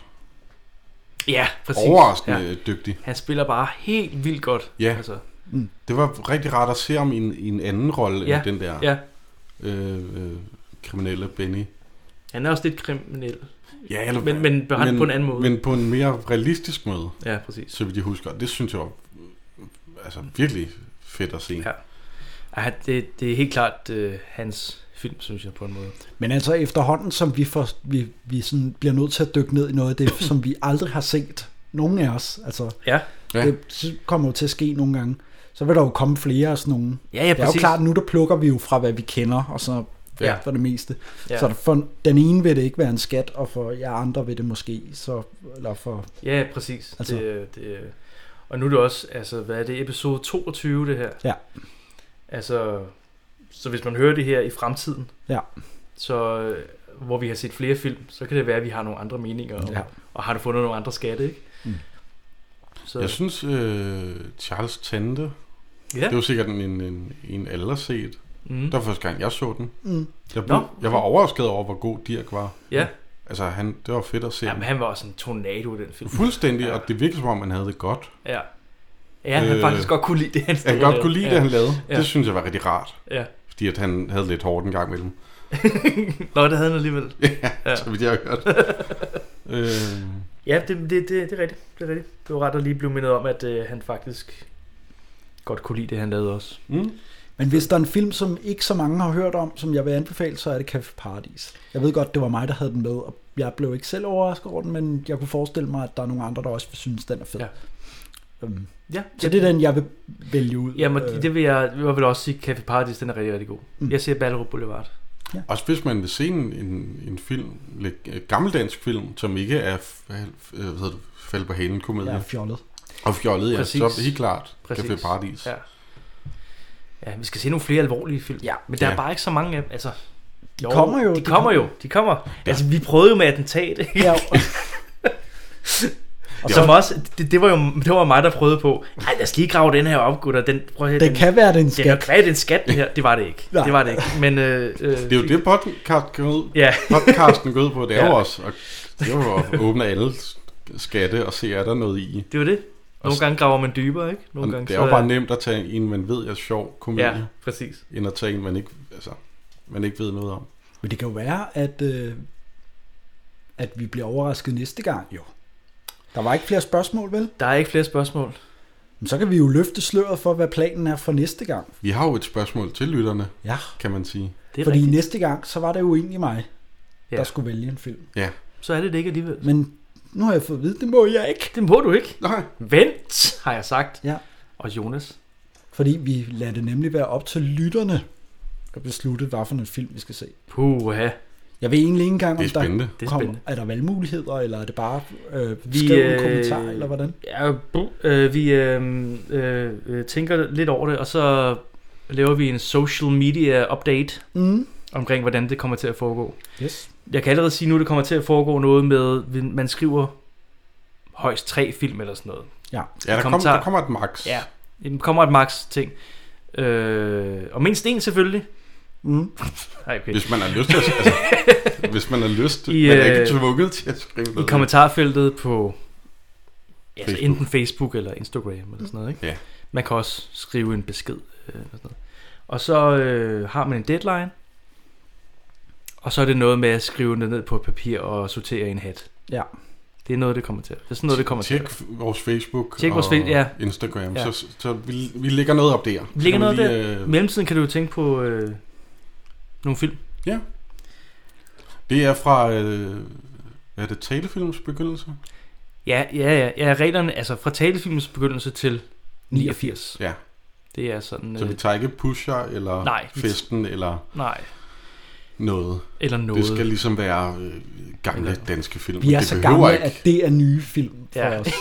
Ja, præcis. Overraskende ja. dygtig. Han spiller bare helt vildt godt. Ja, altså. mm. Det var rigtig rart at se ham i en, i en anden rolle ja. end den der ja. øh, øh, kriminelle Benny. Han er også lidt kriminel. Ja, eller, men, men behandlet men, på en anden måde. Men på en mere realistisk måde. Ja, præcis. Så vidt jeg husker. Det synes jeg var altså, virkelig fedt at se. Ja. Ja, det, det er helt klart øh, hans film, synes jeg, på en måde. Men altså efterhånden, som vi, får, vi, vi sådan bliver nødt til at dykke ned i noget af det, som vi aldrig har set, nogen af os, altså ja. det kommer jo til at ske nogle gange, så vil der jo komme flere af sådan nogle. Ja, ja, det er jo klart, nu der plukker vi jo fra, hvad vi kender, og så ja. For det meste. Ja. Så for den ene vil det ikke være en skat, og for jer andre vil det måske, så, eller for... Ja, præcis. Altså. Det, det, og nu er det også, altså, hvad er det, episode toogtyve, det her? Ja. Altså, så hvis man hører det her i fremtiden, ja. så hvor vi har set flere film, så kan det være, at vi har nogle andre meninger, og, ja. og har du fundet nogle andre skatte, ikke? Mm. Så. Jeg synes, øh, Charles Tante, ja. Det var sikkert en, en, en alder set. Mm. Det var første gang, jeg så den. Mm. Jeg, blev, Nå, jeg var overrasket over, hvor god Dirch var. Ja. Altså, han, det var fedt at se. Jamen, han var også en tornado i den film. Fuldstændig, ja. Og det virkede som om, han havde det godt. Ja. Ja, han øh, faktisk godt kunne lide det, han stod. Han godt kunne lide ja. det, han lavede. Ja. Det synes jeg var rigtig rart. Ja. Fordi at han havde lidt hårdt en gang med dem. Nå, det havde han alligevel. Ja, ja. Så vidt jeg har hørt. øh. Ja, det, det, det, det er rigtigt. Det er rigtigt. Det var ret at lige blive mindet om, at øh, han faktisk godt kunne lide det, han lavede også. Mm. Men hvis der er en film, som ikke så mange har hørt om, som jeg vil anbefale, så er det Café Paradis. Jeg ved godt, det var mig, der havde den med, og jeg blev ikke selv overrasket over den, men jeg kunne forestille mig, at der er nogle andre, der også vil synes, den er fed. Ja. Um, ja, så det er den, jeg vil vælge ud. Jamen, øh. det vil jeg, jeg vil også sige, Café Paradis, den er rigtig, rigtig god. Mm. Jeg ser Ballerup Boulevard. Ja. Også hvis man vil se en, en, en film, lidt gammeldansk film, som ikke er hvad hedder det, fald på halen komedie. Ja, fjollet. Og fjollet, ja. Præcis. Så helt klart Café Paradis. Ja. Ja, vi skal se nogle flere alvorlige film. Ja. Men der ja. er bare ikke så mange af dem. Altså, de jo, kommer jo. De, de kommer jo. De kommer. Ja. Altså, vi prøvede jo med attentat. Ikke? Ja. Og som også, det, det, var jo det var mig, der prøvede på, ej, lad os lige grave den her op, gutter. Den, prøv at, det den, kan være, det er en skat. Det kan være, det er en skat, det her. Det var det ikke. Det var det ikke. Men, øh, øh, det er jo det, podcast går ud, ja. podcasten går ud på. Det er ja. jo også og det er jo at åbne alle skatte og se, er der noget i. Det var det. Nogle gange graver man dybere, ikke? Nogle gange, det er jo bare nemt at tage en, man ved er sjov komedie. Ja, præcis. End at tage en, man ikke, altså, man ikke ved noget om. Men det kan jo være, at, øh, at vi bliver overrasket næste gang, jo. Der var ikke flere spørgsmål, vel? Der er ikke flere spørgsmål. Men så kan vi jo løfte sløret for, hvad planen er for næste gang. Vi har jo et spørgsmål til lytterne, ja. kan man sige. Det er Fordi rigtigt. Næste gang, så var det jo egentlig mig, ja. der skulle vælge en film. Ja. Så er det det ikke alligevel. Men nu har jeg fået at vide, det må jeg ikke. Det må du ikke. Nej. Vent, har jeg sagt. Ja. Og Jonas. Fordi vi lader det nemlig være op til lytterne at beslutte, hvad for en film vi skal se. Puha. Jeg ved egentlig ikke engang, om det er spændende. der det er, kommer, spændende. er der valgmuligheder, eller er det bare øh, vi, skrive en øh, kommentar, eller hvordan? Ja, øh, vi øh, øh, tænker lidt over det, og så laver vi en social media update mm. omkring, hvordan det kommer til at foregå. Yes. Jeg kan allerede sige nu, det kommer til at foregå noget med, man skriver højst tre film eller sådan noget. Ja, ja der, kommer, der kommer et max. Ja, der kommer et max ting. Øh, og mindst en selvfølgelig. Mm. Ej, okay. Hvis man har lyst til at, altså, hvis man har lyst, I, man er ikke tvunget til at skrive noget. I kommentarfeltet på altså Facebook. Enten Facebook eller Instagram eller sådan noget, ikke? Ja. Man kan også skrive en besked øh, og sådan noget. Og så øh, har man en deadline. Og så er det noget med at skrive det ned på et papir og sortere i en hat. Ja. Det er noget, det kommer til. Det er sådan noget, det kommer Tjek til. vores Facebook Tjek vores og fe- ja. Instagram. Ja. Så, så vi, vi lægger noget op der. Vi lægger noget lige, der. I øh... mellemtiden kan du jo tænke på øh, nogle film. Ja. Det er fra, øh, hvad er det, talefilms begyndelse? Ja, ja, ja, ja, reglerne, altså fra talefilmens begyndelse til niogfirs. Ja. Det er sådan... Så vi tager ikke Pusher, eller nej, Festen, eller nej. noget. Eller noget. Det skal ligesom være øh, gamle eller... danske film. Vi er det så gamle, ikke. At det er nye film for ja. os.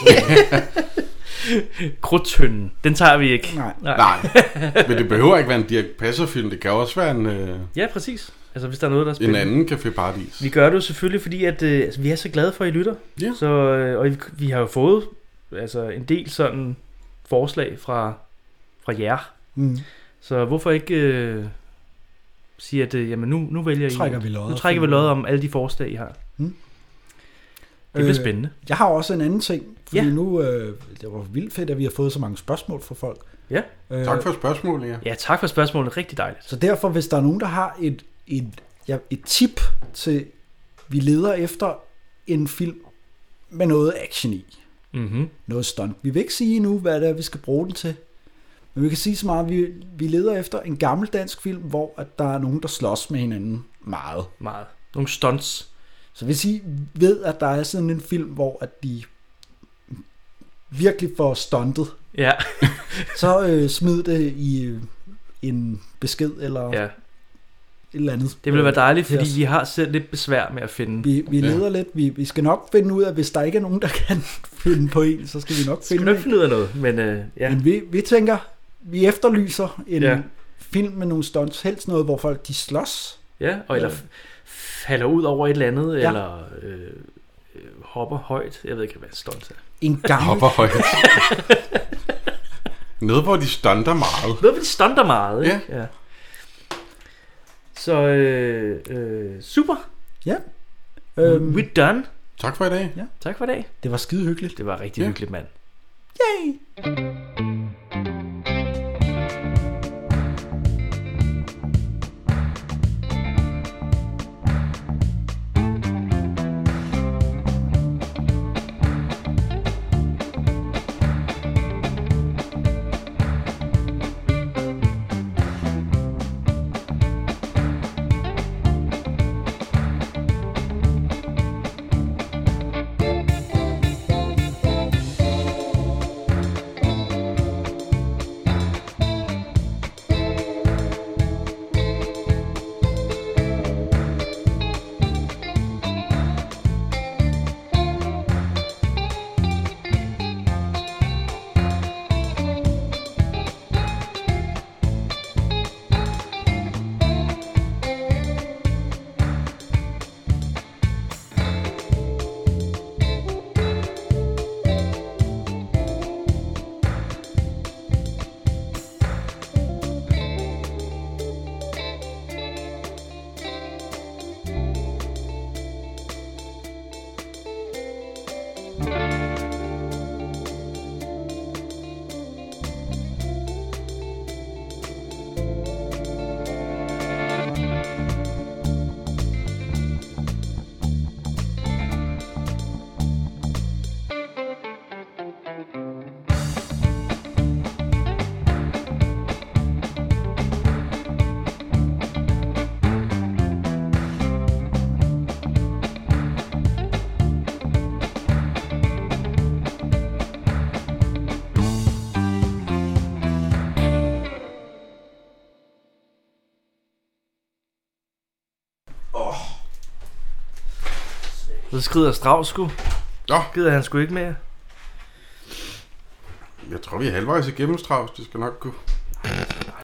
Krudtønden, den tager vi ikke. Nej. Nej. Nej. Men det behøver ikke være en Dirch Passer-film. Det kan også være en... Øh, ja, præcis. Altså hvis der er noget, der er spændende. En anden Café Paradis. Vi gør det jo selvfølgelig, fordi at, øh, altså, vi er så glade for, at I lytter. Ja. Så, øh, og vi, vi har jo fået altså, en del sådan forslag fra, fra jer. Mm. Så hvorfor ikke øh, sige, at øh, jamen, nu, nu vælger trækker I... Vi lodder, nu trækker vi lodder om alle de forslag, I har. Mm. Det bliver spændende. Øh, jeg har også en anden ting, fordi ja. nu, øh, det var vildt fedt, at vi har fået så mange spørgsmål fra folk. Ja. Øh, tak for spørgsmålet, ja. Ja, tak for spørgsmålet. Rigtig dejligt. Så derfor, hvis der er nogen, der har et, et, ja, et tip til, vi leder efter en film med noget action i. Mm-hmm. Noget stunt. Vi vil ikke sige nu, hvad det er, vi skal bruge den til. Men vi kan sige så meget, at vi, vi leder efter en gammel dansk film, hvor at der er nogen, der slås med hinanden meget. Meget. Nogle stunts. Så hvis I ved, at der er sådan en film, hvor at de virkelig får stuntet, ja. så øh, smid det i øh, en besked eller ja. et eller andet. Det ville være dejligt, fordi vi har selv lidt besvær med at finde. Vi, vi leder ja. lidt. Vi, vi skal nok finde ud af, hvis der ikke er nogen, der kan finde på en, så skal vi nok finde, skal nok finde ud af noget. Men, øh, ja. men vi, vi tænker, vi efterlyser en ja. film med nogle stunts, helst noget, hvor folk de slås. Ja, og eller falder ud over et eller andet, ja. eller øh, øh, hopper højt. Jeg ved ikke, hvad stunt er. En gammel... Hopper højt. Noget, hvor de stunter meget. Noget, hvor de stunter meget, ja. ja. Så øh, øh, super. Ja. Um, We're done. Tak for i dag. Ja. Tak for i dag. Det var skide hyggeligt. Det var rigtig ja. hyggeligt, mand. Yay! Så skrider Strauss sgu. Nå. Gider han sgu ikke mere? Jeg tror, vi er halvvejs igennem, Strauss. Det skal nok gå.